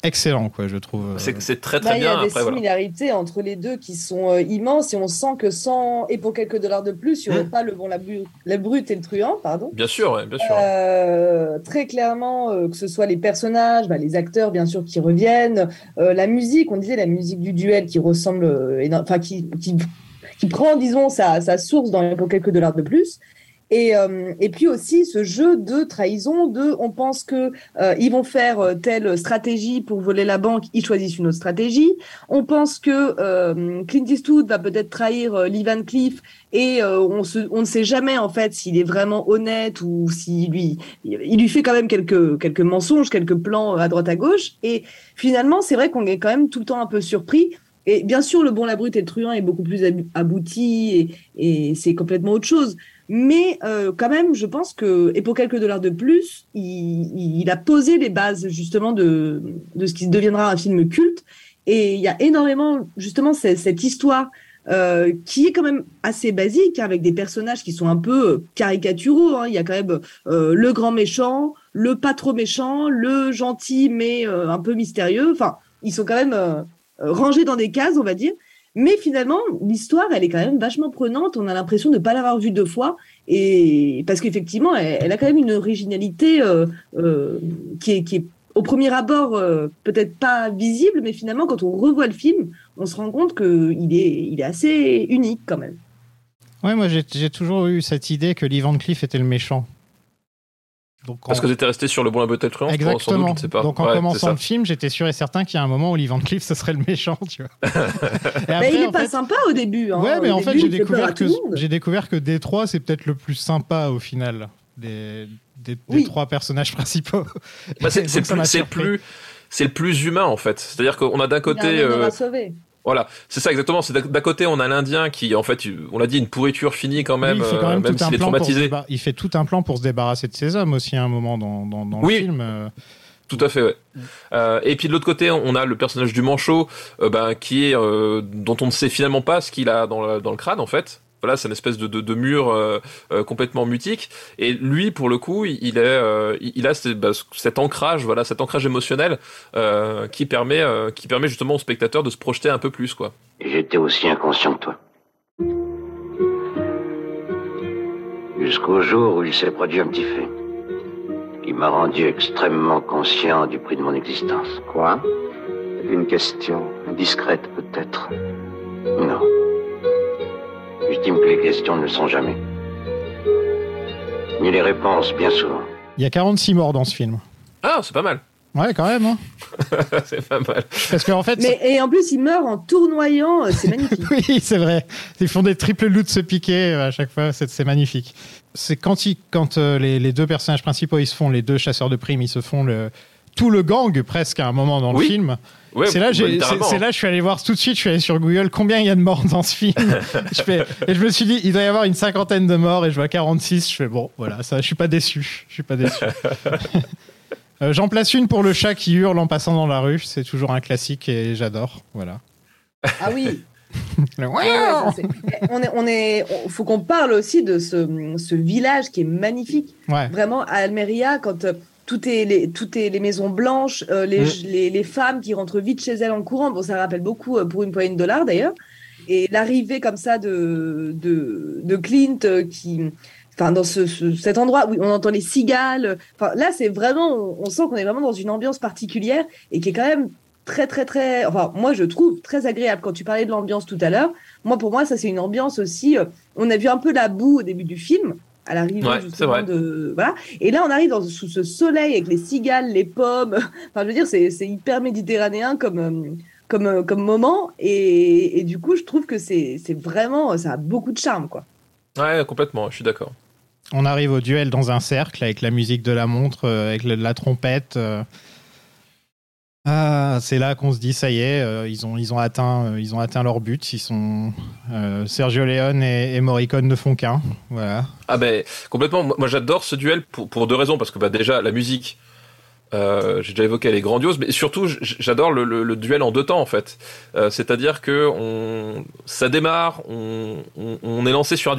excellent, quoi, je trouve. C'est, c'est très très bah, bien. Il y a des après, similarités voilà. entre les deux qui sont euh, immenses et on sent que sans et pour quelques dollars de plus, il n'y aurait mmh. pas le bon, la, bu- la brute et le truand, pardon. Bien sûr, ouais, bien sûr. Euh, très clairement, euh, que ce soit les personnages, bah, les acteurs bien sûr qui reviennent, euh, la musique, on disait la musique du duel qui ressemble, euh, enfin qui, qui qui prend disons sa, sa source dans pour quelques dollars de plus. Et, euh, et puis aussi ce jeu de trahison, de on pense que euh, ils vont faire euh, telle stratégie pour voler la banque, ils choisissent une autre stratégie. On pense que euh, Clint Eastwood va peut-être trahir euh, Lee Van Cleef et euh, on, se, on ne sait jamais en fait s'il est vraiment honnête ou s'il lui, il lui fait quand même quelques quelques mensonges, quelques plans à droite à gauche. Et finalement, c'est vrai qu'on est quand même tout le temps un peu surpris. Et bien sûr, Le Bon, la Brute et le Truand est beaucoup plus abouti et, et c'est complètement autre chose. Mais euh, quand même, je pense que, et pour quelques dollars de plus, il, il a posé les bases justement de, de ce qui deviendra un film culte. Et il y a énormément, justement, cette, cette histoire euh, qui est quand même assez basique, hein, avec des personnages qui sont un peu caricaturaux. Hein. Il y a quand même euh, le grand méchant, le pas trop méchant, le gentil mais euh, un peu mystérieux. Enfin, ils sont quand même euh, rangés dans des cases, on va dire. Mais finalement, l'histoire, elle est quand même vachement prenante. On a l'impression de ne pas l'avoir vue deux fois. Et parce qu'effectivement, elle, elle a quand même une originalité euh, euh, qui, est, qui est, au premier abord, euh, peut-être pas visible, mais finalement, quand on revoit le film, on se rend compte qu'il est, il est assez unique quand même. Ouais, moi, j'ai, j'ai toujours eu cette idée que Lee Van Cleef était le méchant. Donc, Parce en... que j'étais resté sur Le Bon, la Brute et le Truand. Exactement. Sans doute, je ne sais pas. Donc en ouais, commençant le film, j'étais sûr et certain qu'il y a un moment où Lee Van Cleef, ce serait le méchant, tu vois. Et après, mais il est pas fait... sympa au début. Hein. Ouais, mais au en début, fait, j'ai découvert, que, le j'ai découvert que Détroit, c'est peut-être le plus sympa au final des, des, oui. des trois personnages principaux. Bah, c'est, c'est, plus, c'est, plus, c'est le plus humain, en fait. C'est-à-dire qu'on a d'un côté... Il y a un homme euh... à sauver. Voilà, c'est ça exactement. C'est d'un côté, on a l'Indien qui, en fait, on l'a dit, une pourriture finie quand même, oui, il fait quand même, euh, même s'il est traumatisé. Débar- il fait tout un plan pour se débarrasser de ses hommes aussi à un moment dans, dans, dans oui. le film. Euh... Tout à fait, ouais. Euh, et puis de l'autre côté, on a le personnage du manchot, euh, ben, qui est, euh, dont on ne sait finalement pas ce qu'il a dans le, dans le crâne, en fait. Voilà, c'est une espèce de, de, de mur euh, euh, complètement mutique. Et lui, pour le coup, il est, euh, il a cet, bah, cet ancrage, voilà, cet ancrage émotionnel euh, qui permet, euh, qui permet justement au spectateur de se projeter un peu plus, quoi. Et j'étais aussi inconscient que toi. Jusqu'au jour où il s'est produit un petit fait qui m'a rendu extrêmement conscient du prix de mon existence. Quoi ? Une question indiscrète, peut-être ? Non. J'estime que les questions ne le sont jamais. Ni les réponses, bien souvent. Il y a quarante-six morts dans ce film. Ah, c'est pas mal. Ouais, quand même. Hein. C'est pas mal. Parce qu'en fait, mais, et en plus, il meurt en tournoyant. C'est magnifique. Oui, c'est vrai. Ils font des triples loups de se piquer à chaque fois. C'est, c'est magnifique. C'est quand, ils, quand euh, les, les deux personnages principaux, ils se font, les deux chasseurs de primes, ils se font le, tout le gang presque à un moment dans oui. le film. Ouais, c'est là, j'ai, c'est, c'est là, je suis allé voir tout de suite. Je suis allé sur Google combien il y a de morts dans ce film. je fais, et je me suis dit, il doit y avoir une cinquantaine de morts, et je vois quarante-six. Je fais bon, voilà, ça, je suis pas déçu. Je suis pas déçu. euh, j'en place une pour le chat qui hurle en passant dans la rue. C'est toujours un classique et j'adore. Voilà. Ah oui. Le... ouais, ça, c'est... on est, on est, on... faut qu'on parle aussi de ce, ce village qui est magnifique. Ouais. Vraiment à Almeria, quand euh, tout est les, tout est les maisons blanches, euh, les, mmh. les, les femmes qui rentrent vite chez elles en courant. Bon, ça rappelle beaucoup euh, Pour une poignée de dollars d'ailleurs. Et l'arrivée comme ça de de, de Clint euh, qui, enfin dans ce, ce cet endroit où on entend les cigales. Enfin là, c'est vraiment, on, on sent qu'on est vraiment dans une ambiance particulière et qui est quand même très très très, enfin moi je trouve très agréable. Quand tu parlais de l'ambiance tout à l'heure, moi pour moi ça c'est une ambiance aussi, euh, on a vu un peu la boue au début du film à l'arrivée ouais, justement de voilà, et là on arrive dans, sous ce soleil avec les cigales, les pommes, enfin je veux dire c'est c'est hyper méditerranéen comme euh, comme euh, comme moment et, et du coup je trouve que c'est c'est vraiment, ça a beaucoup de charme quoi. Ouais, complètement, je suis d'accord. On arrive au duel dans un cercle avec la musique de la montre, euh, avec le, la trompette. Euh... Ah, c'est là qu'on se dit ça y est, euh, ils ont ils ont atteint euh, ils ont atteint leur but. Ils sont euh, Sergio Leone et, et Morricone ne font qu'un. Voilà. Ah ben complètement. Moi j'adore ce duel pour pour deux raisons, parce que bah déjà la musique, euh, j'ai déjà évoqué, elle est grandiose, mais surtout j'adore le, le, le duel en deux temps en fait. Euh, c'est-à-dire que on ça démarre, on, on on est lancé sur un duel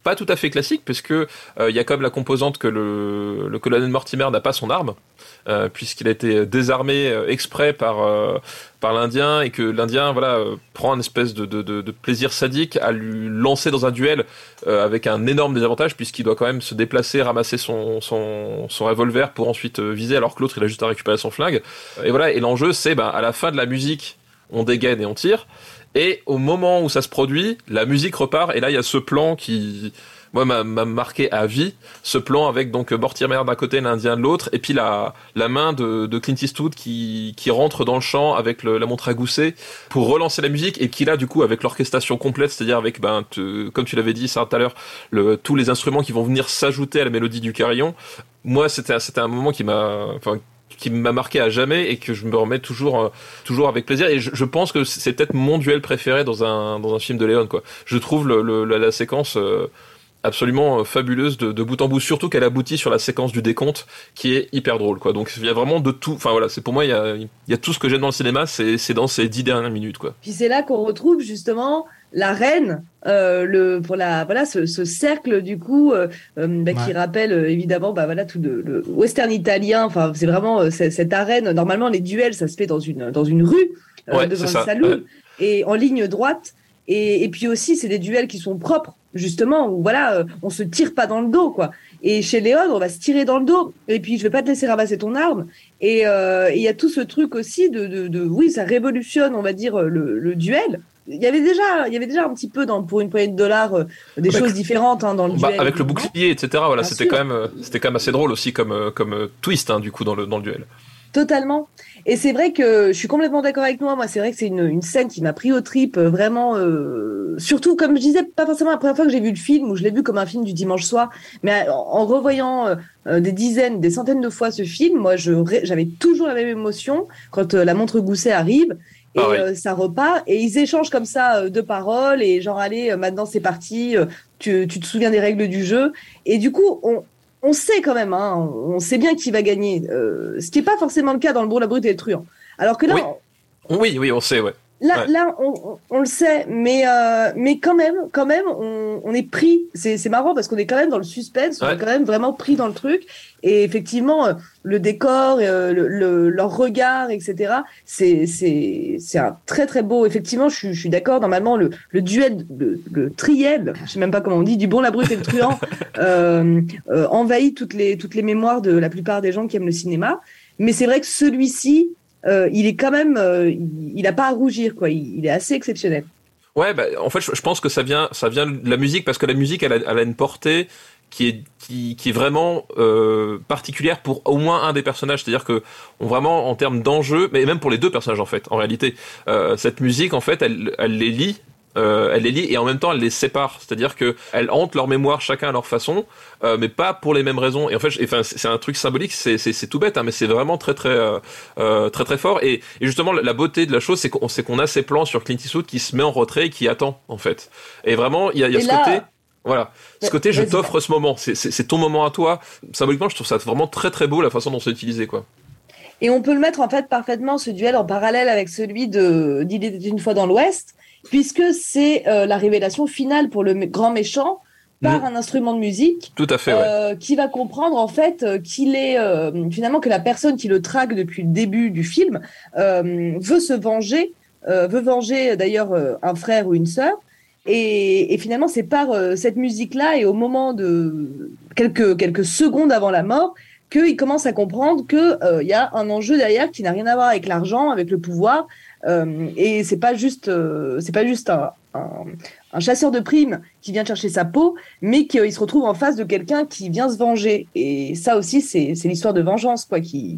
pas tout à fait classique, parce que il euh, y a quand même la composante que le, le colonel Mortimer n'a pas son arme, euh, puisqu'il a été désarmé euh, exprès par euh, par l'Indien, et que l'Indien voilà euh, prend un espèce de, de, de, de plaisir sadique à lui lancer dans un duel euh, avec un énorme désavantage, puisqu'il doit quand même se déplacer, ramasser son son, son revolver pour ensuite euh, viser, alors que l'autre il a juste à récupérer son flingue. Et voilà, et l'enjeu c'est ben, à la fin de la musique, on dégaine et on tire. Et au moment où ça se produit, la musique repart, et là il y a ce plan qui, moi, m'a, m'a marqué à vie, ce plan avec donc Mortimer d'un côté, l'Indien de l'autre, et puis la, la main de, de Clint Eastwood qui, qui rentre dans le champ avec le, la montre à gousset pour relancer la musique, et qui là du coup avec l'orchestration complète, c'est-à-dire avec, ben, te, comme tu l'avais dit ça tout à l'heure, le, tous les instruments qui vont venir s'ajouter à la mélodie du carillon. Moi c'était, c'était un moment qui m'a, enfin, qui m'a marqué à jamais, et que je me remets toujours euh, toujours avec plaisir, et je, je pense que c'est peut-être mon duel préféré dans un dans un film de Léon, quoi. Je trouve le, le la, la séquence euh, absolument euh, fabuleuse de, de bout en bout, surtout qu'elle aboutit sur la séquence du décompte qui est hyper drôle, quoi. Donc il y a vraiment de tout, enfin voilà, c'est pour moi il y a il y a tout ce que j'aime dans le cinéma, c'est c'est dans ces dix dernières minutes, quoi. Puis c'est là qu'on retrouve justement la reine, euh, le pour la voilà ce, ce cercle du coup euh, euh, bah, ouais. qui rappelle euh, évidemment bah voilà tout le, le western italien. Enfin c'est vraiment euh, c'est, cette arène. Normalement les duels ça se fait dans une dans une rue euh, ouais, devant un saloon ouais. et en ligne droite. Et, et puis aussi c'est des duels qui sont propres justement où voilà euh, on se tire pas dans le dos, quoi. Et chez Léon on va se tirer dans le dos, et puis je vais pas te laisser ramasser ton arme. Et il euh, y a tout ce truc aussi de, de, de oui ça révolutionne on va dire le, le duel. Il y avait déjà, il y avait déjà un petit peu dans pour une poignée de dollars euh, des avec, choses différentes hein, dans le bah, duel. Avec le bouclier, et cetera. Voilà, Bien c'était sûr. quand même, euh, c'était quand même assez drôle aussi comme euh, comme euh, twist hein, du coup dans le dans le duel. Totalement. Et c'est vrai que je suis complètement d'accord avec toi. Moi, c'est vrai que c'est une, une scène qui m'a pris au trip, euh, vraiment. Euh, surtout, comme je disais, pas forcément la première fois que j'ai vu le film, où je l'ai vu comme un film du dimanche soir, mais en, en revoyant euh, des dizaines, des centaines de fois ce film, moi, je, j'avais toujours la même émotion quand euh, la montre gousset arrive. Et ah oui. euh, ça repart, et ils échangent comme ça euh, deux paroles, et genre, allez, euh, maintenant c'est parti, euh, tu, tu te souviens des règles du jeu. Et du coup, on, on sait quand même, hein, on sait bien qui va gagner, euh, ce qui n'est pas forcément le cas dans Le Bon, la Brute et le Truand. Alors que là... Oui, on... oui, oui, on sait, ouais. Là, ouais. là on, on, on le sait, mais, euh, mais quand même, quand même on, on est pris. C'est, c'est marrant parce qu'on est quand même dans le suspense, on ouais. est quand même vraiment pris dans le truc. Et effectivement, euh, le décor, euh, le, le, leur regard, et cetera, c'est, c'est, c'est un très très beau. Effectivement, je suis, je suis d'accord. Normalement, le, le duel, le, le triel, je sais même pas comment on dit, du Bon, la Brute et le Truand, euh, euh, envahit toutes les, toutes les mémoires de la plupart des gens qui aiment le cinéma. Mais c'est vrai que celui-ci, Euh, il est quand même, euh, il n'a pas à rougir, quoi. Il, il est assez exceptionnel. Ouais, bah, en fait, je, je pense que ça vient, ça vient de la musique, parce que la musique, elle a, elle a une portée qui est, qui, qui est vraiment euh, particulière pour au moins un des personnages. C'est-à-dire que, on vraiment en termes d'enjeu, mais même pour les deux personnages en fait, en réalité, euh, cette musique, en fait, elle, elle les lie. Euh, elle les lie et en même temps elle les sépare, c'est-à-dire que elle hante leur mémoire chacun à leur façon, euh, mais pas pour les mêmes raisons. Et en fait, enfin c'est un truc symbolique, c'est c'est, c'est tout bête, hein, mais c'est vraiment très très euh, euh, très très fort. Et, et justement la beauté de la chose, c'est qu'on c'est qu'on a ces plans sur Clint Eastwood qui se met en retrait et qui attend en fait. Et vraiment il y a, il y a ce là... côté. Voilà, ce côté je t'offre ce moment, c'est, c'est c'est ton moment à toi. Symboliquement, je trouve ça vraiment très très beau la façon dont c'est utilisé, quoi. Et on peut le mettre en fait parfaitement, ce duel, en parallèle avec celui de d'Il était une fois dans l'Ouest, puisque c'est euh, la révélation finale pour le m- grand méchant par mmh. un instrument de musique. Tout à fait, euh, ouais. Qui va comprendre en fait euh, qu'il est euh, finalement que la personne qui le traque depuis le début du film euh, veut se venger, euh, veut venger d'ailleurs euh, un frère ou une sœur. Et, et finalement, c'est par euh, cette musique-là et au moment de quelques quelques secondes avant la mort qu'il commence à comprendre que euh, y a un enjeu derrière qui n'a rien à voir avec l'argent, avec le pouvoir. Euh, et c'est pas juste, euh, c'est pas juste un, un, un chasseur de primes qui vient chercher sa peau, mais qu'il se retrouve en face de quelqu'un qui vient se venger. Et ça aussi, c'est, c'est l'histoire de vengeance, quoi, qui.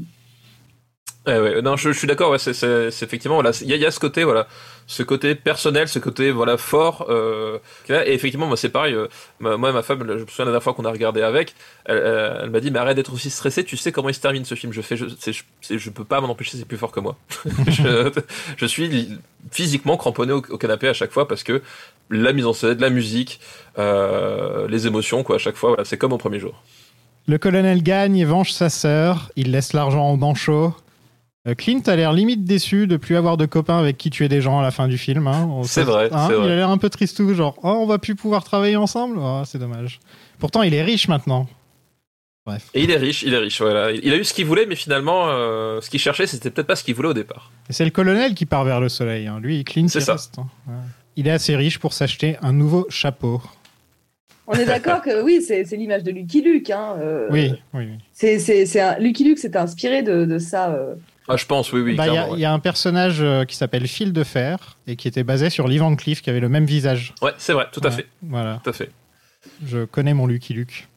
Ouais, ouais. Non, je, je suis d'accord. Ouais, c'est, c'est, c'est effectivement, voilà, il y a, il y a ce côté, voilà, ce côté personnel, ce côté, voilà, fort. Euh, et effectivement, moi, c'est pareil. Euh, ma, moi, ma femme, je me souviens la dernière fois qu'on a regardé avec, elle, elle, elle m'a dit, mais arrête d'être aussi stressé. Tu sais comment il se termine ce film. Je fais, je, c'est, je, c'est, je peux pas m'en empêcher. C'est plus fort que moi. je, je suis physiquement cramponné au, au canapé à chaque fois parce que la mise en scène, la musique, euh, les émotions, quoi, à chaque fois, voilà, c'est comme au premier jour. Le colonel gagne et venge sa sœur. Il laisse l'argent au manchot. Euh, Clint a l'air limite déçu de plus avoir de copains avec qui tuer des gens à la fin du film. Hein. On, c'est ça, vrai, hein, c'est il vrai. a l'air un peu tristou, genre oh on va plus pouvoir travailler ensemble. Oh, c'est dommage. Pourtant il est riche maintenant. Bref. Et il est riche, il est riche, voilà. Il a eu ce qu'il voulait, mais finalement, euh, ce qu'il cherchait, c'était peut-être pas ce qu'il voulait au départ. Et c'est le colonel qui part vers le soleil. Hein. Lui, Clint, c'est il ça. reste. Hein. Ouais. Il est assez riche pour s'acheter un nouveau chapeau. On est d'accord que oui, c'est, c'est l'image de Lucky Luke. Hein. Euh, oui, oui. oui. C'est, c'est, c'est un... Lucky Luke s'est inspiré de, de ça. Euh... Ah, je pense, oui, oui. Il bah, y, ouais. y a un personnage euh, qui s'appelle Fil de Fer et qui était basé sur Lee Van Cleef, qui avait le même visage. Ouais, c'est vrai, tout à ouais, fait. Voilà. Tout à fait. Je connais mon Lucky Luke.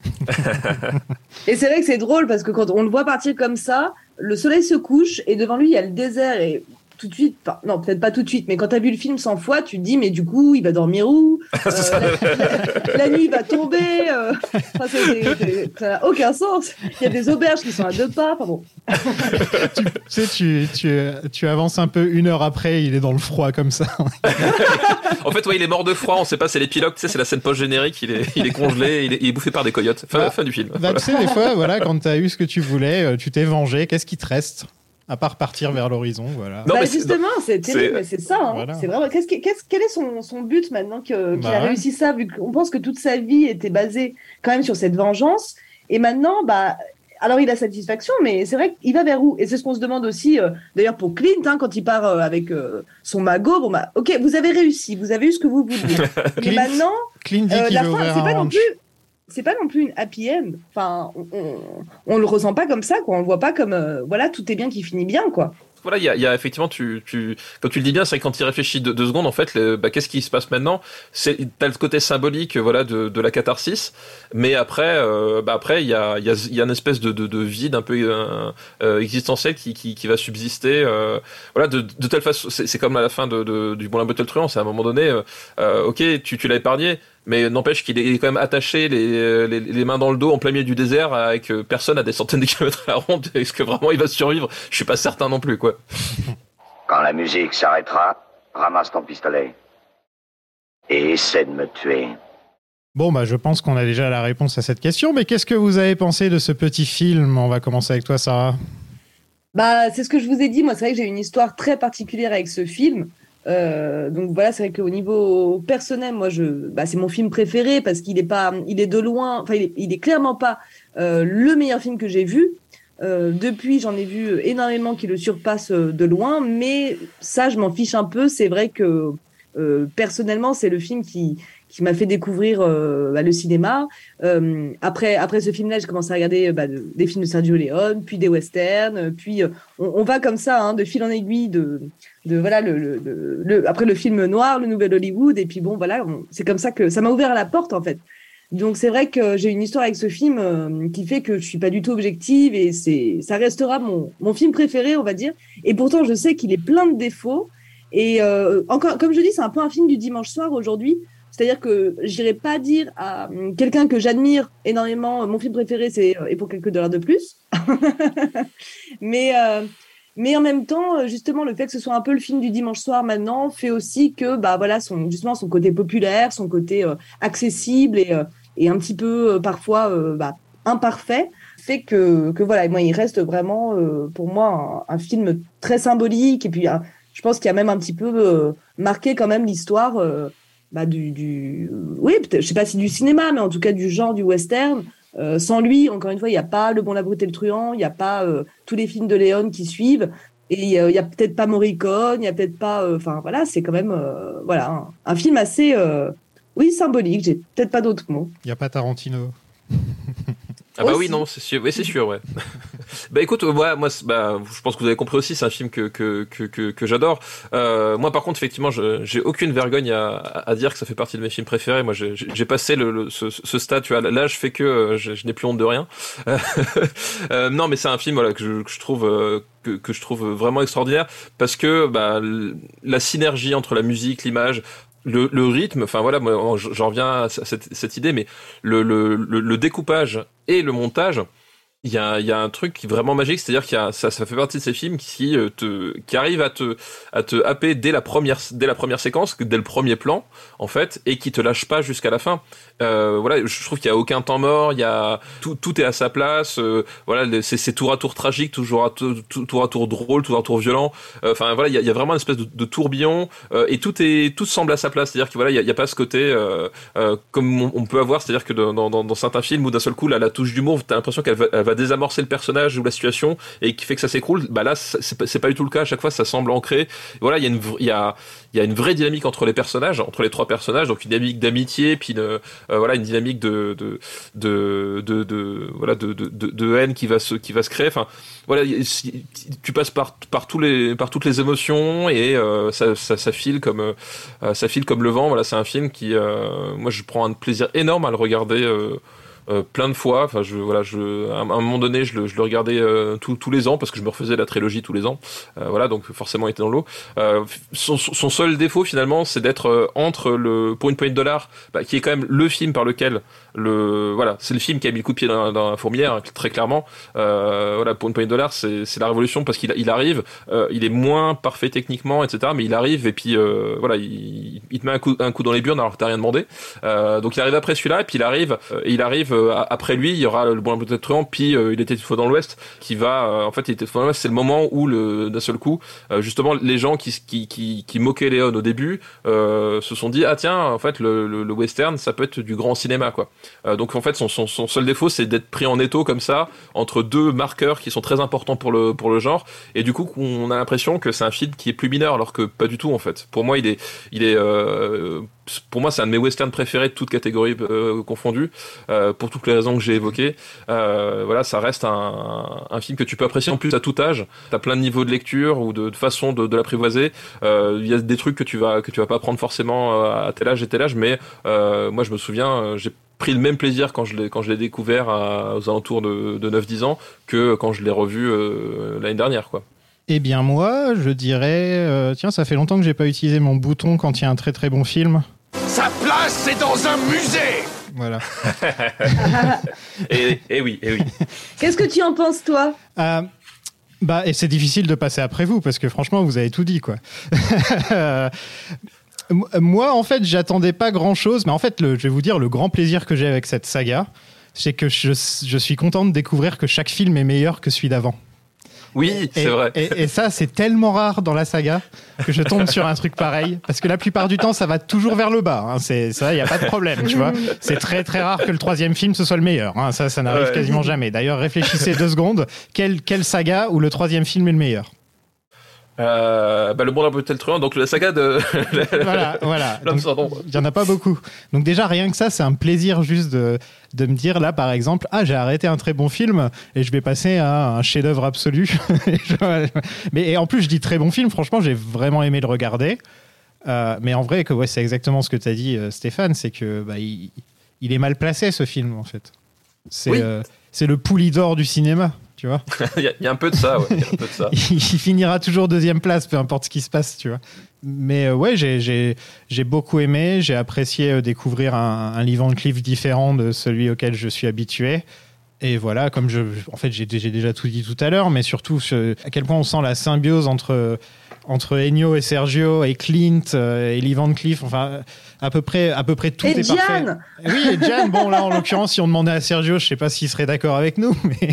Et c'est vrai que c'est drôle parce que quand on le voit partir comme ça, le soleil se couche et devant lui il y a le désert et tout de suite, enfin, non peut-être pas tout de suite, mais quand t'as vu le film cent fois, tu te dis mais du coup il va dormir où euh, la, la, la nuit va tomber, euh, enfin, c'est, c'est, c'est, ça n'a aucun sens. Il y a des auberges qui sont à deux pas, enfin bon. tu sais, tu, tu, tu avances un peu une heure après, il est dans le froid comme ça. En fait, ouais, il est mort de froid, on sait pas, c'est l'épilogue, tu sais, c'est la scène post-générique, il est, il est congelé, il est, il est bouffé par des coyotes. Fin, bah, fin du film. Bah, tu sais, des fois, voilà, quand t'as eu ce que tu voulais, tu t'es vengé, qu'est-ce qui te reste ? À part partir vers l'horizon, voilà. Non, bah, mais justement, c'est, c'est terrible, c'est, c'est ça. Hein. Voilà. C'est vraiment. Qu'est-ce, qu'est-ce, quel est son, son but maintenant que, qu'il bah, a réussi ça, vu qu'on pense que toute sa vie était basée quand même sur cette vengeance. Et maintenant, bah, alors il a satisfaction, mais c'est vrai qu'il va vers où ? Et c'est ce qu'on se demande aussi, euh, d'ailleurs pour Clint, hein, quand il part euh, avec euh, son magot. Bon bah, ok, vous avez réussi, vous avez eu ce que vous vouliez. Mais maintenant, Clint dit euh, qu'il la veut fin, ouvrir c'est un pas non ranch. plus. C'est pas non plus une happy end. Enfin, on, on, on le ressent pas comme ça, quoi. On le voit pas comme, euh, voilà, tout est bien qui finit bien, quoi. Voilà, il y a, il y a effectivement, tu, tu, quand tu le dis bien, c'est vrai que quand tu y réfléchis deux, deux secondes, en fait, le, bah, qu'est-ce qui se passe maintenant ? C'est, t'as le côté symbolique, voilà, de, de la catharsis, mais après, euh, bah après, il y a, il y a, il y a une espèce de, de, de vide un peu euh, euh, existentiel qui, qui, qui va subsister. Euh, voilà, de, de telle façon, c'est, c'est comme à la fin de, de, du Bon la Bottle Truand, c'est à un moment donné, euh, euh, ok, tu, tu l'as épargné. Mais n'empêche qu'il est quand même attaché les, les, les mains dans le dos en plein milieu du désert avec personne à des centaines de kilomètres à la ronde. Est-ce que vraiment il va survivre ? Je suis pas certain non plus, quoi. Quand la musique s'arrêtera, ramasse ton pistolet. Et essaie de me tuer. Bon, bah, je pense qu'on a déjà la réponse à cette question, mais qu'est-ce que vous avez pensé de ce petit film ? On va commencer avec toi, Sarah. Bah, c'est ce que je vous ai dit. Moi, c'est vrai que j'ai une histoire très particulière avec ce film. Euh, donc voilà, c'est vrai qu'au niveau personnel, moi, je, bah, c'est mon film préféré parce qu'il est pas, il est de loin, enfin, il est, il est clairement pas euh, le meilleur film que j'ai vu. Euh, depuis, j'en ai vu énormément qui le surpassent de loin, mais ça, je m'en fiche un peu. C'est vrai que euh, personnellement, c'est le film qui qui m'a fait découvrir euh, bah, le cinéma. Euh, après, après ce film-là, j'ai commencé à regarder bah, de, des films de Sergio Leone, puis des westerns, puis euh, on, on va comme ça, hein, de fil en aiguille, de, de voilà, le, le, le, le, après le film noir, le nouvel Hollywood, et puis bon, voilà, on, c'est comme ça que ça m'a ouvert la porte, en fait. Donc c'est vrai que j'ai une histoire avec ce film euh, qui fait que je suis pas du tout objective, et c'est, ça restera mon, mon film préféré, on va dire. Et pourtant, je sais qu'il est plein de défauts. Et euh, encore, comme je dis, c'est un peu un film du dimanche soir aujourd'hui. C'est-à-dire que j'irai pas dire à quelqu'un que j'admire énormément, mon film préféré, c'est « Et pour quelques dollars de plus ». mais, euh, mais en même temps, justement, le fait que ce soit un peu le film du dimanche soir maintenant fait aussi que, bah, voilà, son, justement, son côté populaire, son côté euh, accessible et, euh, et un petit peu, euh, parfois, euh, bah, imparfait, fait que, que voilà, moi, il reste vraiment, euh, pour moi, un, un film très symbolique. Et puis, euh, je pense qu'il y a même un petit peu euh, marqué quand même l'histoire euh, bah, du, du... Oui, peut-être, je sais pas si du cinéma, mais en tout cas du genre du western. Euh, sans lui, encore une fois, il n'y a pas Le Bon, la Brute et le Truand, il n'y a pas euh, tous les films de Leone qui suivent, et il euh, n'y a peut-être pas Morricone, il n'y a peut-être pas... Enfin, euh, voilà, c'est quand même euh, voilà, un, un film assez, euh, oui, symbolique, j'ai peut-être pas d'autres mots. Il n'y a pas Tarantino. Ah bah aussi. oui, non, c'est sûr, oui, c'est sûr, ouais. Bah écoute, euh, ouais, moi, bah, je pense que vous avez compris aussi, c'est un film que que que que, que j'adore. Euh, moi, par contre, effectivement, je, j'ai aucune vergogne à, à dire que ça fait partie de mes films préférés. Moi, j'ai, j'ai passé le, le ce, ce stade, tu vois, l'âge fait que euh, je, je n'ai plus honte de rien. euh, non, mais c'est un film, voilà, que je, que je trouve euh, que que je trouve vraiment extraordinaire parce que bah la synergie entre la musique, l'image. Le, le rythme, enfin voilà, moi j'en reviens à cette, cette idée, mais le, le, le, le découpage et le montage Il y a, il y a un truc vraiment magique, c'est-à-dire qu'il y a, ça, ça fait partie de ces films qui te, qui arrivent à te, à te happer dès la première, dès la première séquence, dès le premier plan, en fait, et qui te lâche pas jusqu'à la fin. Euh, voilà, je trouve qu'il y a aucun temps mort, il y a, tout, tout est à sa place, euh, voilà, c'est, c'est tour à tour tragique, toujours à tour, tour à tour drôle, tour à tour violent. Enfin, euh, voilà, il y a, il y a vraiment une espèce de, de tourbillon, euh, et tout est, tout semble à sa place. C'est-à-dire que voilà, il y a, il y a pas ce côté, euh, euh, comme on, on peut avoir, c'est-à-dire que dans, dans, dans certains films où d'un seul coup, là, la touche d'humour, t'as l'impression qu'elle va, elle va désamorcer le personnage ou la situation et qui fait que ça s'écroule. Bah là, c'est pas, c'est pas du tout le cas. À chaque fois, ça semble ancré. Et voilà, il y a une, il y a, il y a une vraie dynamique entre les personnages, entre les trois personnages. Donc une dynamique d'amitié, puis une, euh, voilà, une dynamique de, de, de, de, de voilà, de, de, de, de haine qui va se, qui va se créer. Enfin, voilà, tu passes par, par tous les, par toutes les émotions et euh, ça, ça, ça file comme, euh, ça file comme le vent. Voilà, c'est un film qui, euh, moi, je prends un plaisir énorme à le regarder. Euh, Euh, plein de fois, enfin je voilà, je à un moment donné je le je le regardais euh, tous tous les ans parce que je me refaisais la trilogie tous les ans, euh, voilà, donc forcément il était dans l'eau. Euh, son son seul défaut finalement c'est d'être euh, entre le pour une poignée de dollars, bah, qui est quand même le film par lequel le voilà c'est le film qui a mis le coup de pied dans, dans la fourmilière, hein, très clairement. Euh, voilà, pour une poignée de dollars c'est c'est la révolution parce qu'il il arrive, euh, il est moins parfait techniquement et cetera mais il arrive et puis euh, voilà il il te met un coup un coup dans les burnes alors que t'as rien demandé. Euh, donc il arrive après celui-là et puis il arrive euh, et il arrive après lui, il y aura le Bon, la brute et le truand, puis euh, il était une fois dans l'Ouest, qui va, euh, en fait, il était une fois dans l'Ouest, c'est le moment où, le, d'un seul coup, euh, justement, les gens qui, qui, qui, qui moquaient Léon au début, euh, se sont dit, ah tiens, en fait, le, le, le western, ça peut être du grand cinéma, quoi. Euh, donc, en fait, son, son, son seul défaut, c'est d'être pris en étau comme ça, entre deux marqueurs qui sont très importants pour le, pour le genre, et du coup, on a l'impression que c'est un film qui est plus mineur, alors que pas du tout, en fait. Pour moi, il est, il est, euh, pour moi, c'est un de mes westerns préférés de toutes catégories euh, confondues, euh, pour toutes les raisons que j'ai évoquées. Euh, voilà, ça reste un, un film que tu peux apprécier en plus à tout âge. T'as plein de niveaux de lecture ou de, de façon de, de l'apprivoiser. Il euh, y a des trucs que tu vas que tu vas pas prendre forcément à tel âge et tel âge, mais euh, moi je me souviens, j'ai pris le même plaisir quand je l'ai quand je l'ai découvert à, aux alentours de, de neuf dix ans que quand je l'ai revu euh, l'année dernière, quoi. Eh bien moi, je dirais, euh, tiens, ça fait longtemps que j'ai pas utilisé mon bouton quand il y a un très très bon film. Sa place, c'est dans un musée. Voilà. et, et oui, et oui. Qu'est-ce que tu en penses, toi ? euh, Bah, et c'est difficile de passer après vous parce que franchement, vous avez tout dit, quoi. Moi, en fait, j'attendais pas grand-chose, mais en fait, le, je vais vous dire le grand plaisir que j'ai avec cette saga, c'est que je, je suis content de découvrir que chaque film est meilleur que celui d'avant. Oui, et, c'est vrai. Et, et ça, c'est tellement rare dans la saga que je tombe sur un truc pareil. Parce que la plupart du temps, ça va toujours vers le bas. Hein. C'est, ça, il n'y a pas de problème, tu vois. C'est très, très rare que le troisième film, ce soit le meilleur. Hein. Ça, ça n'arrive ouais. quasiment jamais. D'ailleurs, réfléchissez deux secondes. Quelle, quelle saga où le troisième film est le meilleur ? Euh, bah le Bon, la brute et le truand, donc la saga de voilà, voilà. Il y en a pas beaucoup. Donc déjà rien que ça, c'est un plaisir juste de de me dire là par exemple, ah j'ai arrêté un très bon film et je vais passer à un chef-d'œuvre absolu. Mais et en plus je dis très bon film, franchement j'ai vraiment aimé le regarder. Euh, mais en vrai que ouais c'est exactement ce que tu as dit euh, Stéphane, c'est que bah il, il est mal placé ce film en fait. C'est oui. euh, c'est le Poulidor du cinéma. Tu vois. il, y a, il y a un peu de ça, ouais. Il y a un peu de ça. Il finira toujours deuxième place, peu importe ce qui se passe, tu vois. Mais euh, ouais, j'ai, j'ai, j'ai beaucoup aimé. J'ai apprécié euh, découvrir un, un Lee Van Cleef différent de celui auquel je suis habitué. Et voilà, comme je, en fait, j'ai, j'ai déjà tout dit tout à l'heure, mais surtout ce, à quel point on sent la symbiose entre entre Ennio et Sergio et Clint euh, et Lee Van Cleef. Enfin, à peu près, à peu près tout et est Gian. parfait. Oui, et Gian. Bon, là, en l'occurrence, si on demandait à Sergio, je sais pas s'il serait d'accord avec nous, mais.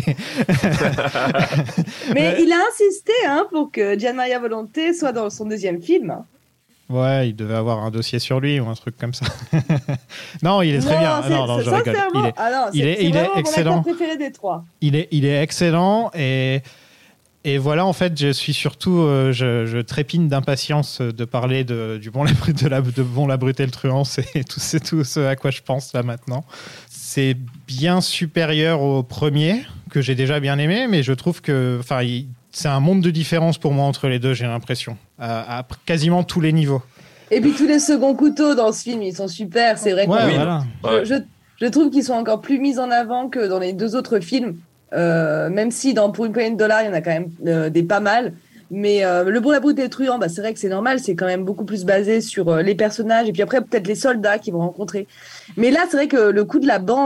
mais il a insisté, hein, pour que Gian Maria Volonté soit dans son deuxième film. Ouais, il devait avoir un dossier sur lui ou un truc comme ça. Non, il est très non, bien. C'est, non, non, je rigole. Il est, ah non, il c'est, est, c'est il est mon excellent. acteur préféré des trois. Il est, il est excellent et et voilà. En fait, je suis surtout, euh, je, je trépine d'impatience de parler de du bon la brute de la de bon la brute et le truand. C'est tout, c'est tout ce à quoi je pense là maintenant. C'est bien supérieur au premier que j'ai déjà bien aimé, mais je trouve que, enfin, il, c'est un monde de différence pour moi entre les deux, j'ai l'impression, à, à quasiment tous les niveaux. Et puis tous les seconds couteaux dans ce film, ils sont super. C'est vrai que ouais, voilà. je, je, je trouve qu'ils sont encore plus mis en avant que dans les deux autres films. Euh, même si dans Pour une poignée de dollars, il y en a quand même euh, des pas mal. Mais euh, Le Bon, la brute et le truand, bah, c'est vrai que c'est normal. C'est quand même beaucoup plus basé sur euh, les personnages et puis après peut-être les soldats qu'ils vont rencontrer. Mais là, c'est vrai que le coup de la bande,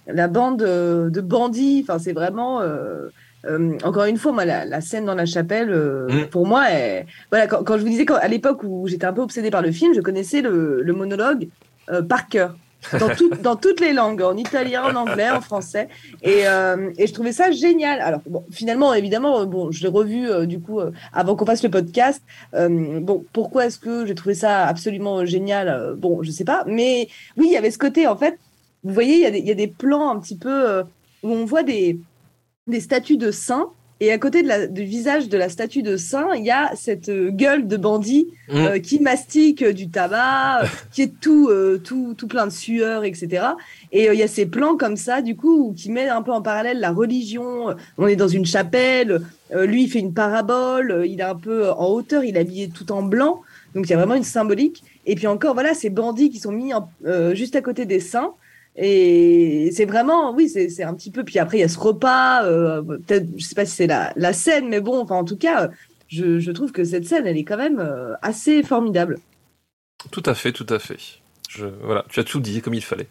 la bande euh, de bandits. Enfin, c'est vraiment. Euh, euh, encore une fois, moi, la, la scène dans la chapelle, euh, mmh. pour moi, est... voilà. Quand, quand je vous disais qu'à l'époque où j'étais un peu obsédée par le film, je connaissais le, le monologue euh, par cœur. Dans, tout, dans toutes les langues, en italien, en anglais, en français, et, euh, et je trouvais ça génial. Alors bon, finalement, évidemment, bon, je l'ai revu euh, du coup euh, avant qu'on fasse le podcast. Euh, bon, pourquoi est-ce que j'ai trouvé ça absolument génial euh, Bon, je sais pas, mais oui, il y avait ce côté. En fait, vous voyez, il y a des, il y a des plans un petit peu euh, où on voit des des statues de saints. Et à côté de la, du visage de la statue de saint, il y a cette euh, gueule de bandit euh, mmh. qui mastique euh, du tabac, euh, qui est tout, euh, tout, tout plein de sueur, et cetera. Et il euh, y a ces plans comme ça, du coup, qui mettent un peu en parallèle la religion. On est dans une chapelle, euh, lui, il fait une parabole, euh, il est un peu en hauteur, il est habillé tout en blanc. Donc, il y a vraiment une symbolique. Et puis encore, voilà, ces bandits qui sont mis en, euh, juste à côté des saints. Et c'est vraiment, oui, c'est, c'est un petit peu. Puis après, il y a ce repas. Euh, peut-être, je sais pas si c'est la, la scène, mais bon, enfin, en tout cas, je, je trouve que cette scène, elle est quand même euh, assez formidable. Tout à fait, tout à fait. Je, voilà, tu as tout dit comme il fallait.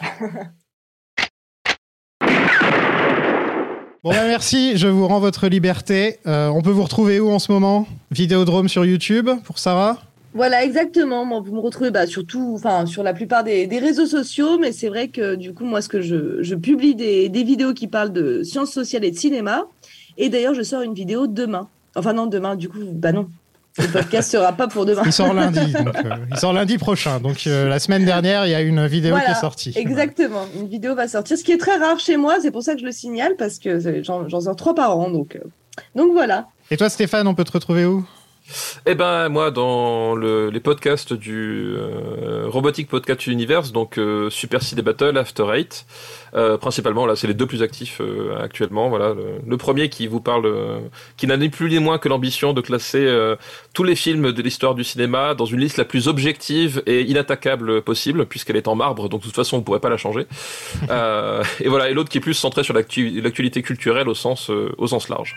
Bon, bah merci, je vous rends votre liberté. Euh, on peut vous retrouver où en ce moment ? Vidéodrome sur YouTube pour Sarah ? Voilà, exactement. Moi, vous me retrouvez bah, surtout, enfin, sur la plupart des, des réseaux sociaux, mais c'est vrai que du coup, moi, ce que je, je publie des, des vidéos qui parlent de sciences sociales et de cinéma. Et d'ailleurs, je sors une vidéo demain. Enfin non, demain, du coup, bah non. Le podcast sera pas pour demain. Il sort lundi. Donc, euh, il sort lundi prochain. Donc euh, la semaine dernière, il y a une vidéo voilà, qui est sortie. Exactement. Une vidéo va sortir, ce qui est très rare chez moi. C'est pour ça que je le signale parce que j'en, j'en sors trois par an. Donc, euh, donc voilà. Et toi, Stéphane, on peut te retrouver où ? Eh ben moi dans le, les podcasts du euh, Robotic Podcast Universe, donc euh, Super Ciné Battle, After Eight, euh, principalement là c'est les deux plus actifs euh, actuellement. Voilà le, le premier qui vous parle, euh, qui n'a ni plus ni moins que l'ambition de classer euh, tous les films de l'histoire du cinéma dans une liste la plus objective et inattaquable possible, puisqu'elle est en marbre, donc de toute façon on pourrait pas la changer. euh, et voilà, et l'autre qui est plus centré sur l'actu- l'actualité culturelle au sens euh, au sens large.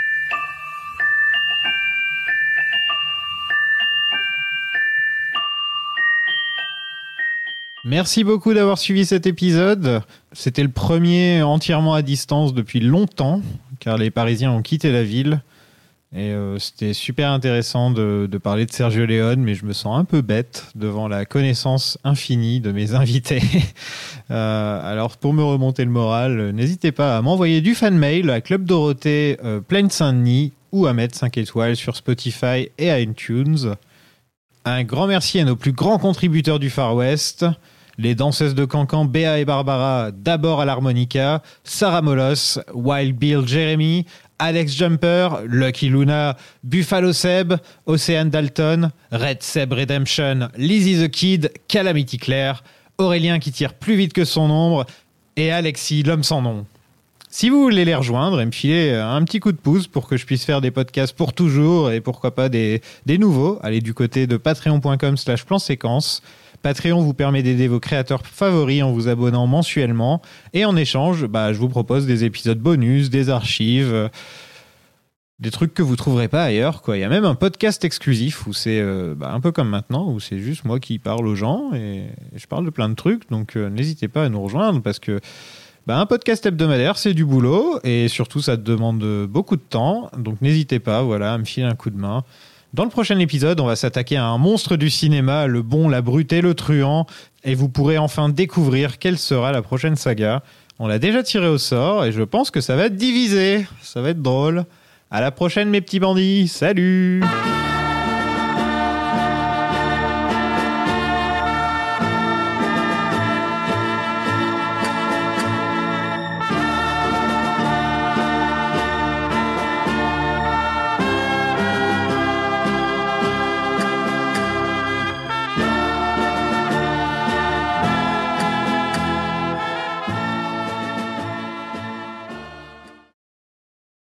Merci beaucoup d'avoir suivi cet épisode. C'était le premier entièrement à distance depuis longtemps, car les Parisiens ont quitté la ville. Et euh, c'était super intéressant de, de parler de Sergio Leone, mais je me sens un peu bête devant la connaissance infinie de mes invités. euh, alors, pour me remonter le moral, n'hésitez pas à m'envoyer du fan mail à Club Dorothée, euh, Plaine Saint-Denis, ou à mettre cinq étoiles sur Spotify et iTunes. Un grand merci à nos plus grands contributeurs du Far West, les danseuses de Cancan Béa et Barbara, d'abord à l'harmonica, Sarah Molos, Wild Bill Jeremy, Alex Jumper, Lucky Luna, Buffalo Seb, Océane Dalton, Red Seb Redemption, Lizzie the Kid, Calamity Claire, Aurélien qui tire plus vite que son ombre et Alexis l'homme sans nom. Si vous voulez les rejoindre et me filer un petit coup de pouce pour que je puisse faire des podcasts pour toujours et pourquoi pas des, des nouveaux, allez du côté de patreon.com slash plan séquence. Patreon vous permet d'aider vos créateurs favoris en vous abonnant mensuellement. Et en échange, bah, je vous propose des épisodes bonus, des archives, euh, des trucs que vous trouverez pas ailleurs, quoi. Il y a même un podcast exclusif où c'est euh, bah, un peu comme maintenant, où c'est juste moi qui parle aux gens et je parle de plein de trucs. Donc euh, n'hésitez pas à nous rejoindre parce que bah, un podcast hebdomadaire, c'est du boulot et surtout, ça demande beaucoup de temps. Donc, n'hésitez pas voilà, à me filer un coup de main. Dans le prochain épisode, on va s'attaquer à un monstre du cinéma, le bon, la brute et le truand. Et vous pourrez enfin découvrir quelle sera la prochaine saga. On l'a déjà tiré au sort et je pense que ça va être divisé. Ça va être drôle. À la prochaine, mes petits bandits. Salut!